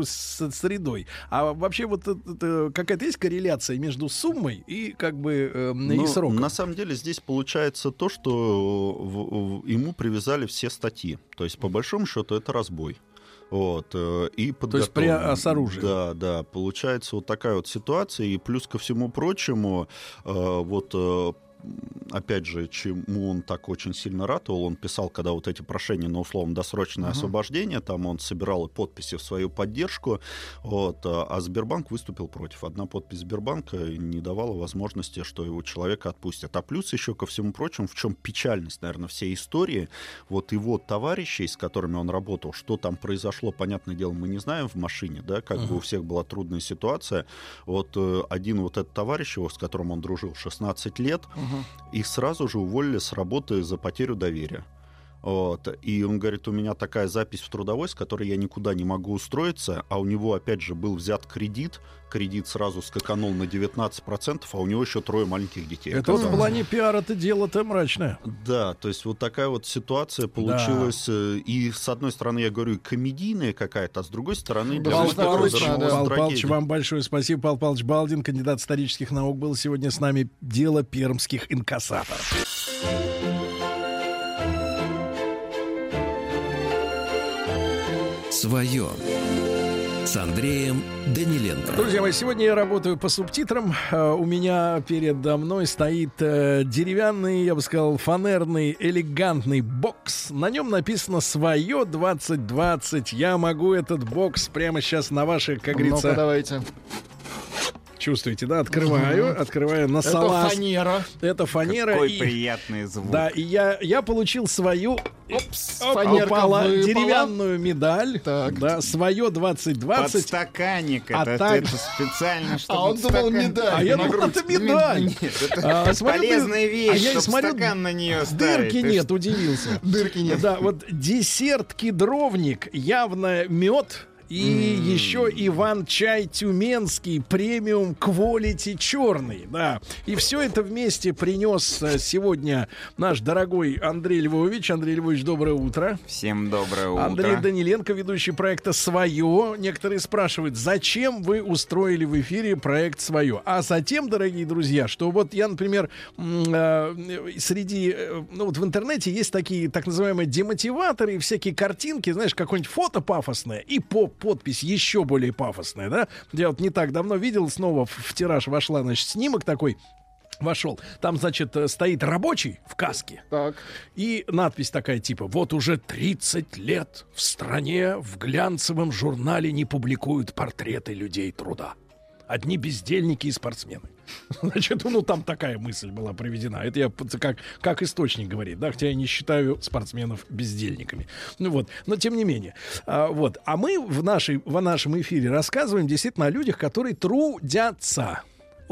с средой. А вообще вот это, это, какая-то есть корреляция между суммой и как бы э, и сроком? На самом деле здесь получается то, что в, в, ему привязали все статьи. То есть по большому счету это разбой. Вот, и то есть при, а, с оружием. Да, да, получается вот такая вот ситуация. И плюс ко всему прочему, э, вот... Э, опять же, чему он так очень сильно ратовал, он писал, когда вот эти прошения на условно-досрочное uh-huh. освобождение, там он собирал подписи в свою поддержку, вот, а Сбербанк выступил против. Одна подпись Сбербанка не давала возможности, что его человека отпустят. А плюс еще ко всему прочему, в чем печальность, наверное, всей истории, вот его товарищей, с которыми он работал, что там произошло, понятное дело, мы не знаем в машине, да, как uh-huh. бы у всех была трудная ситуация. Вот один вот этот товарищ его, с которым он дружил шестнадцать лет, uh-huh. их сразу же уволили с работы за потерю доверия. Вот. И он говорит, у меня такая запись в трудовой, с которой я никуда не могу устроиться, а у него, опять же, был взят кредит, кредит сразу скаканул на девятнадцать процентов, а у него еще трое маленьких детей. Это вот в плане пиара-то дело-то мрачное. Да, то есть вот такая вот ситуация получилась. Да. И с одной стороны, я говорю, комедийная какая-то, а с другой стороны... Да, Павел Павлович, да. Павел Павлович, вам большое спасибо. Павел Павлович Балдин, кандидат исторических наук, был сегодня с нами. Дело пермских инкассаторов. Свое с Андреем Даниленко. Друзья мои, сегодня я работаю по субтитрам. У меня передо мной стоит деревянный, я бы сказал, фанерный, элегантный бокс. На нем написано «Свое двадцать двадцать». Я могу этот бокс прямо сейчас на ваши, как говорится... Ну-ка, давайте. Чувствуете, да? Открываю, угу. открываю на салаз. Это фанера. Это фанера. Какой и... приятный звук. Да, и я, я получил свою Опс, оп, упала, деревянную медаль. Так. Да, свое двадцать двадцать. Подстаканник. А это, так... это специально, чтобы... А он думал медаль. А я думал, это медаль. Нет, это а, смотрю, полезная вещь, а я чтобы смотрю, стакан на нее ставить. Дырки нет, удивился. Дырки нет. Да, вот десерт кедровник, явно мед. И mm. еще Иван-чай тюменский, премиум квалити черный, да. И все это вместе принес сегодня наш дорогой Андрей Львович. Андрей Львович, доброе утро. Всем доброе утро. Андрей Даниленко, ведущий проекта «Свое». Некоторые спрашивают, зачем вы устроили в эфире проект «Свое». А затем, дорогие друзья, что вот я, например, среди... Ну вот в интернете есть такие так называемые демотиваторы, всякие картинки, знаешь, какое-нибудь фото пафосное и поп подпись еще более пафосная, да? Я вот не так давно видел, снова в, в тираж вошла, значит, снимок такой, вошел. Там, значит, стоит рабочий в каске. Так. И надпись такая, типа, вот уже тридцать лет в стране в глянцевом журнале не публикуют портреты людей труда. Одни бездельники и спортсмены. Значит, ну там такая мысль была приведена. Это я как, как источник говорит, да, хотя я не считаю спортсменов бездельниками. Ну вот, но тем не менее. А, вот. А мы в, нашей, в нашем эфире рассказываем действительно о людях, которые трудятся.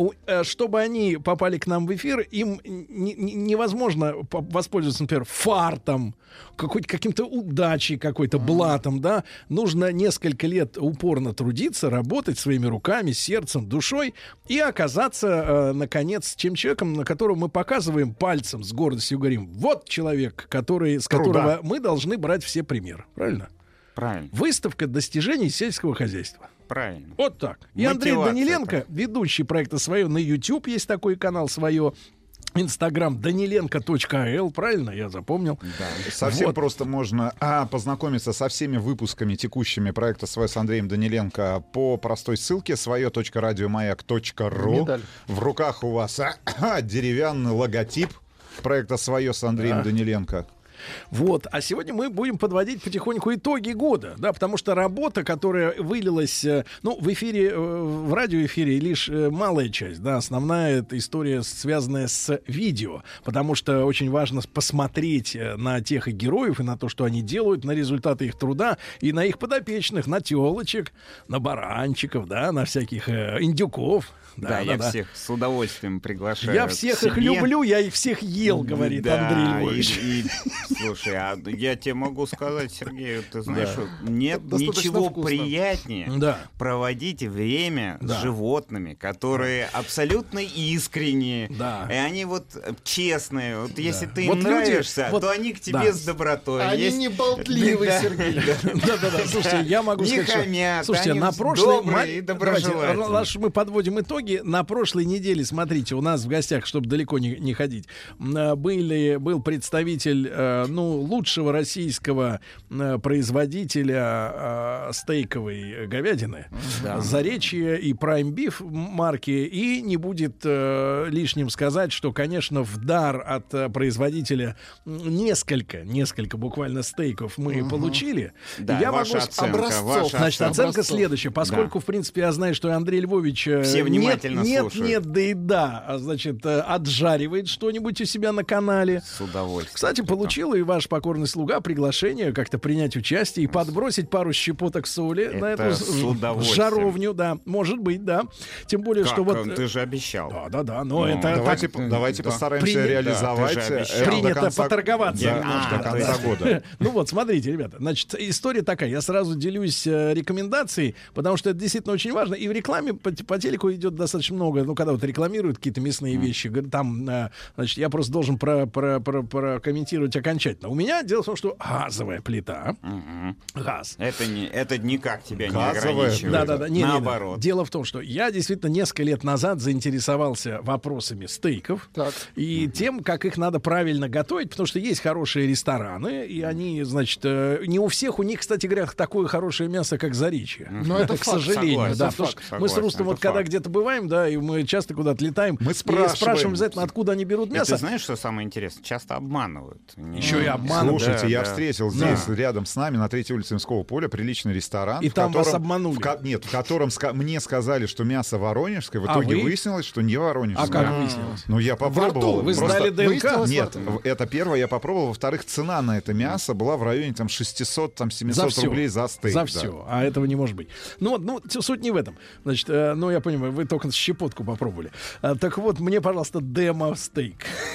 Чтобы они попали к нам в эфир, им не, не, невозможно воспользоваться, например, фартом, каким-то удачей, какой-то блатом, да. Нужно несколько лет упорно трудиться, работать своими руками, сердцем, душой и оказаться, э, наконец, тем человеком, на которого мы показываем пальцем с гордостью, говорим, вот человек, который, с которого Труда. мы должны брать все примеры. Правильно? Правильно. Выставка достижений сельского хозяйства. Правильно. Вот так. И Андрей Даниленко, ведущий проекта «Свое», на YouTube есть такой канал «Свое». Инстаграм даниленко точка эл, правильно? Я запомнил. Да. Совсем вот. Просто можно а, познакомиться со всеми выпусками текущими проекта «Свое» с Андреем Даниленко по простой ссылке свое точка радиомаяк точка ру. В руках у вас а, а, деревянный логотип проекта «Свое» с Андреем да. Даниленко. Вот. А сегодня мы будем подводить потихоньку итоги года, да, потому что работа, которая вылилась, ну, в эфире, в радиоэфире лишь малая часть, да, основная эта история, связанная с видео, потому что очень важно посмотреть на тех и героев, и на то, что они делают, на результаты их труда, и на их подопечных, на телочек, на баранчиков, да, на всяких э, индюков. Да, да, я да, всех да. с удовольствием приглашаю. Я всех их люблю, я их всех ел, говорит да, Андрей Львович. И, и, слушай, а я тебе могу сказать, Сергей, ты знаешь, да. нет ничего вкусно. приятнее да. проводить время да. с животными, которые да. абсолютно искренние, да. и они вот честные. Вот да. если ты им вот нравишься, люди, вот, то они к тебе да. с добротой. Они Есть... не болтливые, Сергей. Да-да-да, слушайте, я могу сказать, что... Не хамят, слушайте, они на прошлой... и доброжелательные. Раз мы подводим итоги, на прошлой неделе, смотрите, у нас в гостях, чтобы далеко не, не ходить, были, был представитель э, ну, лучшего российского э, производителя э, стейковой говядины, да. Заречье и Prime Beef марки, и не будет э, лишним сказать, что, конечно, в дар от э, производителя несколько, несколько буквально стейков мы угу. получили. Да, я ваша могу оценка, образцов. Ваша Значит, оценка. оценка следующая. Поскольку, да. в принципе, я знаю, что Андрей Львович все внимательно нет, слушают. Нет, нет, да и да, а, значит, отжаривает что-нибудь у себя на канале. С удовольствием. Кстати, получил и ваш покорный слуга приглашение как-то принять участие и подбросить пару щепоток соли это на эту жаровню, да, может быть, да. Тем более, как? что вот... Ты же обещал. Да, да, да, но ну, это... Давайте, так, давайте да. постараемся Принято, реализовать да, это принято до конца, поторговаться. Да, а, до конца есть, года. Ну вот, смотрите, ребята, значит, история такая. Я сразу делюсь э, рекомендацией, потому что это действительно очень важно. И в рекламе по, по телеку идет достаточно много. Ну, когда вот рекламируют какие-то мясные mm. вещи, там, э, значит, я просто должен про, про, про, прокомментировать окончательно. У меня дело в том, что газовая плита, mm-hmm. газ. Это, не, это никак тебя газовая. Не ограничивает. Да, да, да. Не, наоборот. Не, не. Дело в том, что я действительно несколько лет назад заинтересовался вопросами стейков так. и mm-hmm. тем, как их надо правильно готовить, потому что есть хорошие рестораны, и они, значит, э, не у всех у них, кстати говоря, такое хорошее мясо, как Заречье. Но это к сожалению, согласен, да. факт, Согласен, мы с Рустом вот факт. когда где-то бываем, да, и мы часто куда-то летаем, мы спрашиваем, и спрашиваем обязательно, откуда они берут мясо. И ты знаешь, что самое интересное? Часто обманывают. Еще и обманывают. Слушайте, да, я да. встретил здесь, да. рядом с нами, на третьей улице Имского поля, приличный ресторан. И в там котором, вас обманули. В ко- нет, в котором ска- мне сказали, что мясо воронежское. В итоге а выяснилось, что не воронежское. А как выяснилось? Ну, я попробовал. Вы Просто... сдали ДНК? Нет, это первое, я попробовал. Во-вторых, цена на это мясо была в районе там шестьсот-семьсот за рублей за стейк. За да. все. А этого не может быть. Ну вот, ну, суть не в этом. Значит, э, ну, я понимаю, вы только щепотку попробовали. А, так вот, мне, пожалуйста, демо-стейк.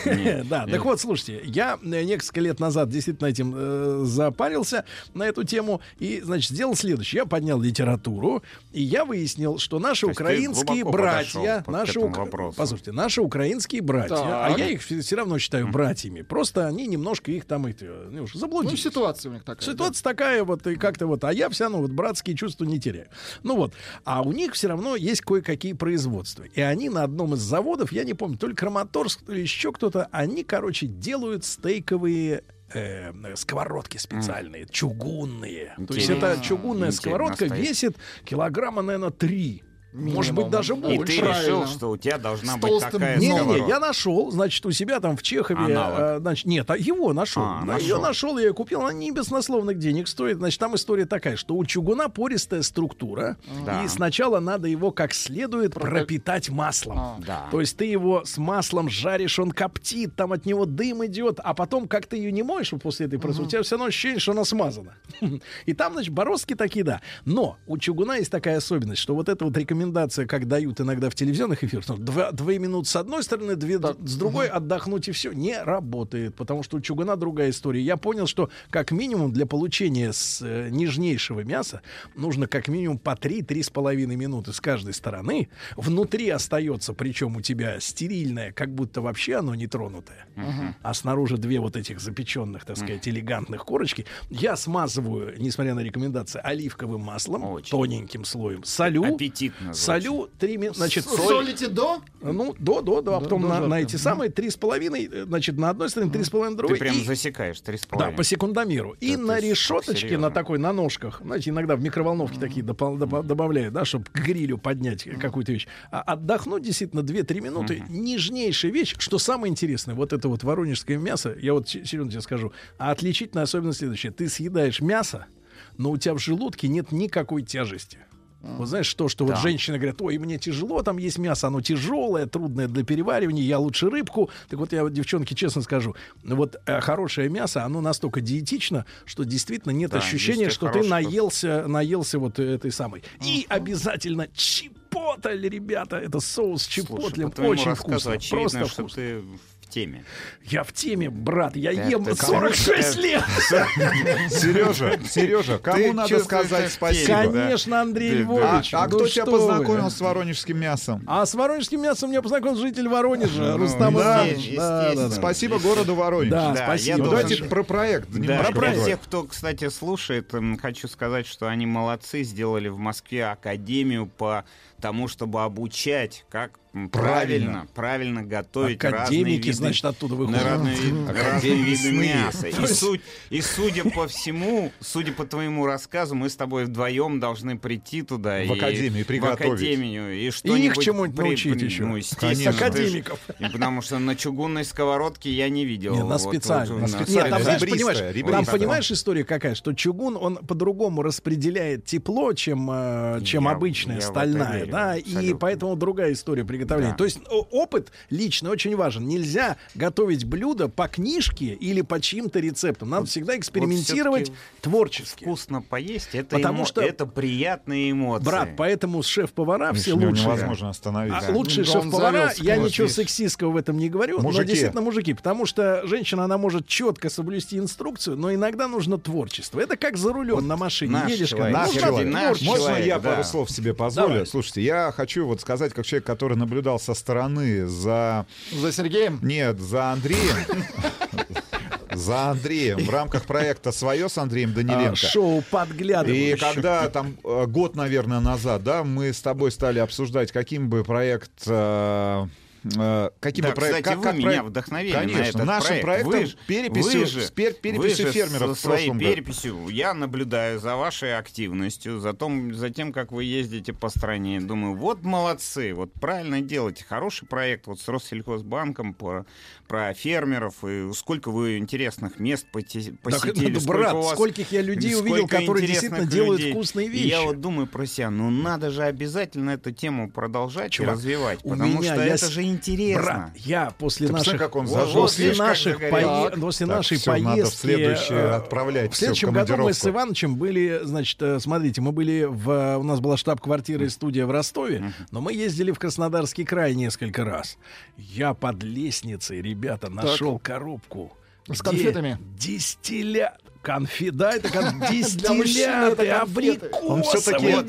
Да, так вот, слушайте, я несколько лет назад действительно этим э, запарился на эту тему и, значит, сделал следующее. Я поднял литературу, и я выяснил, что наши украинские братья, наши, ук... послушайте, наши украинские братья, так. а я их все равно считаю братьями, просто они немножко их там и, ну, заблудились. Ну, ситуация у них такая. Ситуация да? такая вот, и как-то вот, а я все равно вот братские чувства не теряю. Ну вот, а у них все равно есть кое-какие производства. И они на одном из заводов, я не помню, то ли Краматорск, то ли еще кто-то, они, короче, делают стейковые э, сковородки специальные, mm. чугунные. Интересно. То есть эта чугунная Интересно сковородка стоит. Весит килограмма, наверное, три. Минимум. Может быть, даже больше. И ты решил, что у тебя должна С быть такая не, сковородка. Не, не, я нашел, значит, у себя там в Чехове, а, значит, нет, а его нашел. А, да, ее нашел, я ее купил, она не баснословных денег стоит. Значит, там история такая, что у чугуна пористая структура, да. и сначала надо его как следует Про... пропитать маслом. А. Да. То есть ты его с маслом жаришь, он коптит, там от него дым идет, а потом, как ты ее не моешь после этой процедуры, uh-huh. у тебя все равно ощущение, что она смазана. И там, значит, бороздки такие, да. Но у чугуна есть такая особенность, что вот эта вот рекомендация, как дают иногда в телевизионных эфирах, два, две минуты с одной стороны, две так. с другой, угу. отдохнуть и все, не работает, потому что у чугуна другая история. Я понял, что как минимум для получения с, э, нежнейшего мяса нужно как минимум по три-три с половиной минуты с каждой стороны. Внутри остается, причем у тебя стерильное, как будто вообще оно не тронутое, угу. а снаружи две вот этих запеченных, так сказать, элегантных корочки. Я смазываю, несмотря на рекомендации, оливковым маслом, Очень. тоненьким слоем, солю, аппетитно солю, три минуты, значит, соль. Солите до? Ну, до, до, до, а потом до, на, на эти самые три с половиной, значит, на одной стороне, три с половиной, на другой. Ты прям и, засекаешь три с половиной. Да, по секундомеру. И это на решеточке, на такой, на ножках, знаете, иногда в микроволновке mm-hmm. такие допол- доп- добавляют, да, чтобы к грилю поднять mm-hmm. какую-то вещь. А отдохнуть действительно две-три минуты. Mm-hmm. Нежнейшая вещь. Что самое интересное, вот это вот воронежское мясо, я вот серьезно тебе скажу, а отличительная особенность следующая. Ты съедаешь мясо, но у тебя в желудке нет никакой тяжести. Вот знаешь, то, что да. вот женщины говорят, ой, мне тяжело, там есть мясо, оно тяжелое, трудное для переваривания, я лучше рыбку. Так вот я, девчонки, честно скажу, вот э, хорошее мясо, оно настолько диетично, что действительно нет да, ощущения, что ты наелся, наелся вот этой самой. Uh-huh. И обязательно чипотль, ребята, это соус с чипотлем, очень вкусно, просто вкусно. Ты... теме. Я в теме, брат, я это ем сорок шесть лет. Сережа, Сережа, кому надо сказать спасибо? Конечно, Андрей Львович. А кто тебя познакомил с воронежским мясом? А с воронежским мясом меня познакомил житель Воронежа, Рустам Иванович. Спасибо городу Воронеж. Да, спасибо. Давайте про проект. Для всех, кто, кстати, слушает, хочу сказать, что они молодцы, сделали в Москве академию по тому, чтобы обучать, как правильно, правильно готовить разные виды, значит, оттуда выходят. разные, разные виды мяса. И, суть, и судя по всему, судя по твоему рассказу, мы с тобой вдвоем должны прийти туда в и, академию, приготовить. в академию и что-нибудь. И их чему-нибудь при, научить при, еще. Ну, естественно, академиков. Ты, потому что на чугунной сковородке я не видел. Не, на специальной. Вот, вот, на специальной. Нет, там, знаешь, понимаешь, там, понимаешь, история какая, что чугун, он по-другому распределяет тепло, чем, чем я, обычная я стальная. Верю, да, и поэтому другая история приготовления. Да. То есть опыт лично очень важен. Нельзя готовить блюдо по книжке или по чьим-то рецептам. Надо вот, всегда экспериментировать вот творчески. Вкусно поесть, это, эмо... что это приятные эмоции. Брат, поэтому шеф-повара все лучшие. Невозможно остановить. А лучшие да, шеф-повара, я ничего сексистского в этом не говорю, мужики. Но действительно мужики. Потому что женщина, она может четко соблюсти инструкцию, но иногда нужно творчество. Это как за рулем вот на машине. Едешь, человек, наш человек. Наш Можно человек, я да. пару слов себе позволю? Давай. Слушайте, я хочу вот сказать, как человек, который наблюдал со стороны за... За Сергеем? Нет, за Андреем. За Андреем в рамках проекта «Свое» с Андреем Даниленко. А, шоу «Подглядывающий». И когда там год, наверное, назад, да, мы с тобой стали обсуждать, каким бы проект... Э, Каким да, бы проект, кстати, как, вы как меня проект... вдохновили Конечно, на этот нашим проект. проектом вы ж, переписью, вы же, с пер, переписью вы фермеров со своей в переписью я наблюдаю за вашей активностью, за, том, за тем, как вы ездите по стране. Думаю, вот молодцы, вот правильно делаете. Хороший проект вот с Россельхозбанком по, про фермеров. И сколько вы интересных мест посетили. Так, брат, вас, скольких я людей увидел, которые действительно людей. делают вкусные вещи. И я вот думаю про себя, ну надо же обязательно эту тему продолжать Чувак, и развивать, потому меня, что я... это же интересно. Брат, я после Ты наших, как он после видишь, наших, как пое... после так, нашей все, поездки, надо в следующее отправлять в следующем в году мы с Иванычем были, значит, смотрите, мы были в, у нас была штаб-квартира и студия в Ростове, uh-huh. но мы ездили в Краснодарский край несколько раз. Я под лестницей, ребята, нашел так. коробку с конфетами, дистиллят. Конфет, да, это как дистилляты, абрикосовые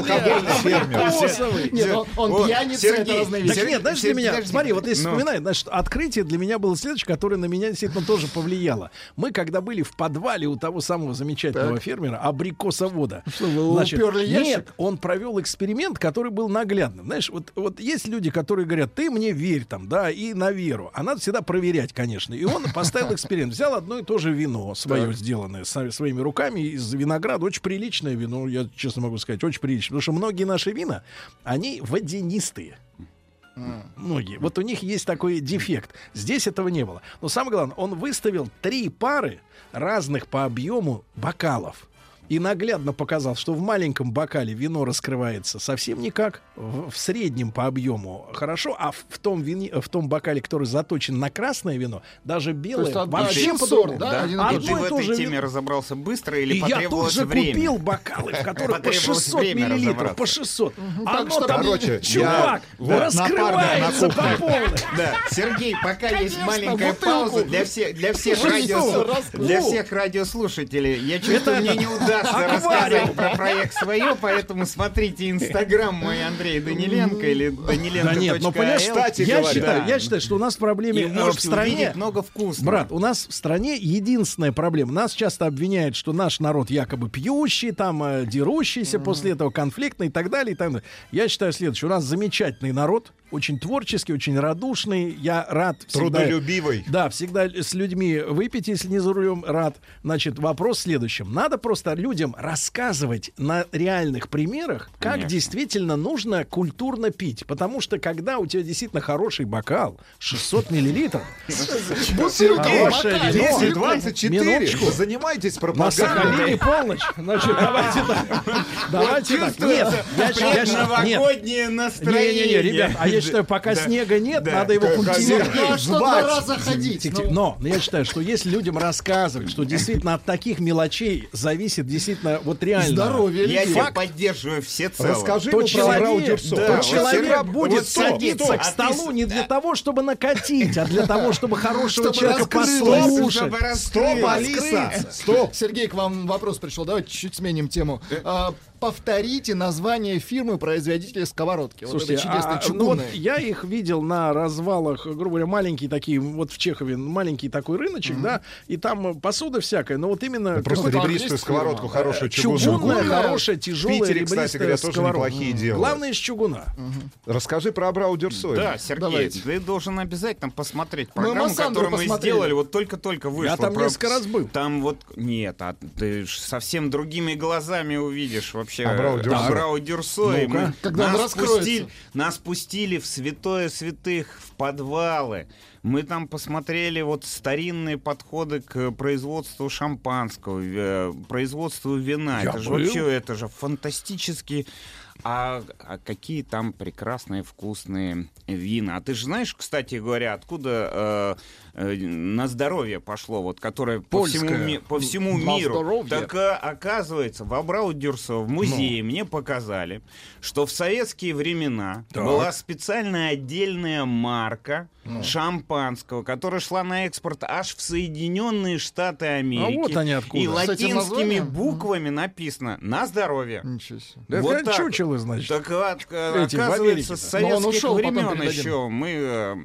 дистилляты. Нет, он пьяница, это разные вещи. Так нет, знаешь, для меня, смотри, вот если вспоминать, значит, открытие для меня было следующее, которое на меня действительно тоже повлияло. Мы, когда были в подвале у того самого замечательного фермера, абрикосовода, значит, нет, он провел эксперимент, который был наглядным. Знаешь, вот, вот есть люди, которые говорят, ты мне верь там, да, и на веру. А надо всегда проверять, конечно. И он поставил эксперимент, взял одно и то же вино свое сделанное своими руками из винограда. Очень приличное вино, я честно могу сказать, очень приличное. Потому что многие наши вина, они водянистые. Mm. Многие. Вот у них есть такой дефект. Здесь этого не было. Но самое главное, он выставил три пары разных по объему бокалов. И наглядно показал, что в маленьком бокале вино раскрывается совсем никак, в, в среднем по объему хорошо, а в, в, том вине, в том бокале, который заточен на красное вино, даже белое, вообще по-другому. Да? Да? И ты в этой теме вино. разобрался быстро или и потребовалось время? Я тут же купил бокалы, в которых по шестьсот миллилитров, по шестьсот. Оно там, короче, чувак, раскрывается по полной. Сергей, пока есть маленькая пауза для всех радиослушателей. Я чувствую, мне не удастся рассказать про проект «Свое», поэтому смотрите инстаграм мой Андрей Даниленко или Даниленко. Да нет, ну понимаешь, кстати, я считаю, я считаю, что у нас в проблеме в стране много вкусного. Брат, у нас в стране единственная проблема. Нас часто обвиняют, что наш народ якобы пьющий, там дерущийся, после этого конфликтный и так далее, и так далее. Я считаю следующее: у нас замечательный народ, очень творческий, очень радушный. Я рад всегда, трудолюбивый. Да, всегда с людьми выпить, если не за рулем, рад. Значит, вопрос в следующем. Надо просто людям рассказывать на реальных примерах, как Конечно. действительно нужно культурно пить. Потому что когда у тебя действительно хороший бокал, шестьсот миллилитров, десять двадцать четыре, занимайтесь пропагандой. На Сахалине полночь. Значит, давайте так. Давайте так. Нет, новогоднее настроение. Не-не-не, ребят, а я считаю, пока снега нет, надо его культивировать. Ну а что два раза ходить? Но я считаю, что если людям рассказывать, что действительно от таких мелочей зависит действительно вот реально здоровье. Я тебя поддерживаю всецело. Расскажи ему про раудиопсо. То человек будет садиться к столу не для того, чтобы накатить, а для того, чтобы хорошего человека послушать. Стоп, Алиса! Стоп! Сергей, к вам вопрос пришел. Давайте чуть-чуть сменим тему. повторите название фирмы-производителя сковородки. Слушайте, вот это а, ну вот я их видел на развалах, грубо говоря, маленькие такие, вот в Чехове маленький такой рыночек, mm-hmm. да, и там посуда всякая, но вот именно... Да просто ребристую сковородку хорошую, чугунную. Чугунная, хорошая, тяжелая, в Питере, ребристая кстати говоря, тоже сковородка. неплохие делают. Главное, из чугуна. Угу. Расскажи про Абрау Дюрсо. Да, Сергей, Давайте. ты должен обязательно посмотреть Мы программу, Массандру которую мы посмотрели. сделали, вот только-только вышла. Я там про- несколько раз был. Там вот... Нет, а ты ж совсем другими глазами увидишь вообще Абрау Дюрсо. Абрау Дюрсо. И мы- Когда он нас, раскроется. пустили, нас пустили в святое святых, в подвалы. Мы там посмотрели вот старинные подходы к производству шампанского, э, производству вина. Я это же был. вообще, это же фантастически. А, а какие там прекрасные вкусные вина. А ты же знаешь, кстати говоря, откуда э, э, на здоровье пошло, вот, которое по всему, ми- по всему На миру. здоровье. Так э, оказывается, в Абрау Дюрсо в музее Ну. мне показали, что в советские времена Так. была специальная отдельная марка шампанского, которая шла на экспорт аж в Соединенные Штаты Америки. А вот они откуда. И С этим латинскими названием? буквами написано «На здоровье». Ничего себе. Да Вот это так. чучело, значит. Так вот, э, Эти, в оказывается, с Америке-то. Но он советских ушел потом времен перед еще мы э,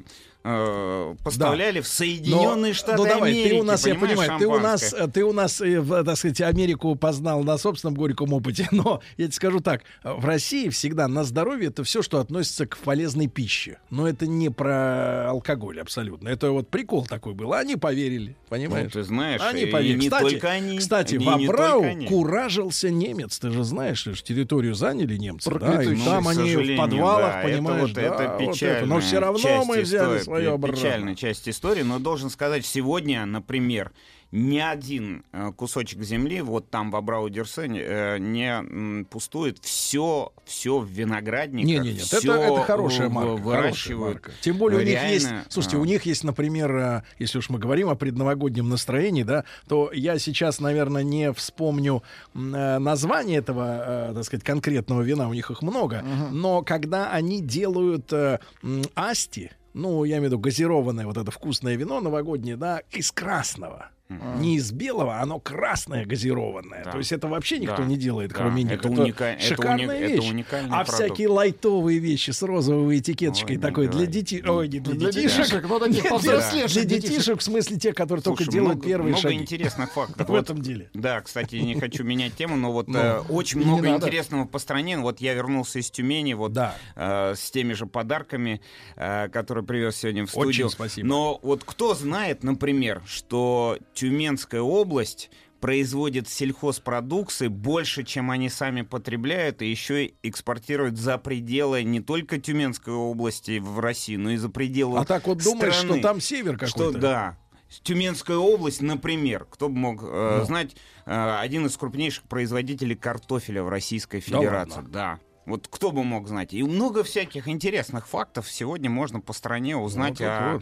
э, поставляли в Соединенные Но- Штаты ну, давай, Америки. ты у нас, я понимаешь, понимаю, ты у нас, шампанское. ты у нас, э, в, так сказать, Америку познал на собственном горьком опыте. Но я тебе скажу так: в России всегда на здоровье это все, что относится к полезной пище. Но это не про алкоголь абсолютно. Это вот прикол такой был. Они поверили, понимаешь? Ну, ты знаешь, Они и поверили. не Кстати, только они. кстати, и в не Абрау только они. куражился немец. Ты же знаешь, что ж территорию заняли немцы. Да, и Проклятущие. там Ну, к они в сожалению, подвалах, да, понимаешь, это, вот, да, это вот печальная Но все равно часть мы взяли истории, свое Абрау. печальная часть истории, но должен сказать, сегодня, например, ни один э, кусочек земли вот там в Абрау Дюрсо э, не м, пустует. Все, все в виноградниках. Не, не, нет, это, всё это хорошая в- марка. Хорошая выращивают. марка. Тем более у них Реально, есть, слушайте, а. у них есть, например, э, если уж мы говорим о предновогоднем настроении, да, то я сейчас, наверное, не вспомню м, э, название этого, э, так сказать, конкретного вина, у них их много, Мгм. но когда они делают э, м, асти, ну, я имею в виду газированное вот это вкусное вино новогоднее, да, из красного. Не из белого, оно красное газированное. Да. То есть это вообще никто Да. не делает, Да. кроме них. Это уника- это шикарная уни- это вещь. уникальный а продукт. всякие лайтовые вещи с розовой этикеточкой Ой, такой не для говори. детей. Ой, не для, Для детишек. детишек, ну, таких Нет, повзрослевших для детишек. детишек, в смысле тех, которые только Слушай, делают много, первые много шаги. интересных фактов. В Вот, этом деле. Да, кстати, не хочу менять тему, но вот Ну, э, очень не много надо. интересного по стране. Вот я вернулся из Тюмени, вот Да. э, с теми же подарками, э, которые привез сегодня в Очень студию. спасибо. Но вот кто знает, например, что Тюменская область производит сельхозпродукции больше, чем они сами потребляют, и еще и экспортируют за пределы не только Тюменской области в Россию, но и за пределы А так вот думаешь, страны. что там север Что, какой-то? да. Тюменская область, например, кто бы мог э, Ну. знать, э, один из крупнейших производителей картофеля в Российской Да Федерации. ладно? Да. Вот кто бы мог знать. И много всяких интересных фактов сегодня можно по стране узнать Вот, вот, о, вот.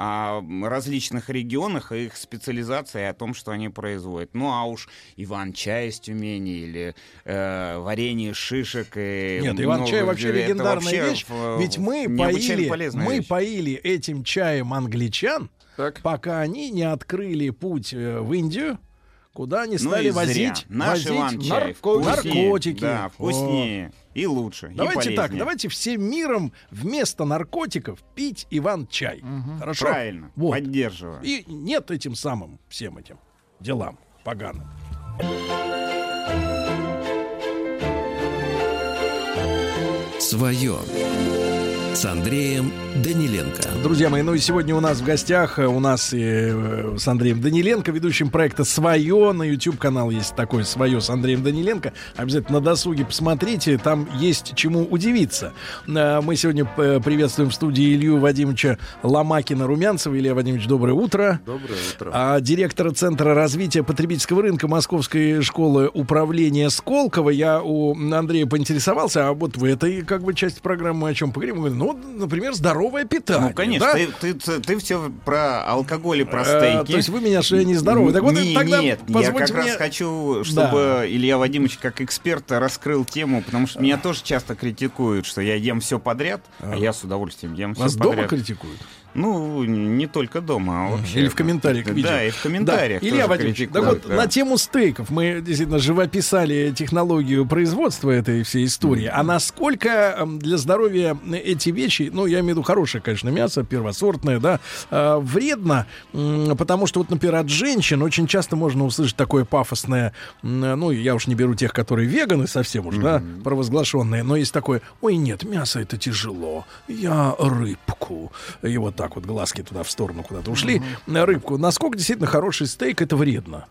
о различных регионах, и их специализации, и о том, что они производят. Ну а уж Иван-чай из Тюмени или э, варенье шишек. И Нет, много- Иван-чай вообще это легендарная вообще, вещь. э, Ведь мы необычайно поили, полезная мы вещь. поили этим чаем англичан, Так. пока они не открыли путь э, в Индию, куда они Ну стали и зря. возить, Наш возить Иван-чай нарко- вкуснее, наркотики. Да, вкуснее и лучше. и Давайте так, полезнее. давайте всем миром вместо наркотиков пить Иван-чай. Хорошо? Правильно, Вот. поддерживаю. И нет этим самым всем этим делам поганым. Свое с Андреем Даниленко. Друзья мои, ну и сегодня у нас в гостях, э, у нас э, с Андреем Даниленко, ведущим проекта «Свое». На YouTube-канал есть такой «Свое» с Андреем Даниленко. Обязательно на досуге посмотрите, там есть чему удивиться. Э, Мы сегодня э, приветствуем в студии Илью Вадимовича Ломакина-Румянцева. Илья Вадимович, доброе утро. Доброе утро. А, директора Центра развития потребительского рынка Московской школы управления Сколково. Я у Андрея поинтересовался, а вот в этой как бы части программы о чем поговорим? Он говорит, ну, например, здоровое питание. Ну, конечно, да? ты, ты, ты, ты все про алкоголь и про Э, стейки. то есть вы меня, что я нездоровый. Так вот, Не- тогда нет, я позвольте как мне- раз хочу, чтобы Да. Илья Вадимович как эксперт раскрыл тему, потому что меня тоже часто критикуют, что я ем все подряд, а я с удовольствием ем все Вас дома подряд. критикуют? Ну, не только дома, а вообще. Или в комментариях к видео. Да, и в комментариях. Да. Илья Владимирович, да вот да. на тему стейков мы действительно живописали технологию производства этой всей истории. Mm-hmm. А насколько для здоровья эти вещи, ну, я имею в виду хорошее, конечно, мясо, первосортное, да, э, вредно, э, потому что вот, например, от женщин очень часто можно услышать такое пафосное, э, ну, я уж не беру тех, которые веганы совсем уж, mm-hmm. да, провозглашенные, но есть такое, ой, нет, мясо это тяжело, я рыбку, и вот так вот глазки туда в сторону куда-то ушли, mm-hmm. рыбку. Насколько действительно хороший стейк это вредно?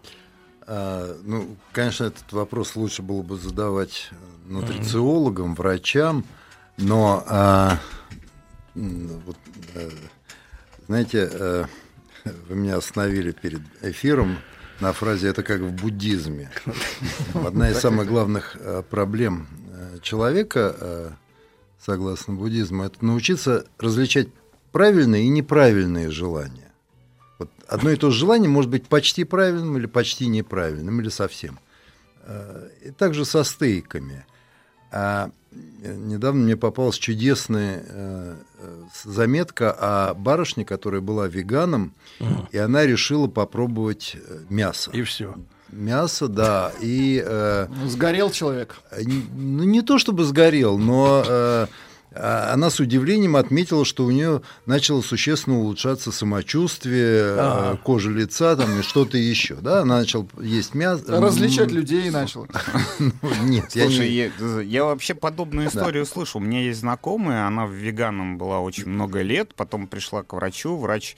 А, ну, конечно, этот вопрос лучше было бы задавать нутрициологам, mm-hmm. врачам, но а, вот, а, знаете, а, вы меня остановили перед эфиром на фразе «это как в буддизме». Одна из самых главных а, проблем человека, а, согласно буддизму, это научиться различать правильные и неправильные желания. Вот одно и то же желание может быть почти правильным или почти неправильным, или совсем. И также со стейками. А недавно мне попалась чудесная заметка о барышне, которая была веганом, угу. и она решила попробовать мясо. И все. Мясо, да. И, э, сгорел человек? Ну, не то чтобы сгорел, но... Э, она с удивлением отметила, что у нее начало существенно улучшаться самочувствие, а-а-а. кожа лица там, и что-то еще. Да? Она начала есть мясо. Различать людей начала. Нет, Слушай, я вообще подобную историю слышу. У меня есть знакомая, она веганом была очень много лет, потом пришла к врачу, врач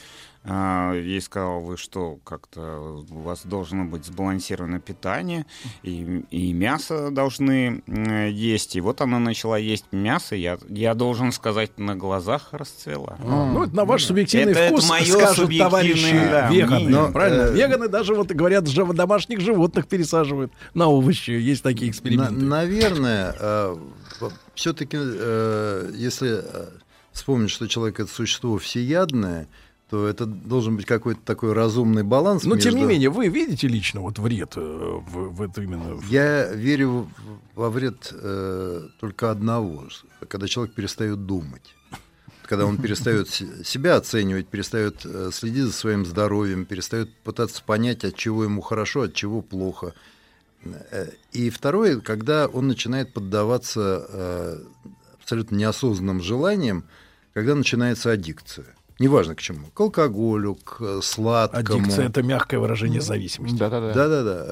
ей сказал, вы что, как-то у вас должно быть сбалансированное питание, и, и мясо должны есть. И вот она начала есть мясо, я, я должен сказать, на глазах расцвела. А, ну, это на ваш субъективный это, вкус, это мое скажут товарищи да, веганы. но, правильно? Э, Веганы даже, вот говорят, домашних животных пересаживают на овощи. Есть такие эксперименты. На, наверное, э, все-таки, э, если вспомнить, что человек — это существо всеядное, то это должен быть какой-то такой разумный баланс. Но между... тем не менее, вы видите лично вот вред в, в это именно? Я верю во вред э, только одного, когда человек перестает думать. Когда он перестает себя оценивать, перестает э, следить за своим здоровьем, перестает пытаться понять, от чего ему хорошо, от чего плохо. И второе, когда он начинает поддаваться э, абсолютно неосознанным желаниям, когда начинается аддикция. Неважно к чему. К алкоголю, к сладкому. Аддикция — это мягкое выражение зависимости. Да-да-да. Да-да-да.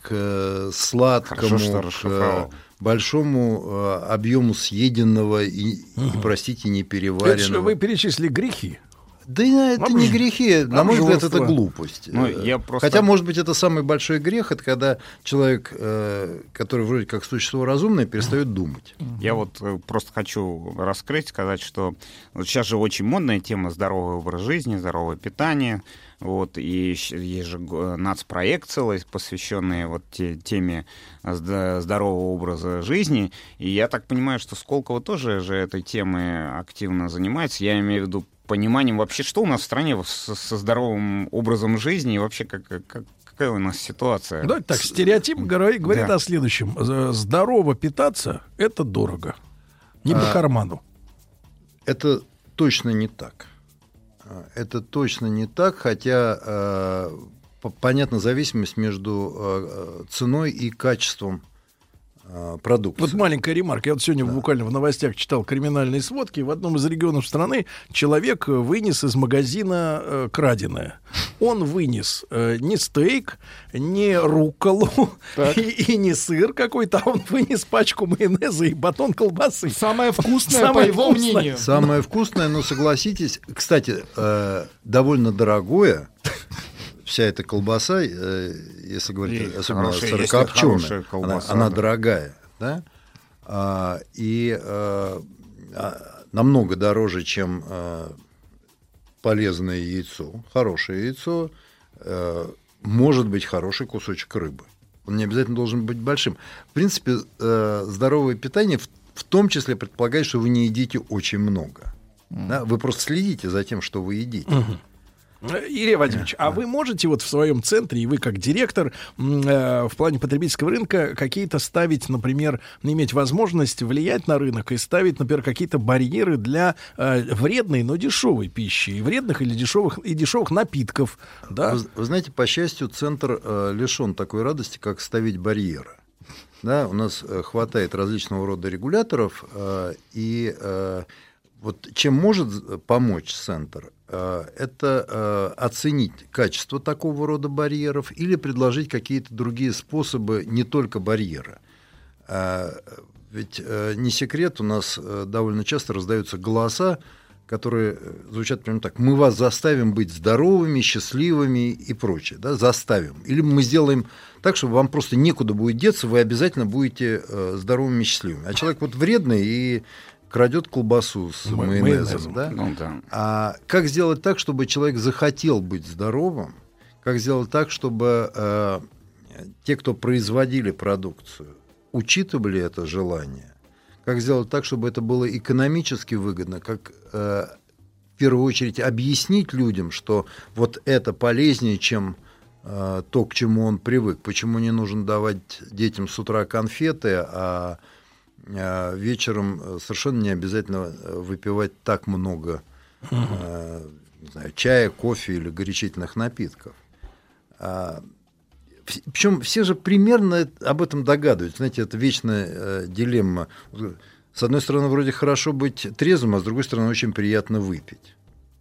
К сладкому, Хорошо, к большому объему съеденного и, угу. и, простите, непереваренного. Это вы перечислили грехи. Да это не грехи, на мой взгляд, это глупость. Ну, я просто... Хотя, может быть, это самый большой грех, это когда человек, который вроде как существо разумное, перестает думать. Я вот просто хочу раскрыть, сказать, что вот сейчас же очень модная тема здоровый образ жизни, здоровое питание. Вот, и есть же нацпроект целый, посвященный вот те, теме здорового образа жизни. И я так понимаю, что Сколково тоже же этой темой активно занимается. Я имею в виду пониманием вообще, что у нас в стране со, со здоровым образом жизни и вообще как, как, какая у нас ситуация. Давайте так, стереотип говорит да. о следующем. Здорово питаться — это дорого. Не а, по карману. Это точно не так. Это точно не так, хотя э, понятна зависимость между э, ценой и качеством э, продукции. Вот маленькая ремарка. Я вот сегодня да. буквально в новостях читал криминальные сводки. В одном из регионов страны человек вынес из магазина э, краденое. Он вынес э, не стейк, не рукколу и, и не сыр какой-то, а он вынес пачку майонеза и батон колбасы. Самое вкусное, Самое по его вкусное. мнению. Самое вкусное, но согласитесь, кстати, э, довольно дорогое. Вся эта колбаса, э, если говорить, и особенно сырокопченая, она, она дорогая, да? А, и э, намного дороже, чем э, полезное яйцо, хорошее яйцо, э, может быть хороший кусочек рыбы. Он не обязательно должен быть большим. В принципе, э, здоровое питание в, в том числе предполагает, что вы не едите очень много. Mm. Да? Вы просто следите за тем, что вы едите. Mm-hmm. Илья Владимирович, а вы можете вот в своем центре, и вы как директор, э, в плане потребительского рынка какие-то ставить, например, иметь возможность влиять на рынок и ставить, например, какие-то барьеры для э, вредной, но дешевой пищи, и вредных или дешевых, и дешевых напитков, да? Вы, вы знаете, по счастью, центр э, лишен такой радости, как ставить барьеры. Да, у нас э, хватает различного рода регуляторов, э, и э, вот чем может помочь центр, э, это э, оценить качество такого рода барьеров или предложить какие-то другие способы, не только барьеры. Э, ведь э, не секрет, у нас э, довольно часто раздаются голоса, которые звучат примерно так: мы вас заставим быть здоровыми, счастливыми и прочее, да, заставим. Или мы сделаем так, чтобы вам просто некуда будет деться, вы обязательно будете э, здоровыми и счастливыми. А человек вот вредный и крадет колбасу с М- майонезом. Да? Ну, да. А как сделать так, чтобы человек захотел быть здоровым? Как сделать так, чтобы э, те, кто производили продукцию, учитывали это желание? Как сделать так, чтобы это было экономически выгодно? Как э, в первую очередь объяснить людям, что вот это полезнее, чем э, то, к чему он привык? Почему не нужно давать детям с утра конфеты, а э, вечером совершенно не обязательно выпивать так много э, не знаю, чая, кофе или горячительных напитков? А, причем все же примерно об этом догадываются. Знаете, это вечная э, дилемма. С одной стороны, вроде хорошо быть трезвым, а с другой стороны, очень приятно выпить.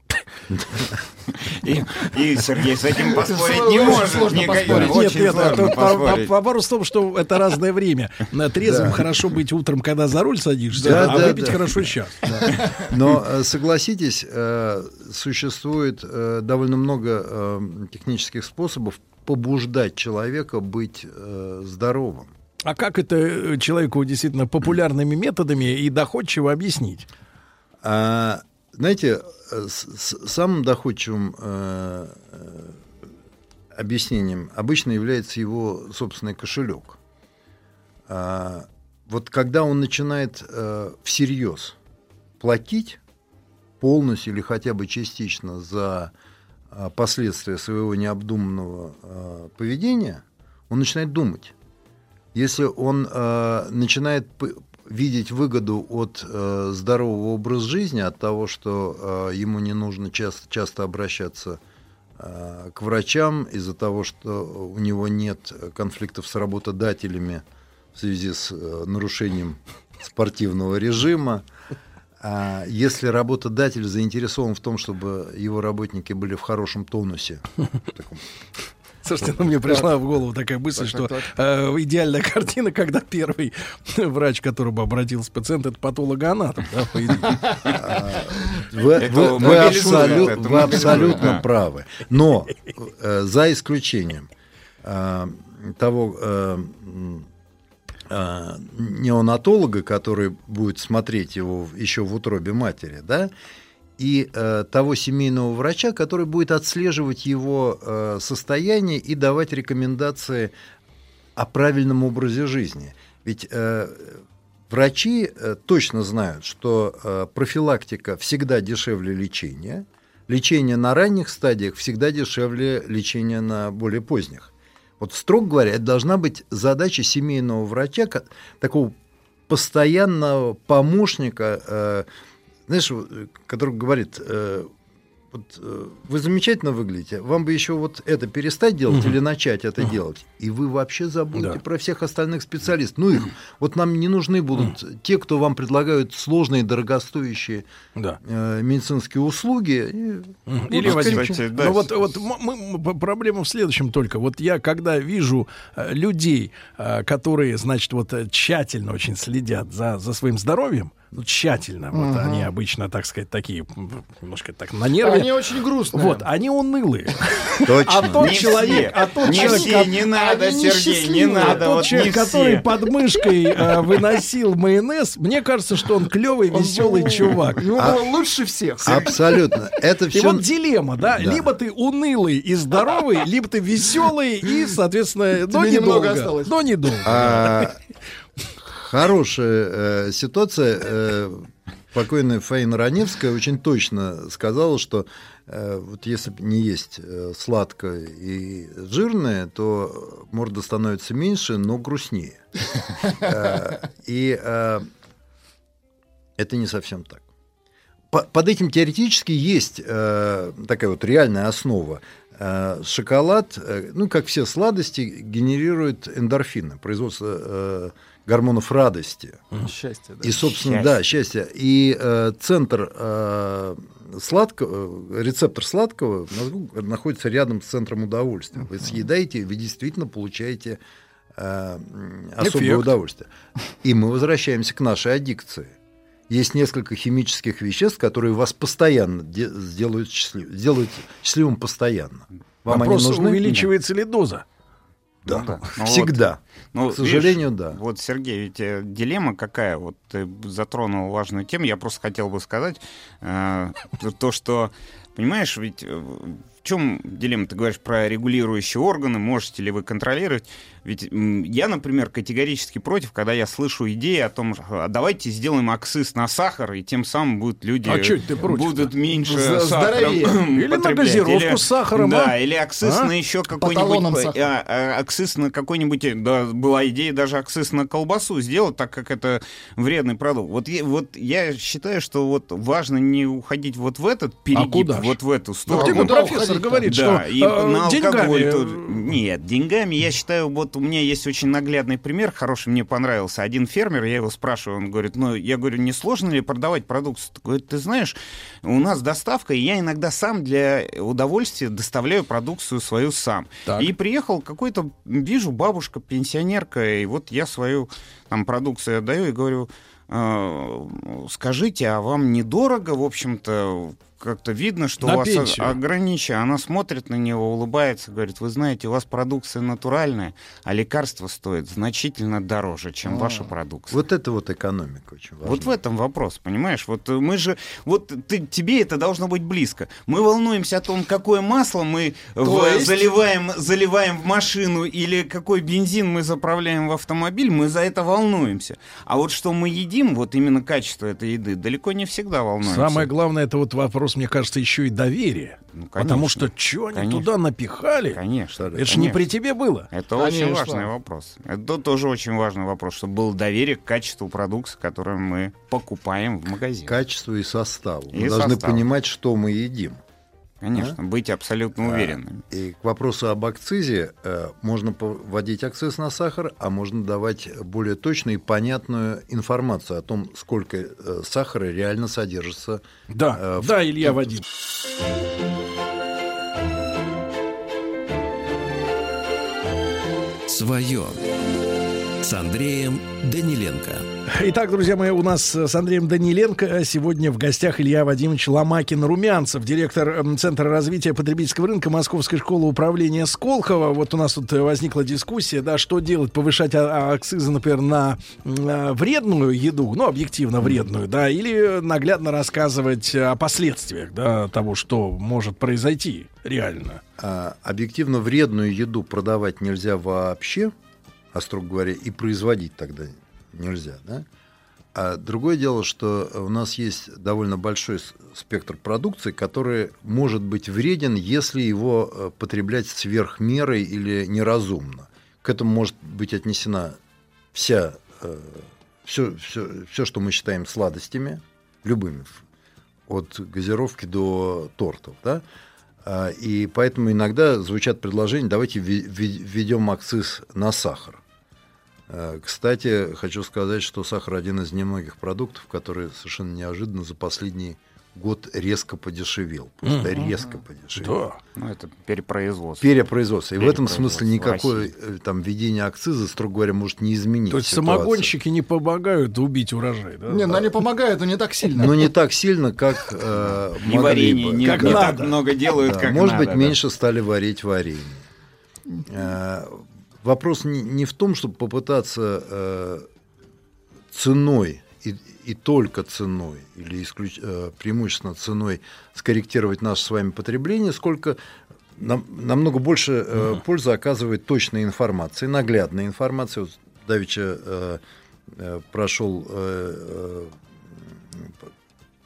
И, и Сергей с этим поспорить не может. Нет, нет, вопрос в том, что это разное время. Трезвым да. хорошо быть утром, когда за руль садишься, да, а да, выпить да. хорошо сейчас. Да. Но, согласитесь, существует довольно много технических способов побуждать человека быть здоровым. А как это человеку действительно популярными методами и доходчиво объяснить? А, знаете, с, с самым доходчивым э, объяснением обычно является его собственный кошелек. А, вот когда он начинает э, всерьез платить полностью или хотя бы частично за э, последствия своего необдуманного э, поведения, он начинает думать. Если он э, начинает п- видеть выгоду от э, здорового образа жизни, от того, что э, ему не нужно часто, часто обращаться э, к врачам из-за того, что у него нет конфликтов с работодателями в связи с э, нарушением спортивного режима, а если работодатель заинтересован в том, чтобы его работники были в хорошем тонусе, в таком... Слушайте, ну мне пришла в голову такая мысль, так, что так, так. Э, идеальная картина, когда первый врач, к которому обратился пациент, это патологоанатом. Да, по идее. Вы, вы, вы, абсолют, вы абсолютно правы. Но э, за исключением э, того э, э, неонатолога, который будет смотреть его еще в утробе матери, да, и э, того семейного врача, который будет отслеживать его э, состояние и давать рекомендации о правильном образе жизни. Ведь э, врачи э, точно знают, что э, профилактика всегда дешевле лечения, лечение на ранних стадиях всегда дешевле лечения на более поздних. Вот, строго говоря, это должна быть задача семейного врача, такого постоянного помощника, э, знаешь, который говорит, э, вот, э, вы замечательно выглядите, вам бы еще вот это перестать делать или начать это делать, и вы вообще забудете да. про всех остальных специалистов. Ну их, вот нам не нужны будут те, кто вам предлагают сложные, дорогостоящие да. э, медицинские услуги. Или ну, возьмите, да, ну, вот, вот мы, проблема в следующем только. Вот я, когда вижу э, людей, э, которые, значит, вот тщательно очень следят за, за своим здоровьем, ну, тщательно. Uh-huh. Вот они обычно, так сказать, такие немножко так на нерве. Они очень грустные. Вот, они унылые. Точно. А тот человек, а тот не человек, все, не надо, Сергей, не надо. Тот вот человек, который под мышкой э, выносил майонез, мне кажется, что он клевый, веселый чувак. Ну, а, лучше всех. Абсолютно. Это все... И вот дилемма, да? да? Либо ты унылый и здоровый, либо ты веселый и, соответственно, но недолго. Но недолго. Хорошая э, ситуация. Э, покойная Фаина Раневская очень точно сказала, что вот если не есть сладкое и жирное, то морда становится меньше, но грустнее. И это не совсем так. Под этим теоретически есть такая вот реальная основа. Шоколад, ну, как все сладости, генерирует эндорфины, производство гормонов радости. Счастье, да. И, собственно, счастье. да, счастье. И э, центр э, сладкого, рецептор сладкого в мозгу находится рядом с центром удовольствия. Вы съедаете, вы действительно получаете э, особое Эффект. удовольствие. И мы возвращаемся к нашей аддикции. Есть несколько химических веществ, которые вас постоянно де- сделают, счастлив... сделают счастливым постоянно. Вам Вопрос, они нужны? увеличивается ли доза? Да, Ну, да. Ну, всегда. Ну, К сожалению, видишь, да. Вот, Сергей, ведь э, дилемма какая? Вот ты затронул важную тему. Я просто хотел бы сказать э, то, что, понимаешь, ведь э, в чем дилемма? Ты говоришь про регулирующие органы, можете ли вы контролировать? Ведь м, я, например, категорически против, когда я слышу идеи о том, что а давайте сделаем акциз на сахар, и тем самым будут люди А чё ты против-то? будут меньше За- сахара здоровее. Или на потреблять. газировку Или- с сахаром, Да, а? или акциз А? на еще По талонам какой-нибудь... сахара. а, а, акциз на какой-нибудь... Да, была идея даже акциз на колбасу сделать, так как это вредный продукт. Вот я, вот я считаю, что вот важно не уходить вот в этот перегиб, куда ж? вот в эту Ну, сторону. тебе профессор говорит, Да, что и э, на алкоголь деньгами... тоже. Нет, деньгами, я считаю, вот у меня есть очень наглядный пример, хороший, мне понравился. Один фермер, я его спрашиваю, он говорит, ну, я говорю, не сложно ли продавать продукцию? Он говорит, ты знаешь, у нас доставка, и я иногда сам для удовольствия доставляю продукцию свою сам. Так. И приехал какой-то, вижу, бабушка, пенсионерка, и вот я свою там продукцию отдаю и говорю, «Э, скажите, а вам недорого, в общем-то, как-то видно, что На у вас пенсию. ограничено. Она смотрит на него, улыбается, говорит, вы знаете, у вас продукция натуральная, а лекарство стоит значительно дороже, чем А. ваша продукция. Вот это вот экономика очень важна. Вот в этом вопрос, понимаешь? Вот мы же, вот ты, тебе это должно быть близко. Мы волнуемся о том, какое масло мы в- есть? заливаем, заливаем в машину или какой бензин мы заправляем в автомобиль, мы за это волнуемся. А вот что мы едим, вот именно качество этой еды, далеко не всегда волнуемся. Самое главное, это вот вопрос, мне кажется, еще и доверие. Ну, конечно. Потому что что они Конечно. туда напихали? Конечно. Это же не при тебе было. Это очень Конечно. важный вопрос. Это тоже очень важный вопрос, чтобы было доверие к качеству продукции, которую мы покупаем в магазине. Качеству и составу. И Мы должны составу. понимать, что мы едим. Конечно, быть абсолютно уверенным. И к вопросу об акцизе, э, можно вводить акциз на сахар, а можно давать более точную и понятную информацию о том, сколько э, сахара реально содержится. Да, э, в- да, Илья Вадим. Свое с Андреем Даниленко. Итак, друзья мои, у нас с Андреем Даниленко сегодня в гостях Илья Вадимович Ломакин-Румянцев, директор м, Центра развития потребительского рынка Московской школы управления Сколково. Вот у нас тут возникла дискуссия, да, что делать, повышать а- а- акцизы, например, на, на вредную еду, ну, объективно вредную, да, или наглядно рассказывать о последствиях, да, того, что может произойти реально. А, объективно вредную еду продавать нельзя вообще, а строго говоря, и производить тогда нельзя, да? А другое дело, что у нас есть довольно большой с- спектр продукции, который может быть вреден, если его э, потреблять сверх меры или неразумно. К этому может быть отнесена вся, э, все, все, все, что мы считаем сладостями, любыми, ф- от газировки до тортов, да? А, И поэтому иногда звучат предложения, давайте вве- вве- введем акциз на сахар. А, Кстати, хочу сказать, что сахар один из немногих продуктов, который совершенно неожиданно за последний год резко подешевел. Просто Мгм. резко подешевел. Да. Ну, это перепроизводство. Перепроизводство. И в этом смысле Перепроизводство в никакое э, там введение акциза, строго говоря, может не изменить То есть ситуацию. самогонщики не помогают убить урожай, да? Не, ну они помогают, но не так сильно. Но не так сильно, как э, И могли варенье бы. не, Как не надо. так много делают, Да, как может надо, быть, да. меньше стали варить варенье. Э, Вопрос не, не в том, чтобы попытаться э, ценой и, и только ценой или исключ, э, преимущественно ценой скорректировать наше с вами потребление, сколько нам, намного больше э, пользы оказывает точная информация, наглядная информация. Вот давеча э, э, прошел э, э,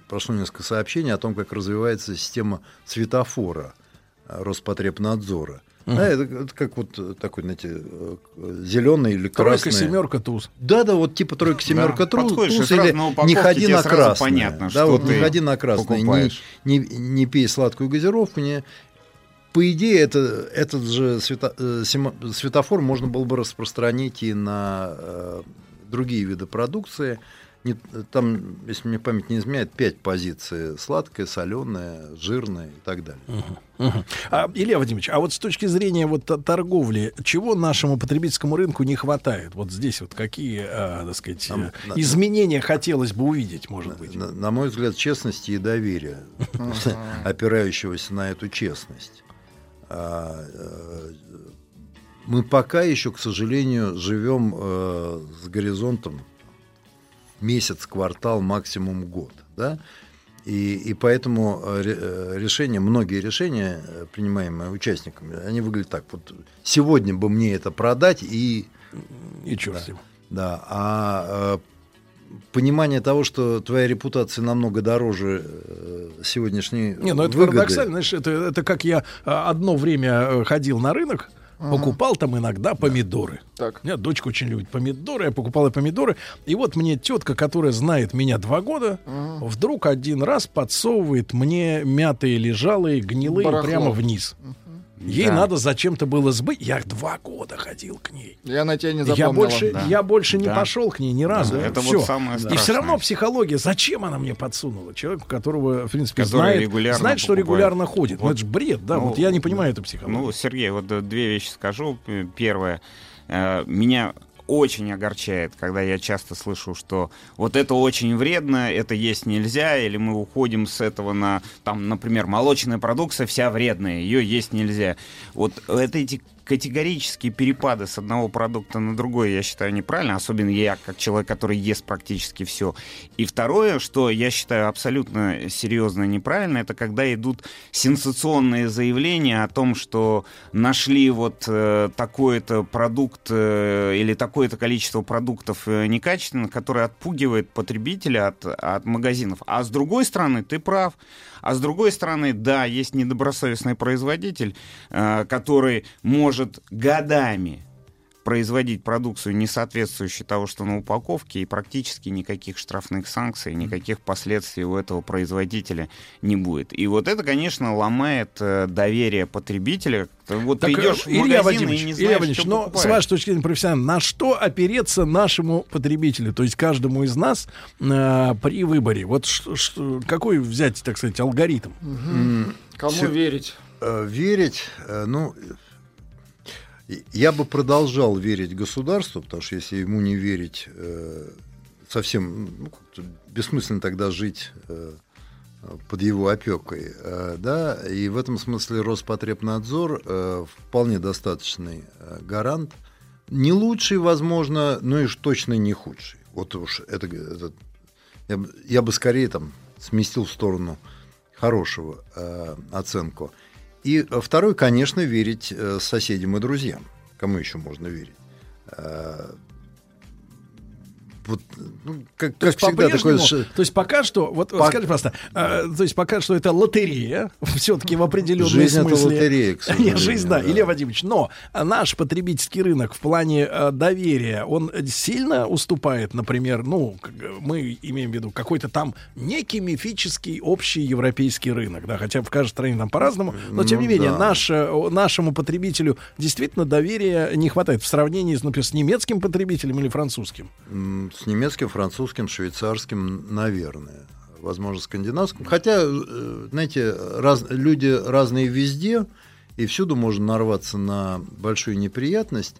прошло несколько сообщений о том, как развивается система светофора Роспотребнадзора. Uh-huh. Да, это, это как вот такой, знаете, зеленый или красный. Тройка, семерка, туз. Да, да, вот типа тройка, семерка, да. туз, туз или не ходи на красный. Понятно, да, вот не ходи на красный, не, не, не пей сладкую газировку. Не... По идее, это, этот же свето, светофор можно было бы распространить и на э, другие виды продукции. Не, там, если мне память не изменяет, пять позиций: сладкая, соленая, жирная и так далее. Uh-huh. Uh-huh. А, Илья Владимирович, а вот с точки зрения вот торговли, чего нашему потребительскому рынку не хватает? Вот здесь вот какие, а, так сказать, Нам, изменения на, хотелось бы увидеть, может быть? На, на мой взгляд, честности и доверия, uh-huh. опирающегося на эту честность. А, а, мы пока еще, к сожалению, живем а, с горизонтом месяц, квартал, максимум год, да, и, и поэтому решения, многие решения, принимаемые участниками, они выглядят так: вот сегодня бы мне это продать и и черт с ним. Да, да, а понимание того, что твоя репутация намного дороже сегодняшней Не, ну это выгоды. Парадоксально, знаешь, это, это как я одно время ходил на рынок. Покупал там иногда помидоры. Так. У меня дочка очень любит помидоры. Я покупала помидоры. И вот мне тетка, которая знает меня два года, uh-huh. вдруг один раз подсовывает мне мятые, лежалые, гнилые Барахло. Прямо вниз. Uh-huh. Ей да. надо зачем-то было сбыть. Я два года ходил к ней. Я на тебя не запомнила. Я больше, да. я больше да. не пошел к ней ни разу. Да, это Всё. вот самое страшное. И все равно психология. Зачем она мне подсунула? Человек, которого, в принципе, Который знает, знает что регулярно ходит. Вот. Ну, это же бред, да? Ну, вот я не понимаю эту психологию. Ну, Сергей, вот две вещи скажу. Первое. Меня очень огорчает, когда я часто слышу, что вот это очень вредно, это есть нельзя, или мы уходим с этого на, там, например, молочная продукция вся вредная, ее есть нельзя. Вот это эти категорические перепады с одного продукта на другой, я считаю, неправильно, особенно я, как человек, который ест практически все. И второе, что я считаю абсолютно серьезно неправильно, это когда идут сенсационные заявления о том, что нашли вот э, такой-то продукт э, или такое-то количество продуктов э, некачественных, которое отпугивает потребителя от, от магазинов. А с другой стороны, ты прав. А с другой стороны, да, есть недобросовестный производитель, э, который может годами производить продукцию, не соответствующую того, что на упаковке, и практически никаких штрафных санкций, никаких последствий у этого производителя не будет. И вот это, конечно, ломает э, доверие потребителя. Вот так, ты идешь в Илья магазин и не знаешь, Илья Владимирович, что но покупаешь. с вашей точки зрения профессионально, на что опереться нашему потребителю, то есть каждому из нас э, при выборе? Вот ш, ш, какой взять, так сказать, алгоритм? Угу. Кому Все, верить? Э, верить, э, ну... Я бы продолжал верить государству, потому что если ему не верить, э, совсем ну, бессмысленно тогда жить э, под его опекой. Э, да? И в этом смысле Роспотребнадзор э, вполне достаточный э, гарант. Не лучший, возможно, но и уж точно не худший. Вот уж это, это я, я бы скорее там сместил в сторону хорошего э, оценку. И второй, конечно, верить э, соседям и друзьям. Кому еще можно верить? А, вот, ну, как, то, как всегда, такое... то есть пока что, вот По... скажи просто, э, то есть пока что это лотерея, все-таки в определенном жизнь смысле. Жизнь это лотерея, к сожалению. Жизнь, да, да. Илья Владимирович, но наш потребительский рынок в плане э, доверия, он сильно уступает, например, ну, мы имеем в виду какой-то там некий мифический общий европейский рынок, да, хотя в каждой стране там по-разному, но тем ну, не менее да. наш, нашему потребителю действительно доверия не хватает в сравнении, например, с немецким потребителем или французским. С немецким, французским, швейцарским, наверное. Возможно, скандинавским. Хотя, знаете, раз, люди разные везде, и всюду можно нарваться на большую неприятность.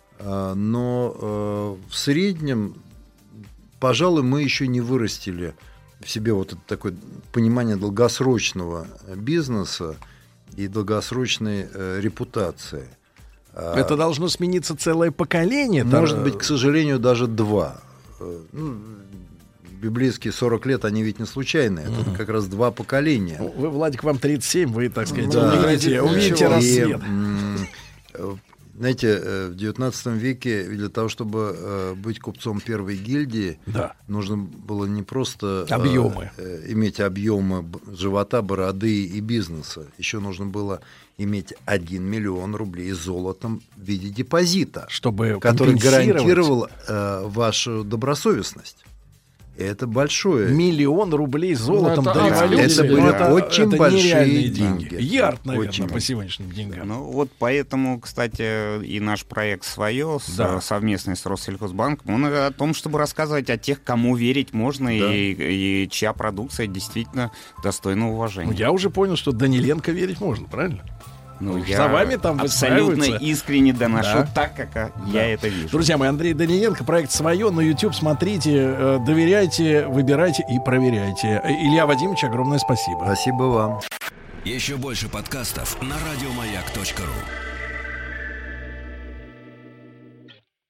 Но в среднем, пожалуй, мы еще не вырастили в себе вот это такое понимание долгосрочного бизнеса и долгосрочной репутации. Это должно смениться целое поколение. Может там... быть, к сожалению, даже два. Ну, библейские сорок лет, они ведь не случайные. Это mm-hmm. как раз два поколения. Вы, Владик, вам тридцать семь, вы, так сказать, да. увидите, увидите рассвет. знаете, в девятнадцатом веке для того, чтобы быть купцом первой гильдии, да. нужно было не просто объемы. иметь объемы живота, бороды и бизнеса. Еще нужно было иметь один миллион рублей золотом в виде депозита, чтобы который гарантировал э, вашу добросовестность. Это большое. Миллион рублей золотом ну, до это, революции. это были это, очень это большие деньги. деньги. Ярд, наверное, очень. По сегодняшним деньгам. Ну вот поэтому, кстати, и наш проект «Свое», да. совместный с Россельхозбанком, он о том, чтобы рассказывать о тех, кому верить можно, да. и, и чья продукция действительно достойна уважения. Ну, я уже понял, что Даниленко верить можно, правильно? Ну, За я вами там абсолютно искренне доношу да. так, как я да. это вижу. Друзья мои, Андрей Даниленко, проект «Свое» на YouTube. Смотрите, доверяйте, выбирайте и проверяйте. Илья Вадимович, огромное спасибо. Спасибо вам. Еще больше подкастов на радиомаяк точка ру.